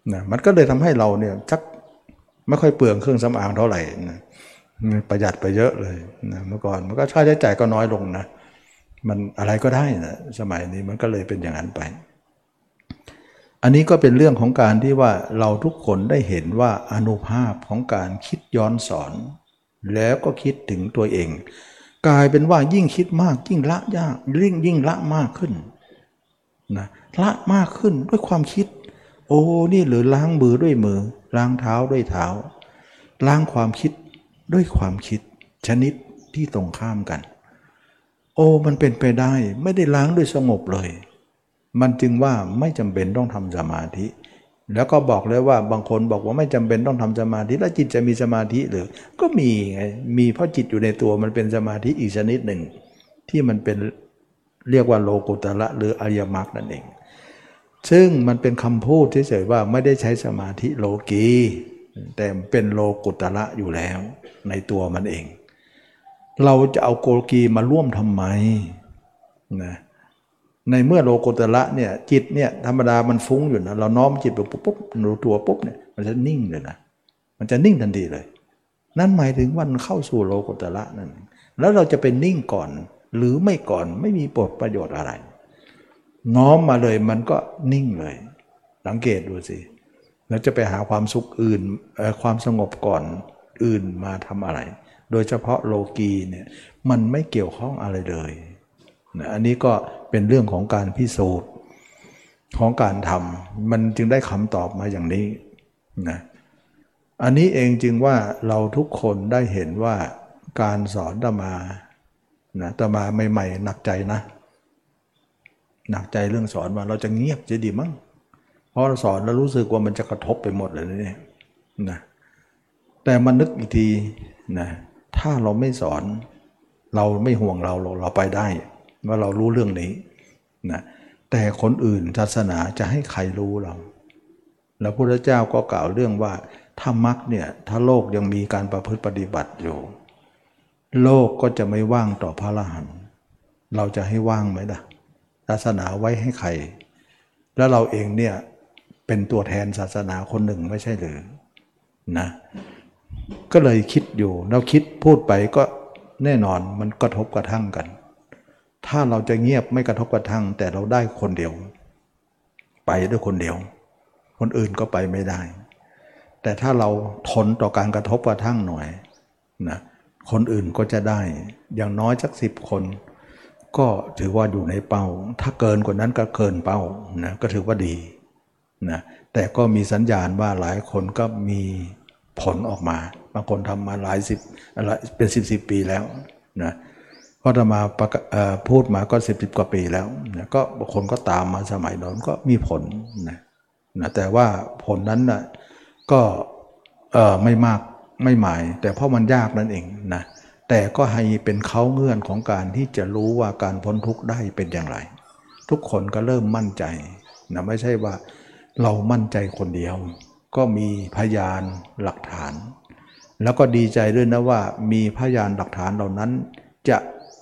นะมันก็เลยทำให้เราเนี่ยชักไม่ค่อยเปลืองเครื่องสำอางเท่าไหร่นะประหยัดไปเยอะเลยนะเมื่อก่อนมันก็ค่าใช้จ่ายก็น้อยลงนะมันอะไรก็ได้นะสมัยนี้มันก็เลยเป็นอย่างนั้นไปอันนี้ก็เป็นเรื่องของการที่ว่าเราทุกคนได้เห็นว่าอานุภาพของการคิดย้อนสอนแล้วก็คิดถึงตัวเองกลายเป็นว่ายิ่งคิดมากยิ่งละยากยิ่งละมากขึ้นนะละมากขึ้นด้วยความคิดโอ้นี่หรือล้างมือด้วยมือล้างเท้าด้วยเท้าล้างความคิดด้วยความคิดชนิดที่ตรงข้ามกันโอ้มันเป็นไปได้ไม่ได้ล้างด้วยสงบเลยมันจึงว่าไม่จำเป็นต้องทำสมาธิแล้วก็บอกเลยว่าบางคนบอกว่าไม่จำเป็นต้องทำสมาธิแล้วจิตจะมีสมาธิหรือก็มีไงมีเพราะจิตอยู่ในตัวมันเป็นสมาธิอีกชนิดหนึ่งที่มันเป็นเรียกว่าโลกุตระหรืออริยมรรคนั่นเองซึ่งมันเป็นคำพูดเฉยๆว่าไม่ได้ใช้สมาธิโลกีแต่เป็นโลกุตระอยู่แล้วในตัวมันเองเราจะเอาโลกีมาร่วมทำไมนะในเมื่อโลกุตระเนี่ยจิตเนี่ยธรรมดามันฟุ้งอยู่นะเราน้อมจิตไปปุ๊บรู้ตัวปุ๊บเนี่ยมันจะนิ่งเลยนะมันจะนิ่งทันทีเลยนั่นหมายถึงว่ามันเข้าสู่โลกุตระนั่นแล้วเราจะเป็นนิ่งก่อนหรือไม่ก่อนไม่มีประโยชน์อะไรน้อมมาเลยมันก็นิ่งเลยสังเกตดูสิแล้วจะไปหาความสุขอื่นความสงบก่อนอื่นมาทำอะไรโดยเฉพาะโลกีเนี่ยมันไม่เกี่ยวข้องอะไรเลยนะอันนี้ก็เป็นเรื่องของการพิสูจน์ของการทำมันจึงได้คำตอบมาอย่างนี้นะอันนี้เองจึงว่าเราทุกคนได้เห็นว่าการสอนอาตมานะอาตมาใหม่ๆหนักใจนะหนักใจเรื่องสอนว่าเราจะเงียบจะดีมั้งเพราะเราสอนแล้วรู้สึกว่ามันจะกระทบไปหมดเลยเนี่ยนะแต่มันนึกอีกทีนะถ้าเราไม่สอนเราไม่ห่วงเราไปได้ว่าเรารู้เรื่องนี้นะแต่คนอื่นศาสนาจะให้ใครรู้เราแล้วพระพุทธเจ้าก็กล่าวเรื่องว่าถ้ามรรคเนี่ยถ้าโลกยังมีการประพฤติปฏิบัติอยู่โลกก็จะไม่ว่างต่อพระอรหันต์เราจะให้ว่างไหมล่ะศาสนาไว้ให้ใครแล้วเราเองเนี่ยเป็นตัวแทนศาสนาคนหนึ่งไม่ใช่หรือนะก็เลยคิดอยู่แล้วคิดพูดไปก็แน่นอนมันกระทบกระทั่งกันถ้าเราจะเงียบไม่กระทบกระทั่งแต่เราได้คนเดียวไปด้วยคนเดียวคนอื่นก็ไปไม่ได้แต่ถ้าเราทนต่อการกระทบกระทั่งหน่อยนะคนอื่นก็จะได้อย่างน้อยสัก10 คนก็ถือว่าอยู่ในเป้าถ้าเกินกว่านั้นก็เกินเป้านะก็ถือว่าดีนะแต่ก็มีสัญญาณว่าหลายคนก็มีผลออกมาบางคนทำมาหลายสิบเป็น10 ปีแล้วนะก็จะมาพูดมาก็10 กว่าปีแล้วนะก็บางคนก็ตามมาสมัยนั้นก็มีผลนะแต่ว่าผลนั้นนะก็ไม่มากไม่หมายแต่เพราะมันยากนั่นเองนะแต่ก็ให้เป็นเขาเงื่อนของการที่จะรู้ว่าการพ้นทุกข์ได้เป็นอย่างไรทุกคนก็เริ่มมั่นใจนะไม่ใช่ว่าเรามั่นใจคนเดียวก็มีพยานหลักฐานแล้วก็ดีใจด้วยนะว่ามีพยานหลักฐานเหล่านั้นจะ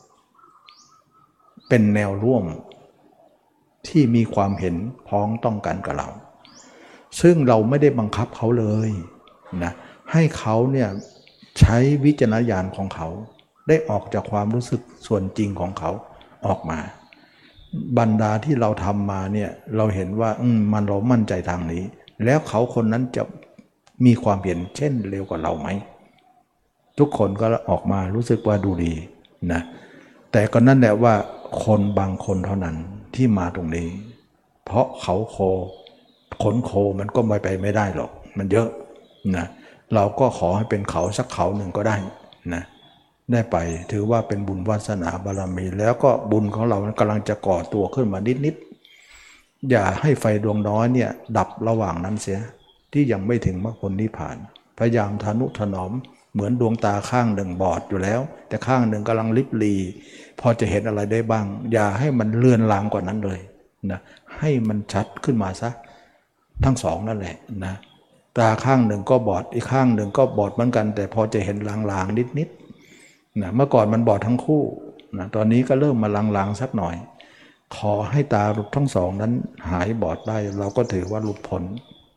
เป็นแนวร่วมที่มีความเห็นพ้องต้องกันกับเราซึ่งเราไม่ได้บังคับเขาเลยนะให้เขาเนี่ยใช้วิจารณญาณของเขาได้ออกจากความรู้สึกส่วนจริงของเขาออกมาบรรดาที่เราทำมาเนี่ยเราเห็นว่ามันเรามั่นใจทางนี้แล้วเขาคนนั้นจะมีความเห็นเช่นเร็วกว่าเราไหมทุกคนก็ออกมารู้สึกว่าดูดีนะแต่ก็นั่นแหละว่าคนบางคนเท่านั้นที่มาตรงนี้เพราะเขาขนโคมันก็ไม่ได้หรอกมันเยอะนะเราก็ขอให้เป็นเขาสักเขาหนึ่งก็ได้นะได้ไปถือว่าเป็นบุญวาสนาบารมีแล้วก็บุญของเรากำลังจะก่อตัวขึ้นมานิดๆอย่าให้ไฟดวงน้อยเนี่ยดับระหว่างนั้นเสียที่ยังไม่ถึงมรรคผลนิพพานพยายามทนุถนอมเหมือนดวงตาข้างหนึ่งบอดอยู่แล้วแต่ข้างหนึ่งกำลังลิบลีพอจะเห็นอะไรได้บ้างอย่าให้มันเลือนลางกว่านั้นเลยนะให้มันชัดขึ้นมาซะทั้งสองนั่นแหละนะตาข้างหนึ่งก็บอดอีกข้างหนึ่งก็บอดเหมือนกันแต่พอจะเห็นลางๆนิดๆนะเมื่อก่อนมันบอดทั้งคู่นะตอนนี้ก็เริ่มมาลางๆสักหน่อยขอให้ตาทั้งสองนั้นหายบอดได้เราก็ถือว่าหลุดพ้น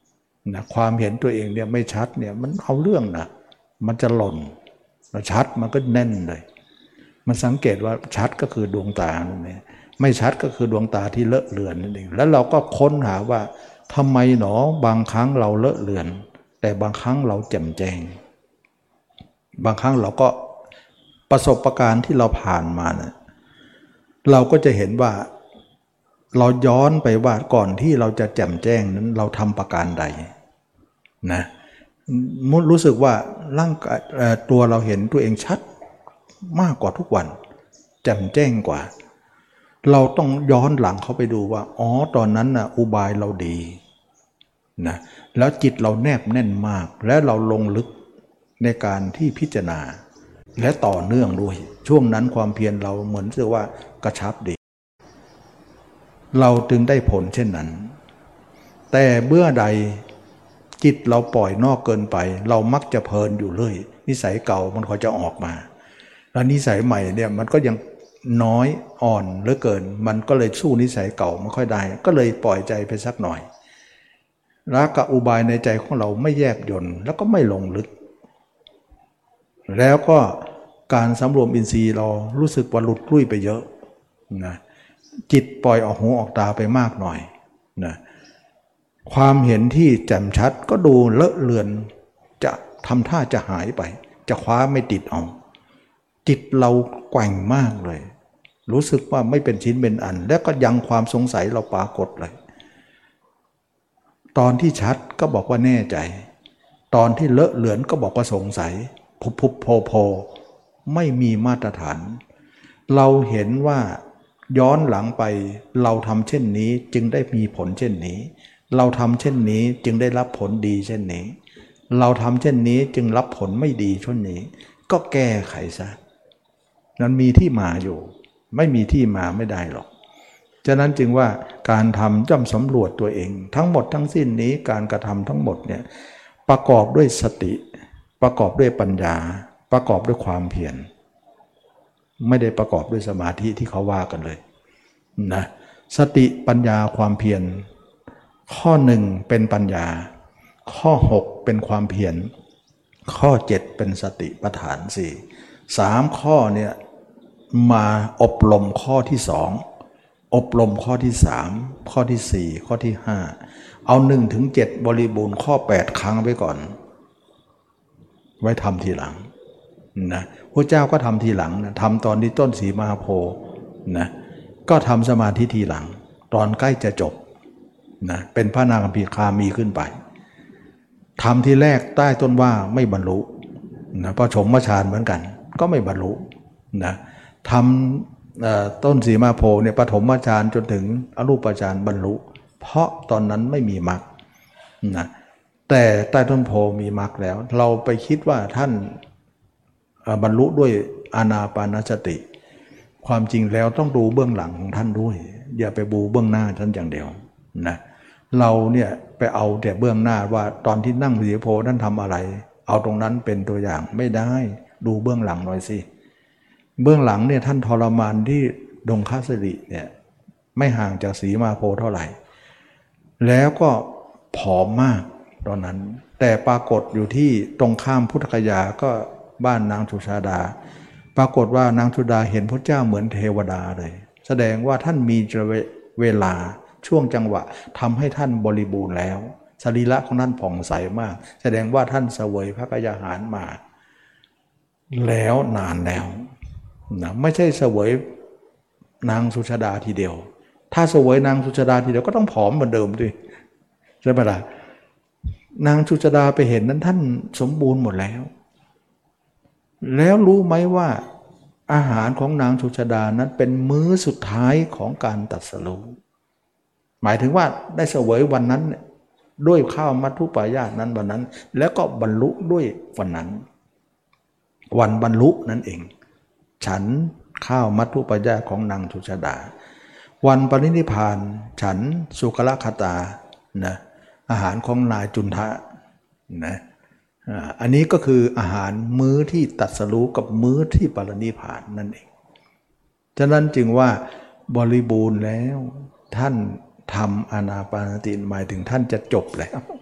นะความเห็นตัวเองเนี่ยไม่ชัดเนี่ยมันเอาเรื่องนะมันจะหล่นชัดมันก็แน่นเลยมันสังเกตว่าชัดก็คือดวงตานั่นเองไม่ชัดก็คือดวงตาที่เลอะเลือนนั่นเองแล้วเราก็ค้นหาว่าทำไมหนอบางครั้งเราเลอะเลือนแต่บางครั้งเราแจ่มแจ้งบางครั้งเราก็ประสบการณ์ที่เราผ่านมาเนี่ยเราก็จะเห็นว่าเราย้อนไปว่าก่อนที่เราจะแจ่มแจ้งนั้นเราทำประการใดนะรู้สึกว่าร่างกายตัวเราเห็นตัวเองชัดมากกว่าทุกวันแจ่มแจ้งกว่าเราต้องย้อนหลังเขาไปดูว่าอ๋อตอนนั้นนะอุบายเราดีนะแล้วจิตเราแนบแน่นมากและเราลงลึกในการที่พิจารณาและต่อเนื่องด้วยช่วงนั้นความเพียรเราเหมือนเรียกว่ากระชับดีเราจึงได้ผลเช่นนั้นแต่เมื่อใดจิตเราปล่อยนอกเกินไปเรามักจะเพลินอยู่เรื่อยนิสัยเก่ามันก็จะออกมาแล้วนิสัยใหม่เนี่ยมันก็ยังน้อยอ่อนเหลือเกินมันก็เลยสู้นิสัยเก่าไม่ค่อยได้ก็เลยปล่อยใจไปสักหน่อยรักกับอุบายในใจของเราไม่แยบยลแล้วก็ไม่ลงลึกแล้วก็การสำรวมอินทรีย์เรารู้สึกว่าหลุดลุ่ยไปเยอะนะจิตปล่อยออกหูออกตาไปมากหน่อยนะความเห็นที่แจ่มชัดก็ดูเลอะเลือนจะทำท่าจะหายไปจะคว้าไม่ติดเอาจิตเราแกว่งมากเลยรู้สึกว่าไม่เป็นชิ้นเป็นอันแล้วก็ยังความสงสัยเราปรากฏเลยตอนที่ชัดก็บอกว่าแน่ใจตอนที่เลอะเลือนก็บอกว่าสงสัยพุบโพไม่มีมาตรฐานเราเห็นว่าย้อนหลังไปเราทำเช่นนี้จึงได้มีผลเช่นนี้เราทำเช่นนี้จึงได้รับผลดีเช่นนี้เราทำเช่นนี้จึงรับผลไม่ดีเช่นนี้ก็แก้ไขซะนั้นมีที่มาอยู่ไม่มีที่มาไม่ได้หรอกฉะนั้นจึงว่าการทำย่อมสำรวจตัวเองทั้งหมดทั้งสิ้นนี้การกระทำทั้งหมดเนี่ยประกอบด้วยสติประกอบด้วยปัญญาประกอบด้วยความเพียรไม่ได้ประกอบด้วยสมาธิที่เขาว่ากันเลยนะสติปัญญาความเพียรข้อ1เป็นปัญญาข้อ6เป็นความเพียรข้อ7เป็นสติปัฏฐาน4 3ข้อเนี่ยมาอบรมข้อที่2อบรมข้อที่3ข้อที่4ข้อที่5เอา1ถึง7บริบูรณ์ข้อ8ครั้งไว้ก่อนไว้ทำทีหลังนะพระเจ้าก็ทำทีหลังนะทำตอนที่ต้นสีมหาโพธิ์นะก็ทำสมาธิทีหลังตอนใกล้จะจบนะเป็นพระนาคัมภีร์คามีขึ้นไปทำทีแรกใต้ต้นว่าไม่บรรลุนะปฐมฌานเหมือนกันก็ไม่บรรลุนะทำต้นสีมหาโพธิ์เนี่ยปฐมฌานจนถึงอรูปฌานบรรลุเพราะตอนนั้นไม่มีมรรคนะแต่ใต้ต้นโพมีมรรคแล้วเราไปคิดว่าท่านบรรลุด้วยอานาปานสติความจริงแล้วต้องดูเบื้องหลังของท่านด้วยอย่าไปดูเบื้องหน้าท่านอย่างเดียวนะเราเนี่ยไปเอาแต่เบื้องหน้าว่าตอนที่นั่งสีโพท่านทำอะไรเอาตรงนั้นเป็นตัวอย่างไม่ได้ดูเบื้องหลังหน่อยสิเบื้องหลังเนี่ยท่านทรมานที่ดงค้าสิริเนี่ยไม่ห่างจากสีมาโพเท่าไหร่แล้วก็ผอมมากตอนนั้นแต่ปรากฏอยู่ที่ตรงข้ามพุทธคยาก็บ้านนางสุชาดาปรากฏว่านางสุดาเห็นพระเจ้าเหมือนเทวดาเลยแสดงว่าท่านมีเวลาช่วงจังหวะทำให้ท่านบริบูรณ์แล้วสรีระของท่านผ่องใสมากแสดงว่าท่านเสวยพระกยาหารมาแล้วนานแล้วนะไม่ใช่เสวยนางสุชาดาทีเดียวถ้าเสวยนางสุชาดาทีเดียวก็ต้องผอมเหมือนเดิมดิใช่ไหมล่ะนางสุชาดาไปเห็นนั้นท่านสมบูรณ์หมดแล้วแล้วรู้ไหมว่าอาหารของนางสุชาดานั้นเป็นมื้อสุดท้ายของการตรัสรู้หมายถึงว่าได้เสวยวันนั้นด้วยข้าวมัทธุปายาตนั้นวันนั้นแล้วก็บรรลุด้วยวันนั้นวันบรรลุนั่นเองฉันข้าวมัทธุปายาตของนางสุชาดาวันปรินิพพานฉันสุกลคตานะอาหารของนายจุนทะนะอันนี้ก็คืออาหารมื้อที่ตรัสรู้กับมื้อที่ปรินิพพานนั่นเองฉะนั้นจึงว่าบริบูรณ์แล้วท่านทำอานาปานสติหมายถึงท่านจะจบแล้ว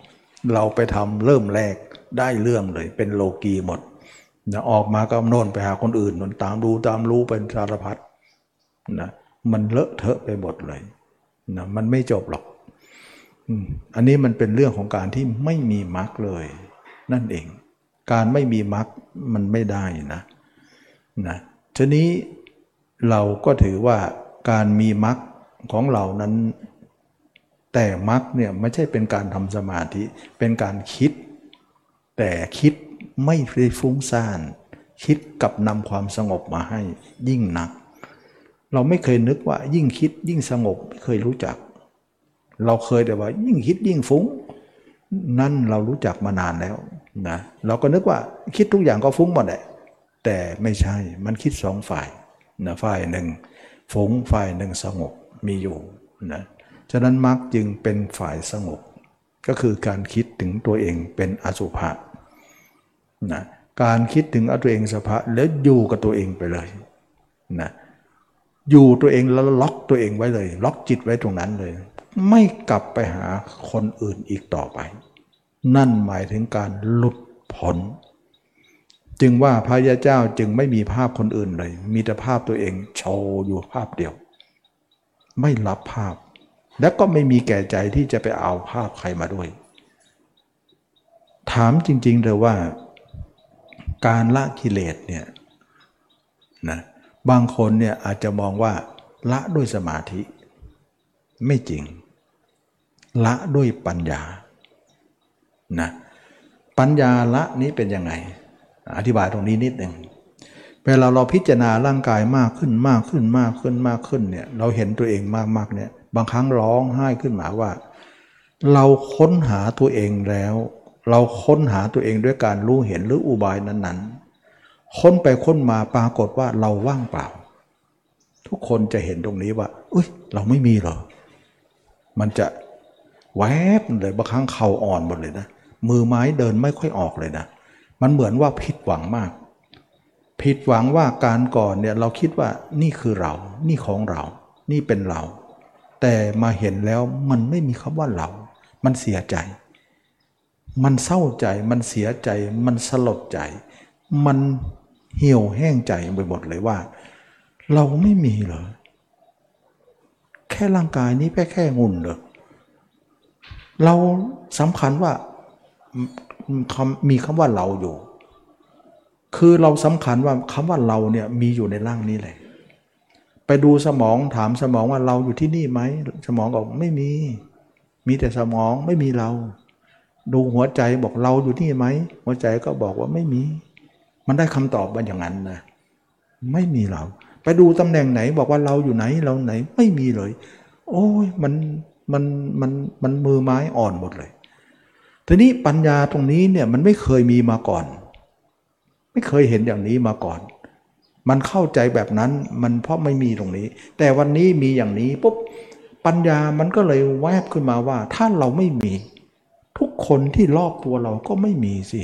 เราไปทำเริ่มแรกได้เรื่องเลยเป็นโลกีหมดนะออกมาก็โน่นไปหาคนอื่นนนตามรู้เป็นสารพัดนะมันเลอะเทอะไปหมดเลยนะมันไม่จบหรอกอันนี้มันเป็นเรื่องของการที่ไม่มีมรรคเลยนั่นเองการไม่มีมรรคมันไม่ได้นะทีนี้เราก็ถือว่าการมีมรรคของเรานั้นแต่มรรคเนี่ยไม่ใช่เป็นการทำสมาธิเป็นการคิดแต่คิดไม่ได้ฟุ้งซ่านคิดกับนำความสงบมาให้ยิ่งหนักเราไม่เคยนึกว่ายิ่งคิดยิ่งสงบไม่เคยรู้จักเราเคยแต่ว่ายิ่งคิดยิ่งฟุ้งนั่นเรารู้จักมานานแล้วนะเราก็นึกว่าคิดทุกอย่างก็ฟุ้งหมดแหละแต่ไม่ใช่มันคิดสองฝ่ายนะฝ่ายหนึ่งฟุ้งฝ่ายหนึ่งสงบมีอยู่นะฉะนั้นมรรคจึงเป็นฝ่ายสงบก็คือการคิดถึงตัวเองเป็นอสุภะนะการคิดถึงตัวเองสภะแล้วอยู่กับตัวเองไปเลยนะอยู่ตัวเองแล้วล็อกตัวเองไว้เลยล็อกจิตไว้ตรงนั้นเลยไม่กลับไปหาคนอื่นอีกต่อไปนั่นหมายถึงการหลุดพ้นจึงว่าพระยาเจ้าจึงไม่มีภาพคนอื่นเลยมีแต่ภาพตัวเองโชว์อยู่ภาพเดียวไม่รับภาพและก็ไม่มีแก่ใจที่จะไปเอาภาพใครมาด้วยถามจริงๆเลยว่าการละกิเลสเนี่ยนะบางคนเนี่ยอาจจะมองว่าละด้วยสมาธิไม่จริงละด้วยปัญญานะปัญญาละนี้เป็นยังไงอธิบายตรงนี้นิดหนึ่งเวลาเราพิจารณาร่างกายมากขึ้นเนี่ยเราเห็นตัวเองมากเนี่ยบางครั้งร้องไห้ขึ้นมาว่าเราค้นหาตัวเองแล้วเราค้นหาตัวเองด้วยการรู้เห็นหรืออุบายนั้นๆค้นไปค้นมาปรากฏว่าเราว่างเปล่าทุกคนจะเห็นตรงนี้ว่าอุ๊ยเราไม่มีหรอมันจะแวบเลยบางครั้งเข่าอ่อนหมดเลยนะมือไม้เดินไม่ค่อยออกเลยนะมันเหมือนว่าผิดหวังมากผิดหวังว่าการก่อนเนี่ยเราคิดว่านี่คือเรานี่ของเรานี่เป็นเราแต่มาเห็นแล้วมันไม่มีคำว่าเรามันเสียใจมันเศร้าใจมันเสียใจมันสลดใจมันเหี่ยวแห้งใจไปหมดเลยว่าเราไม่มีเหรอแค่ร่างกายนี้แค่งุ่นเหรอเราสำคัญว่ามีคำว่าเราอยู่คือเราสำคัญว่าคำว่าเราเนี่ยมีอยู่ในร่างนี้แหละไปดูสมองถามสมองว่าเราอยู่ที่นี่ไหมสมองบอกไม่มีแต่สมองไม่มีเราดูหัวใจบอกเราอยู่ที่ไหมหัวใจก็บอกว่าไม่มีมันได้คำตอบว่าอย่างนั้นนะไม่มีเราไปดูตำแหน่งไหนบอกว่าเราอยู่ไหนเราไหนไม่มีเลยโอ้ยมันมือไม้อ่อนหมดเลยทีนี้ปัญญาตรงนี้เนี่ยมันไม่เคยมีมาก่อนไม่เคยเห็นอย่างนี้มาก่อนมันเข้าใจแบบนั้นมันเพราะไม่มีตรงนี้แต่วันนี้มีอย่างนี้ปุ๊บปัญญามันก็เลยแวบขึ้นมาว่าถ้าเราไม่มีทุกคนที่รอบตัวเราก็ไม่มีสิ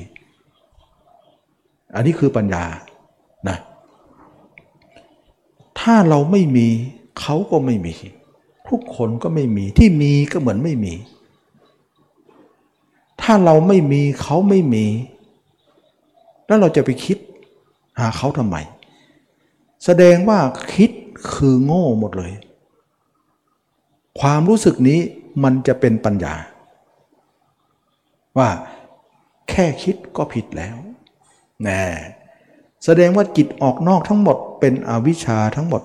อันนี้คือปัญญานะถ้าเราไม่มีเขาก็ไม่มีทุกคนก็ไม่มีที่มีก็เหมือนไม่มีถ้าเราไม่มีเขาไม่มีแล้วเราจะไปคิดหาเขาทำไมแสดงว่าคิดคือโง่หมดเลยความรู้สึกนี้มันจะเป็นปัญญาว่าแค่คิดก็ผิดแล้วแน่แสดงว่าจิตออกนอกทั้งหมดเป็นอวิชชาทั้งหมด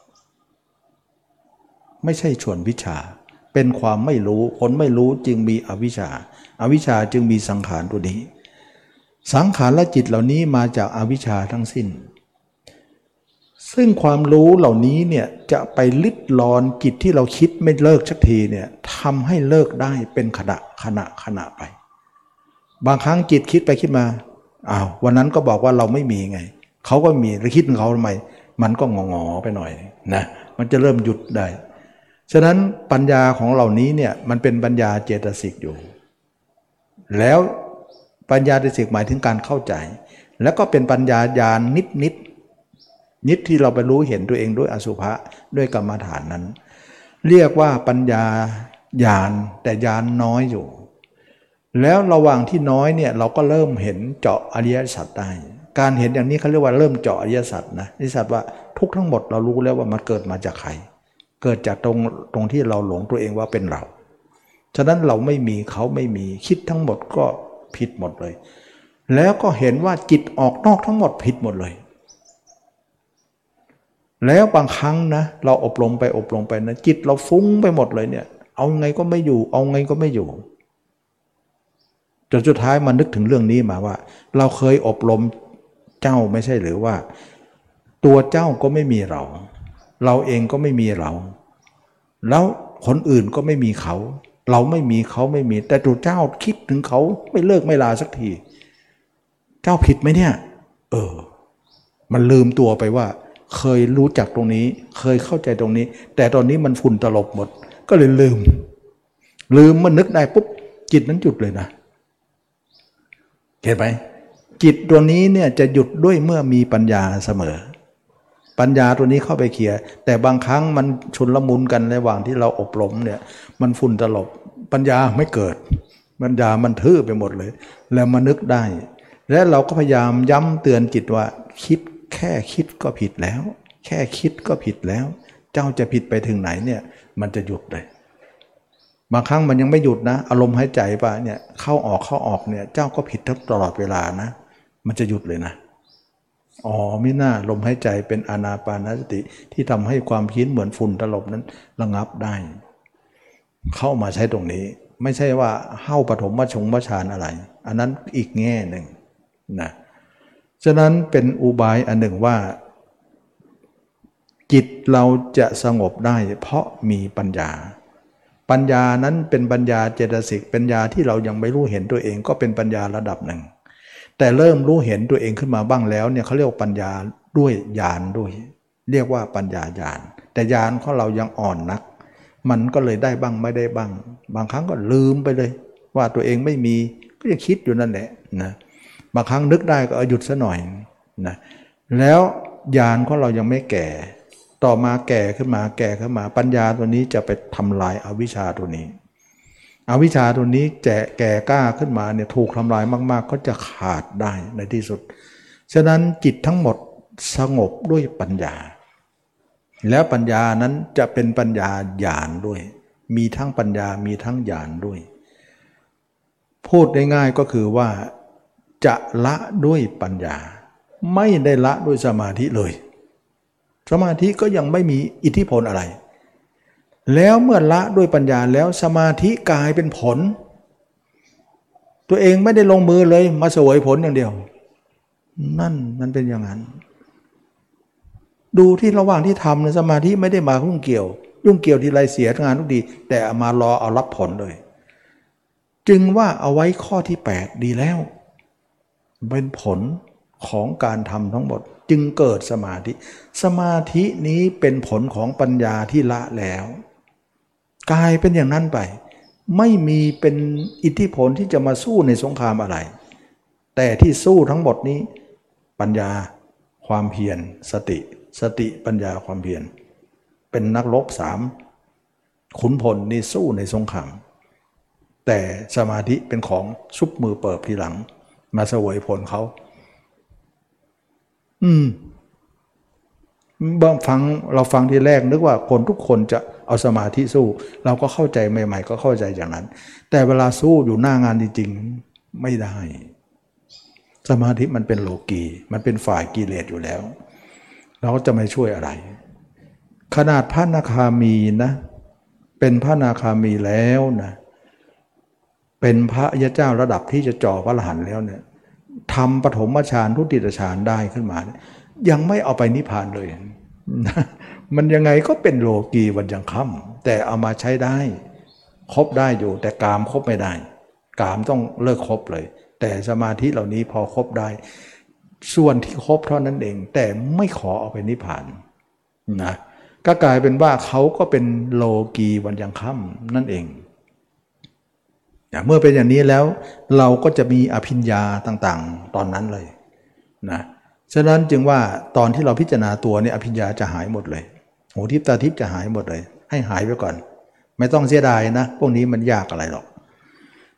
ไม่ใช่ส่วนวิชาเป็นความไม่รู้คนไม่รู้จึงมีอวิชชาอวิชชาจึงมีสังขารตัวนี้สังขารและจิตเหล่านี้มาจากอวิชชาทั้งสิ้นซึ่งความรู้เหล่านี้เนี่ยจะไปลิดรอนจิตที่เราคิดไม่เลิกสักทีเนี่ยทำให้เลิกได้เป็นขณะไปบางครั้งจิตคิดไปคิดมาวันนั้นก็บอกว่าเราไม่มีไงเขาก็มีแล้วคิดของเขาทำไมมันก็งอไปหน่อยนะมันจะเริ่มหยุดได้ฉะนั้นปัญญาของเหล่านี้เนี่ยมันเป็นปัญญาเจตสิกอยู่แล้วปัญญาเจตสิกหมายถึงการเข้าใจแล้วก็เป็นปัญญาญาณนิดที่เราไปรู้เห็นตัวเองด้วยอสุภะด้วยกรรมฐานนั้นเรียกว่าปัญญาญาณแต่ญาณน้อยอยู่แล้วระหว่างที่น้อยเนี่ยเราก็เริ่มเห็นเจาะอริยสัจได้การเห็นอย่างนี้เขาเรียกว่าเริ่มเจาะอริยสัจนะอริยสัจว่าทุกทั้งหมดเรารู้แล้วว่ามันเกิดมาจากใครเกิดจากตรงที่เราหลงตัวเองว่าเป็นเราฉะนั้นเราไม่มีเขาไม่มีคิดทั้งหมดก็ผิดหมดเลยแล้วก็เห็นว่าจิตออกนอกทั้งหมดผิดหมดเลยแล้วบางครั้งนะเราอบรมไปนะจิตเราฟุ้งไปหมดเลยเนี่ยเอาไงก็ไม่อยู่เอาไงก็ไม่อยู่จนสุดท้ายมันนึกถึงเรื่องนี้มาว่าเราเคยอบรมเจ้าไม่ใช่หรือว่าตัวเจ้าก็ไม่มีเราเราเองก็ไม่มีเราแล้วคนอื่นก็ไม่มีเขาเราไม่มีเขาไม่มีแต่ตัวเจ้าคิดถึงเขาไม่เลิกไม่ลาสักทีเจ้าผิดไหมเนี่ยมันลืมตัวไปว่าเคยรู้จักตรงนี้เคยเข้าใจตรงนี้แต่ตอนนี้มันฝุ่นตลบหมดก็เลยลืมมันนึกได้ปุ๊บจิตนั้นหยุดเลยนะเห็นไหมจิตตัวนี้เนี่ยจะหยุดด้วยเมื่อมีปัญญาเสมอปัญญาตัวนี้เข้าไปเคลียร์แต่บางครั้งมันชุนละมุนกันระหว่างที่เราอบรมเนี่ยมันฝุ่นตลบปัญญาไม่เกิดปัญญามันทื่อไปหมดเลยแล้วมานึกได้และเราก็พยายามย้ำเตือนจิตว่าคิดแค่คิดก็ผิดแล้วแค่คิดก็ผิดแล้วเจ้าจะผิดไปถึงไหนเนี่ยมันจะหยุดเลยบางครั้งมันยังไม่หยุดนะอารมณ์หายใจป่ะเนี่ยเข้าออกเนี่ยเจ้าก็ผิดตลอดเวลานะมันจะหยุดเลยนะมิน่าลมหายใจเป็นอานาปานสติที่ทำให้ความคิดเหมือนฝุ่นตลบนั้นระงับได้เข้ามาใช้ตรงนี้ไม่ใช่ว่าเข้าปฐมฌานอะไรอันนั้นอีกแง่หนึ่งนะฉะนั้นเป็นอุบายอันหนึ่งว่าจิตเราจะสงบได้เพราะมีปัญญานั้นเป็นปัญญาเจตสิกปัญญาที่เรายังไม่รู้เห็นตัวเองก็เป็นปัญญาระดับหนึ่งแต่เริ่มรู้เห็นตัวเองขึ้นมาบ้างแล้วเนี่ยเขาเรียกว่าปัญญาด้วยญาณด้วยเรียกว่าปัญญาญาณแต่ญาณของเรายังอ่อนนักมันก็เลยได้บ้างไม่ได้บ้างบางครั้งก็ลืมไปเลยว่าตัวเองไม่มีก็ยังคิดอยู่นั่นแหละนะบางครั้งนึกได้ก็หยุดซะหน่อยนะแล้วญาณของเรายังไม่แก่ต่อมาแก่ขึ้นมาปัญญาตัวนี้จะไปทำลายอวิชชาตัวนี้อวิชชาตัวนี้แก่กล้าขึ้นมาเนี่ยถูกทำลายมากๆก็จะขาดได้ในที่สุดฉะนั้นจิตทั้งหมดสงบด้วยปัญญาแล้วปัญญานั้นจะเป็นปัญญาญาณด้วยมีทั้งปัญญามีทั้งญาณด้วยพูดได้ง่ายก็คือว่าจะละด้วยปัญญาไม่ได้ละด้วยสมาธิเลยสมาธิก็ยังไม่มีอิทธิพลอะไรแล้วเมื่อละด้วยปัญญาแล้วสมาธิกลายเป็นผลตัวเองไม่ได้ลงมือเลยมาเสวยผลอย่างเดียวนั่นมันเป็นอย่างนั้นดูที่ระหว่างที่ทำนะสมาธิไม่ได้มายุ่งเกี่ยวทีไรเสียงานทุกดีแต่มารอเอารับผลเลยจึงว่าเอาไว้ข้อที่8ดีแล้วเป็นผลของการทำทั้งหมดจึงเกิดสมาธินี้เป็นผลของปัญญาที่ละแล้วกลายเป็นอย่างนั้นไปไม่มีเป็นอิทธิพลที่จะมาสู้ในสงครามอะไรแต่ที่สู้ทั้งหมดนี้ปัญญาความเพียรสติปัญญาความเพียรเป็นนักรบ3ขุนพลนี่สู้ในสงครามแต่สมาธิเป็นของซุบมือเปิบทีหลังมาเสวยผลเขาเราฟังทีแรกนึกว่าคนทุกคนจะเอาสมาธิสู้เราก็เข้าใจใหม่ๆก็เข้าใจอย่างนั้นแต่เวลาสู้อยู่หน้างานจริงๆไม่ได้สมาธิมันเป็นโลกีมันเป็นฝ่ายกิเลสอยู่แล้วเราก็จะไม่ช่วยอะไรขนาดพระอนาคามีนะเป็นพระอนาคามีแล้วนะเป็นพระอริยเจ้าระดับที่จะจ่อพระอรหันต์แล้วเนี่ยทำปฐมฌานทุติยฌานได้ขึ้นมายังไม่เอาไปนิพพานเลยมันยังไงก็เป็นโลกีวันยังค่ำแต่เอามาใช้ได้ครบได้อยู่แต่กามครบไม่ได้กามต้องเลิกครบเลยแต่สมาธิเหล่านี้พอครบได้ส่วนที่ครบเท่านั้นเองแต่ไม่ขอเอาไปนิพพานนะก็กลายเป็นว่าเขาก็เป็นโลกีวันยังค่ำนั่นเองเมื่อเป็นอย่างนี้แล้วเราก็จะมีอภิญญาต่างๆตอนนั้นเลยนะฉะนั้นจึงว่าตอนที่เราพิจารณาตัวเนี่ยอภิญญาจะหายหมดเลยหูทิพตาทิพจะหายหมดเลยให้หายไปก่อนไม่ต้องเสียดายนะพวกนี้มันยากอะไรหรอก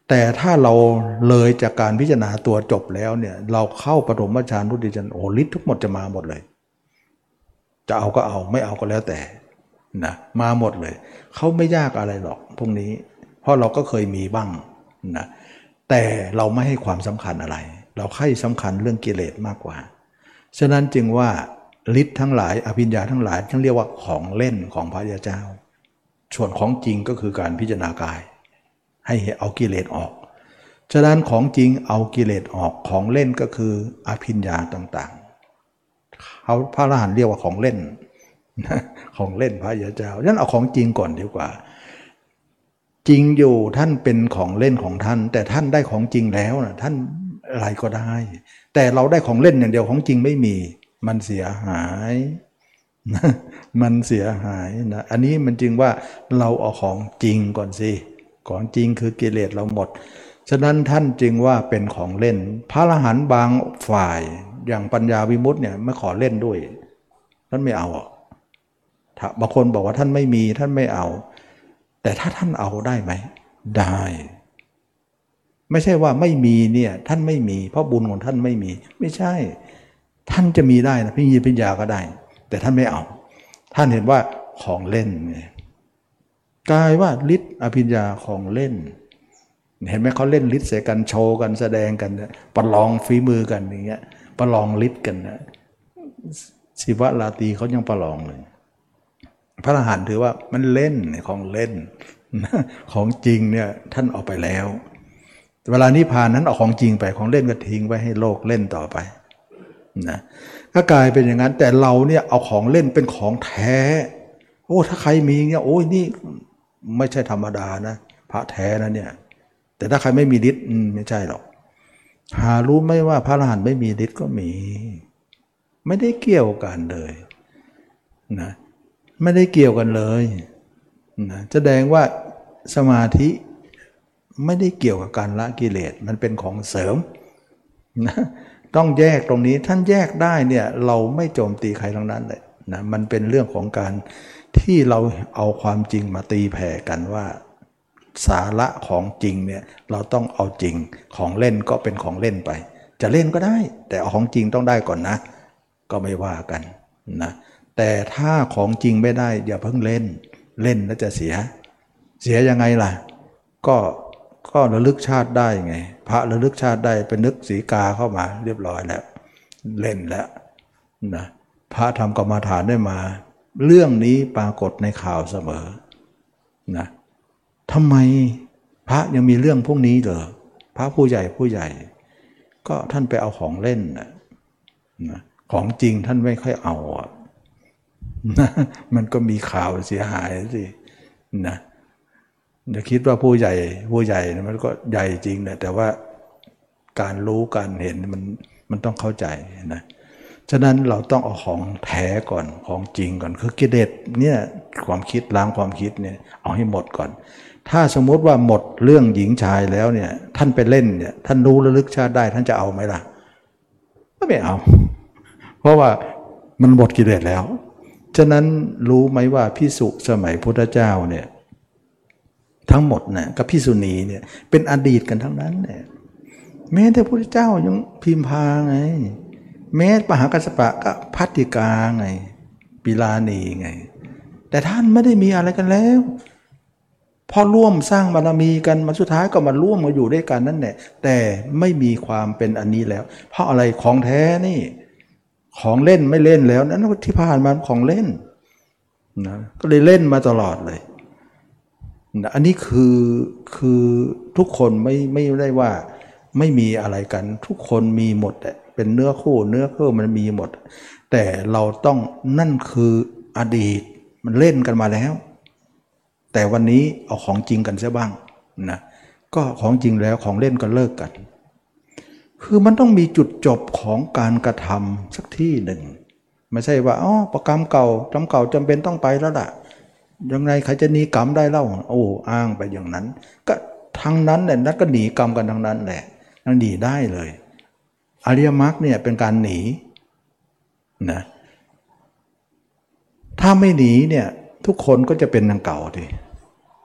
แต่ถ้าเราเลยจากการพิจารณาตัวจบแล้วเนี่ยเราเข้าปฐมฌานทุติยฌานโอ้ฤทธิ์ทุกหมดจะมาหมดเลยจะเอาก็เอาไม่เอาก็แล้วแต่นะมาหมดเลยเขาไม่ยากอะไรหรอกพวกนี้เพราะเราก็เคยมีบ้างนะแต่เราไม่ให้ความสำคัญอะไรเราให้สำคัญเรื่องกิเลสมากกว่าฉะนั้นจึงว่าฤทธิ์ทั้งหลายอภิญญาทั้งหลายทั้งเรียกว่าของเล่นของพระเจ้าส่วนของจริงก็คือการพิจารณากายให้เอากิเลสออกฉะนั้นของจริงเอากิเลสออกของเล่นก็คืออภิญญาต่างๆเขาพระอรหันต์เรียกว่าของเล่นของเล่นพระเจ้าฉะนั้นเอาของจริงก่อนดีกว่าจริงอยู่ท่านเป็นของเล่นของท่านแต่ท่านได้ของจริงแล้วนะท่านอะไรก็ได้แต่เราได้ของเล่นอย่างเดียวของจริงไม่มีมันเสียหายมันเสียหายนะอันนี้มันจึงว่าเราเอาของจริงก่อนสิของจริงคือกิเลสเราหมดฉะนั้นท่านจึงว่าเป็นของเล่นพระอรหันต์บางฝ่ายอย่างปัญญาวิมุตติเนี่ยไม่ขอเล่นด้วยท่านไม่เอาบางคนบอกว่าท่านไม่มีท่านไม่เอาแต่ถ้าท่านเอาได้ไหมได้ไม่ใช่ว่าไม่มีเนี่ยท่านไม่มีเพราะบุญของท่านไม่มีไม่ใช่ท่านจะมีได้นะพิญญาก็ได้แต่ท่านไม่เอาท่านเห็นว่าของเล่นกลายว่าฤทธิ์อภิญญาของเล่นเห็นไหมเขาเล่นฤทธิ์เสียกันโชว์กันแสดงกันประลองฝีมือกันอย่างเงี้ยประลองฤทธิ์กันนะศิวะราตรีเขายังประลองเลยพระอรหันต์ถือว่ามันเล่นของเล่นของจริงเนี่ยท่านเอาไปแล้วเวลานิพพานนั้นเอาของจริงไปของเล่นก็ทิ้งไว้ให้โลกเล่นต่อไปนะก็กลายเป็นอย่างนั้นแต่เราเนี่ยเอาของเล่นเป็นของแท้โอ้ถ้าใครมีเนี่ยโอ้ยนี่ไม่ใช่ธรรมดานะพระแท้นะเนี่ยแต่ถ้าใครไม่มีฤทธิ์ไม่ใช่หรอกหารู้ไหมว่าพระอรหันต์ไม่มีฤทธิ์ก็มีไม่ได้เกี่ยวกันเลยนะไม่ได้เกี่ยวกันเลยนะแสดงว่าสมาธิไม่ได้เกี่ยวกับการละกิเลสมันเป็นของเสริมนะต้องแยกตรงนี้ท่านแยกได้เนี่ยเราไม่โจมตีใครทั้งนั้นเลยนะมันเป็นเรื่องของการที่เราเอาความจริงมาตีแผ่กันว่าสาระของจริงเนี่ยเราต้องเอาจริงของเล่นก็เป็นของเล่นไปจะเล่นก็ได้แต่เอาของจริงต้องได้ก่อนนะก็ไม่ว่ากันนะแต่ถ้าของจริงไม่ได้อย่าเพิ่งเล่นเล่นแล้วจะเสียยังไงล่ะก็ระลึกชาติได้ไงพระระลึกชาติได้เป็นนึกสีกาเข้ามาเรียบร้อยแล้วเล่นแล้วนะพระทำกรรมฐานได้มาเรื่องนี้ปรากฏในข่าวเสมอนะทำไมพระยังมีเรื่องพวกนี้เหรอพระผู้ใหญ่ก็ท่านไปเอาของเล่นนะของจริงท่านไม่ค่อยเอานะมันก็มีข่าวเสียหายสินะอย่าคิดว่าผู้ใหญ่มันก็ใหญ่จริงนะแต่ว่าการรู้การเห็นมันต้องเข้าใจนะฉะนั้นเราต้องเอาของแท้ก่อนของจริงก่อนคือกิเลสเนี่ยความคิดล้างความคิดเนี่ยเอาให้หมดก่อนถ้าสมมติว่าหมดเรื่องหญิงชายแล้วเนี่ยท่านไปเล่นเนี่ยท่านรู้ระลึกชาติได้ท่านจะเอาไหมล่ะไม่เอาเพราะว่ามันหมดกิเลสแล้วฉะนั้นรู้ไหมว่าภิกษุสมัยพุทธเจ้าเนี่ยทั้งหมดนะกับภิกษุณีเนี่ยเป็นอดีตกันทั้งนั้นเนี่ยแม้แต่พระพุทธเจ้ายังพิมพาไงแม้มหากัสสปะก็ภัตติกาไงปิลานีไงแต่ท่านไม่ได้มีอะไรกันแล้วพอร่วมสร้างบารมีกันมาสุดท้ายก็มาร่วมมาอยู่ด้วยกันนั่นแหละแต่ไม่มีความเป็นอันนี้แล้วเพราะอะไรของแท้นี่ของเล่นไม่เล่นแล้วนั้นที่ผ่านมาของเล่นนะก็เลยเล่นมาตลอดเลยนะอันนี้คือทุกคนไม่ได้ว่าไม่มีอะไรกันทุกคนมีหมดเป็นเนื้อคู่มันมีหมดแต่เราต้องนั่นคืออดีตมันเล่นกันมาแล้วแต่วันนี้เอาของจริงกันซะบ้างนะก็ของจริงแล้วของเล่นก็เลิกกันคือมันต้องมีจุดจบของการกระทำสักที่หนึ่งไม่ใช่ว่าประกรรมเก่าจำเป็นต้องไปแล้วล่ะยังไงใครจะหนีกรรมได้เล่าอ้างไปอย่างนั้นก็ทั้งนั้นเนี่ยนักก็หนีกรรมกันทั้งนั้นแหละนั่นหนีได้เลยอริยมรรคเนี่ยเป็นการหนีนะถ้าไม่หนีเนี่ยทุกคนก็จะเป็นดังเก่าดิ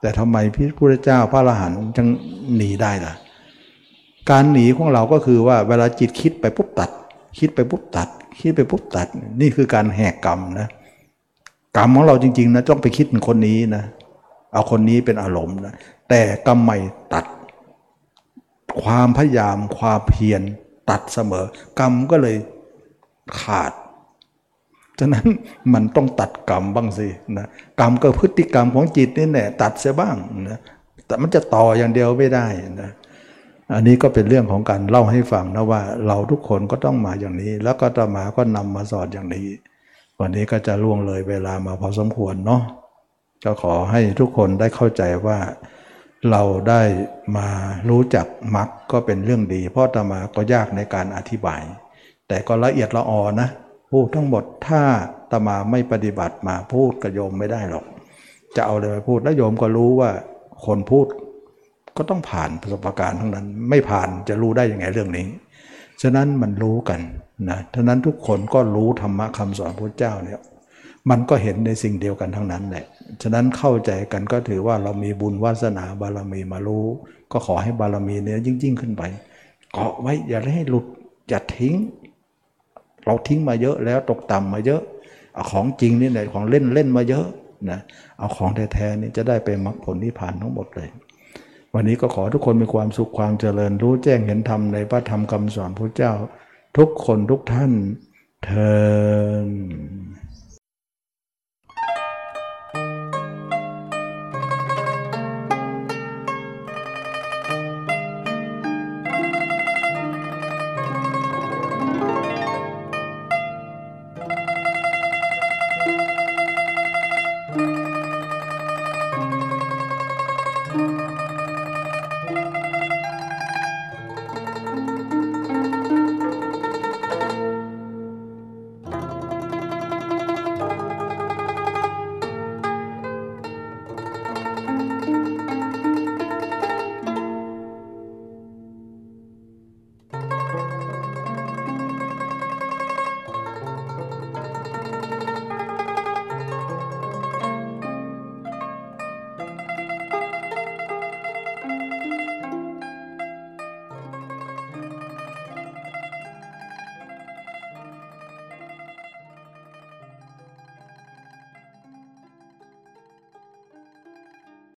แต่ทำไมพระพุทธเจ้าพระอรหันต์จึงหนีได้ล่ะการหนีของเราก็คือว่าเวลาจิตคิดไปปุ๊บตัดคิดไปปุ๊บตัดคิดไปปุ๊บตัดนี่คือการแหกกรรมนะกรรมของเราจริงๆนะต้องไปคิดถึงคนนี้นะเอาคนนี้เป็นอารมณ์นะแต่กรรมใหม่ตัดความพยายามความเพียรตัดเสมอกรรมก็เลยขาดฉะนั้นมันต้องตัดกรรมบ้างสินะกรรมก็พฤติกรรมของจิตนี่แหละตัดเสียบ้างนะแต่มันจะต่ออย่างเดียวไม่ได้นะอันนี้ก็เป็นเรื่องของการเล่าให้ฟังนะว่าเราทุกคนก็ต้องมาอย่างนี้แล้วก็อาตมาก็นำมาสอนอย่างนี้วันนี้ก็จะล่วงเลยเวลามาพอสมควรเนาะก็ขอให้ทุกคนได้เข้าใจว่าเราได้มารู้จักมรรคก็เป็นเรื่องดีเพราะอาตมาก็ยากในการอธิบายแต่ก็ละเอียดละออนะพูดทั้งหมดถ้าอาตมาไม่ปฏิบัติมาพูดกับโยมไม่ได้หรอกจะเอาอะไรมาพูดแล้วโยมก็รู้ว่าคนพูดก็ต้องผ่านประสบการณ์ทั้งนั้นไม่ผ่านจะรู้ได้ยังไงเรื่องนี้ฉะนั้นมันรู้กันนะฉะนั้นทุกคนก็รู้ธรรมะคำสอนพระเจ้าเนี่ยมันก็เห็นในสิ่งเดียวกันทั้งนั้นแหละฉะนั้นเข้าใจกันก็ถือว่าเรามีบุญวาสนาบารมีมารู้ก็ขอให้บารมีเนี่ยยิ่งขึ้นไปเกาะไว้อย่าให้หลุดอย่าทิ้งเราทิ้งมาเยอะแล้วตกต่ำมาเยอะเอาของจริงนี่แหละของเล่นมาเยอะนะเอาของแท้ๆนี่จะได้ไปมรรคผลนิพพานทั้งหมดเลยวันนี้ก็ขอทุกคนมีความสุขความเจริญรู้แจ้งเห็นธรรมในพระธรรมคำสอนพระเจ้าทุกคนทุกท่านเทอญ